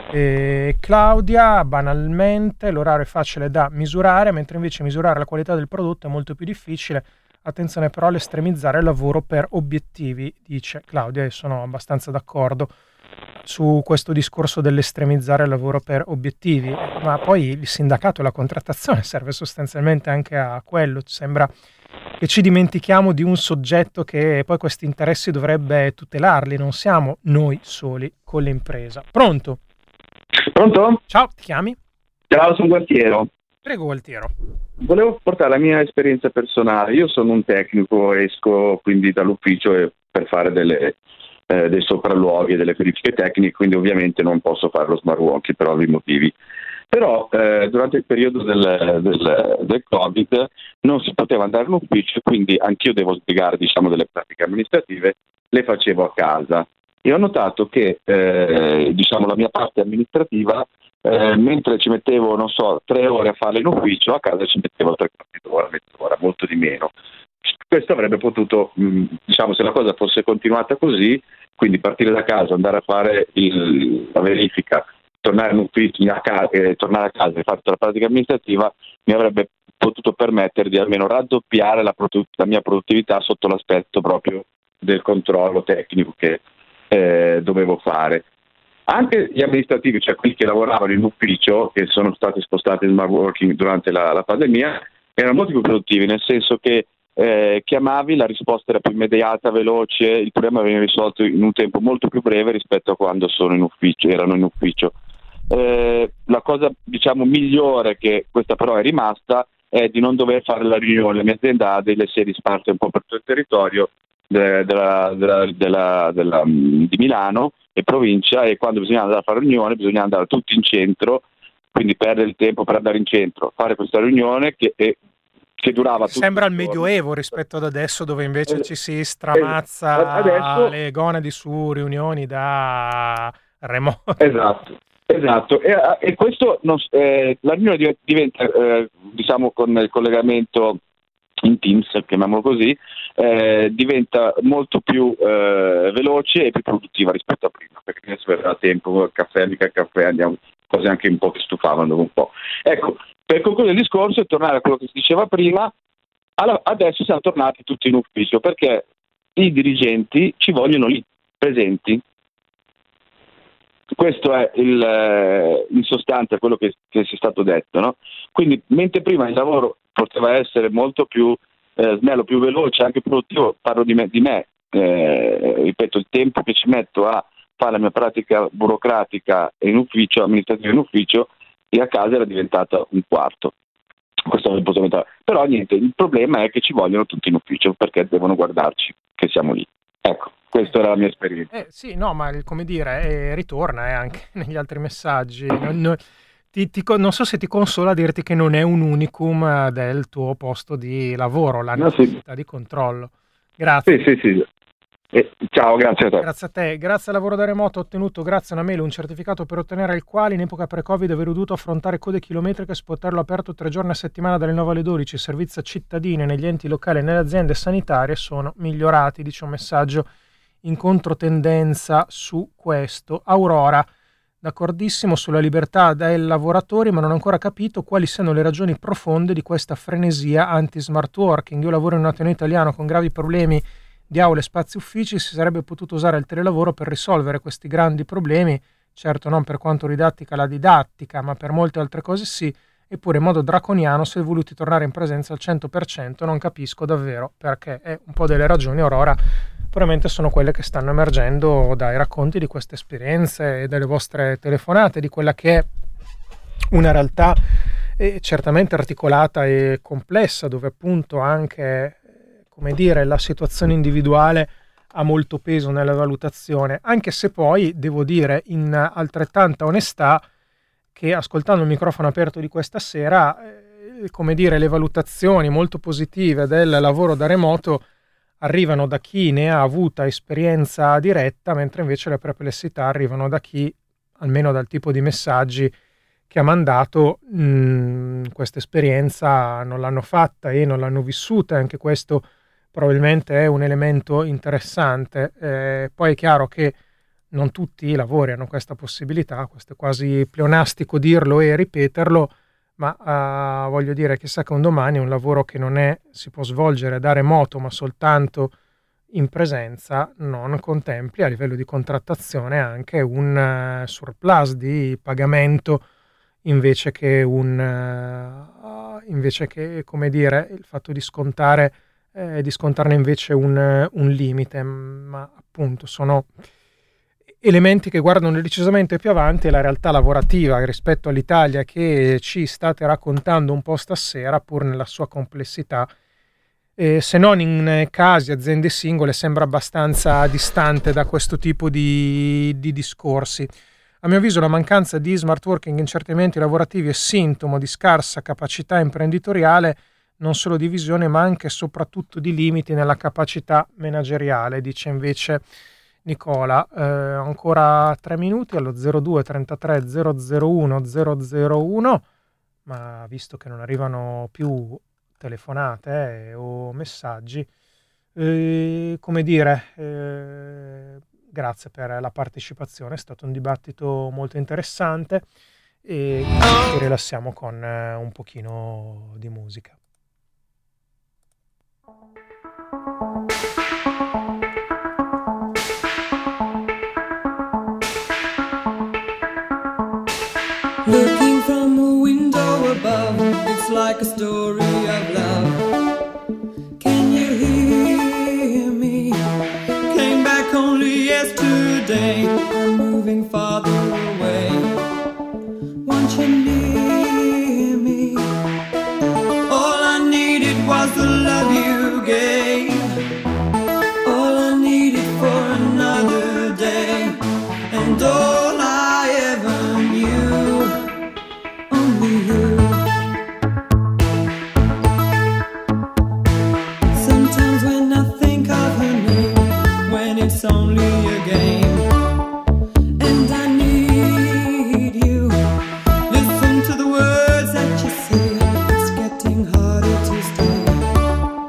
S1: Claudia, banalmente l'orario è facile da misurare, mentre invece misurare la qualità del prodotto è molto più difficile. Attenzione però all'estremizzare il lavoro per obiettivi, dice Claudia, e sono abbastanza d'accordo su questo discorso dell'estremizzare il lavoro per obiettivi. Ma poi il sindacato e la contrattazione serve sostanzialmente anche a quello. Sembra che ci dimentichiamo di un soggetto che poi questi interessi dovrebbe tutelarli, non siamo noi soli con l'impresa. Pronto?
S14: Pronto?
S1: Ciao, ti chiami?
S14: Ciao, sono Gualtiero.
S1: Prego, Gualtiero.
S14: Volevo portare la mia esperienza personale. Io sono un tecnico, esco quindi dall'ufficio per fare dei sopralluoghi e delle verifiche tecniche, quindi ovviamente non posso fare lo smart working per ovvi motivi. Però durante il periodo del Covid non si poteva andare in ufficio, quindi anch'io devo spiegare delle pratiche amministrative, le facevo a casa. E ho notato che la mia parte amministrativa, mentre ci mettevo 3 ore a farla in ufficio, a casa ci mettevo 3 quarti d'ora, mezz'ora, molto di meno. Questo avrebbe potuto, se la cosa fosse continuata così, quindi partire da casa, andare a fare la verifica, tornare in ufficio, tornare a casa e fare tutta la pratica amministrativa, mi avrebbe potuto permettere di almeno raddoppiare la mia produttività sotto l'aspetto proprio del controllo tecnico che dovevo fare. Anche gli amministrativi, cioè quelli che lavoravano in ufficio, che sono stati spostati in smart working durante la pandemia, erano molto più produttivi, nel senso che chiamavi, la risposta era più immediata, veloce, il problema veniva risolto in un tempo molto più breve rispetto a quando erano in ufficio. La cosa migliore, che questa però è rimasta, è di non dover fare la riunione. La mia azienda ha delle sedi sparse un po' per tutto il territorio di Milano e provincia, e quando bisogna andare a fare riunione bisogna andare tutti in centro, quindi perdere il tempo per andare in centro, fare questa riunione che durava tutto.
S1: Sembra il Medioevo rispetto ad adesso, dove invece ci si stramazza adesso le gonadi su riunioni da remoto.
S14: Esatto. E questo la riunione diventa con il collegamento in Teams, chiamiamolo così, diventa molto più veloce e più produttiva rispetto a prima, perché adesso verrà tempo, caffè, mica caffè, andiamo, cose anche un po' che stufavano dopo un po'. Ecco, per concludere il discorso e tornare a quello che si diceva prima, adesso siamo tornati tutti in ufficio, perché i dirigenti ci vogliono lì, presenti. Questo è in sostanza quello che si è stato detto, no? Quindi mentre prima il lavoro poteva essere molto più snello, più veloce, anche produttivo, parlo di me, ripeto, il tempo che ci metto a fare la mia pratica burocratica in ufficio, amministrativa in ufficio, e a casa era diventata un quarto. Questo non posso mettere. Però niente, il problema è che ci vogliono tutti in ufficio perché devono guardarci che siamo lì. Ecco, questa era la mia esperienza.
S1: Sì, no, ma come dire, ritorna anche negli altri messaggi. Non so se ti consola a dirti che non è un unicum del tuo posto di lavoro, la necessità di controllo. Grazie.
S14: Sì. Ciao, grazie a te.
S1: Grazie a te. Grazie al lavoro da remoto ho ottenuto grazie a una mail un certificato per ottenere il quale in epoca pre-Covid avevo dovuto affrontare code chilometriche e poterlo aperto 3 giorni a settimana dalle 9 alle 12. I servizi a cittadini negli enti locali e nelle aziende sanitarie sono migliorati, dice un messaggio in controtendenza su questo. Aurora, d'accordissimo sulla libertà dei lavoratori, ma non ho ancora capito quali siano le ragioni profonde di questa frenesia anti-smart working. Io lavoro in un ateneo italiano con gravi problemi di aule e spazi uffici, si sarebbe potuto usare il telelavoro per risolvere questi grandi problemi, certo non per quanto didattica la didattica, ma per molte altre cose sì, eppure in modo draconiano si è voluti tornare in presenza al 100%, non capisco davvero perché, un po' delle ragioni Aurora probabilmente sono quelle che stanno emergendo dai racconti di queste esperienze e dalle vostre telefonate, di quella che è una realtà certamente articolata e complessa, dove appunto anche la situazione individuale ha molto peso nella valutazione, anche se poi devo dire in altrettanta onestà che ascoltando il microfono aperto di questa sera, le valutazioni molto positive del lavoro da remoto arrivano da chi ne ha avuta esperienza diretta, mentre invece le perplessità arrivano da chi, almeno dal tipo di messaggi che ha mandato, questa esperienza non l'hanno fatta e non l'hanno vissuta, anche questo probabilmente è un elemento interessante. Poi è chiaro che non tutti i lavori hanno questa possibilità, questo è quasi pleonastico dirlo e ripeterlo, ma voglio dire, chissà che un domani un lavoro che non si può svolgere da remoto ma soltanto in presenza non contempli a livello di contrattazione anche un surplus di pagamento invece che il fatto di scontarne invece un limite, ma appunto sono elementi che guardano decisamente più avanti la realtà lavorativa rispetto all'Italia che ci state raccontando un po' stasera, pur nella sua complessità, se non in casi, aziende singole, sembra abbastanza distante da questo tipo di discorsi. A mio avviso la mancanza di smart working in certi ambienti lavorativi è sintomo di scarsa capacità imprenditoriale, non solo di visione ma anche e soprattutto di limiti nella capacità manageriale, dice invece Nicola. Ancora 3 minuti allo 02 33 001 001, ma visto che non arrivano più telefonate o messaggi, grazie per la partecipazione, è stato un dibattito molto interessante e ci rilassiamo con un pochino di musica.
S15: Looking from a window above, it's like a story of love. Can you hear me? Came back only yesterday. I'm moving farther away. Want you near me? All I needed was the love you gave. All I needed for another day. And all I ever knew, only you. Sometimes when I think of her name, when it's only a game, and I need you. Listen to the words that you say, it's getting harder to stay.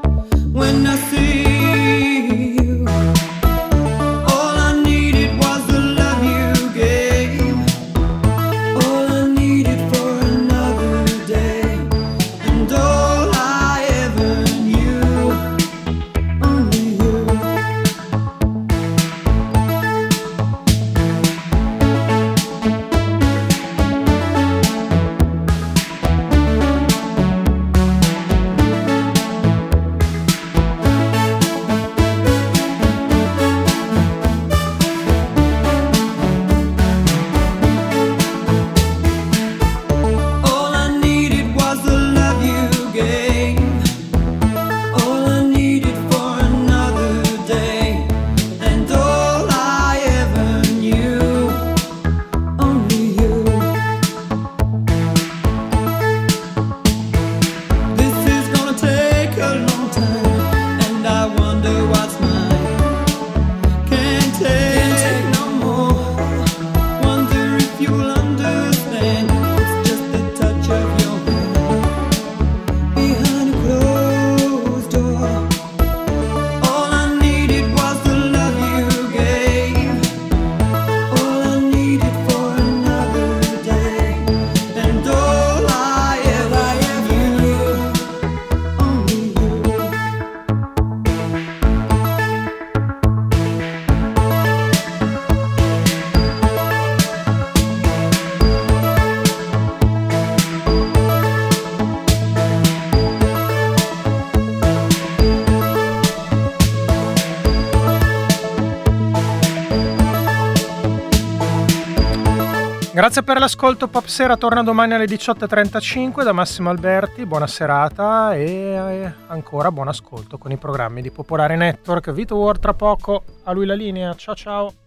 S1: Grazie per l'ascolto. Pop Sera torna domani alle 18.35 da Massimo Alberti. Buona serata e ancora buon ascolto con i programmi di Popolare Network. Vito War tra poco, a lui la linea. Ciao ciao.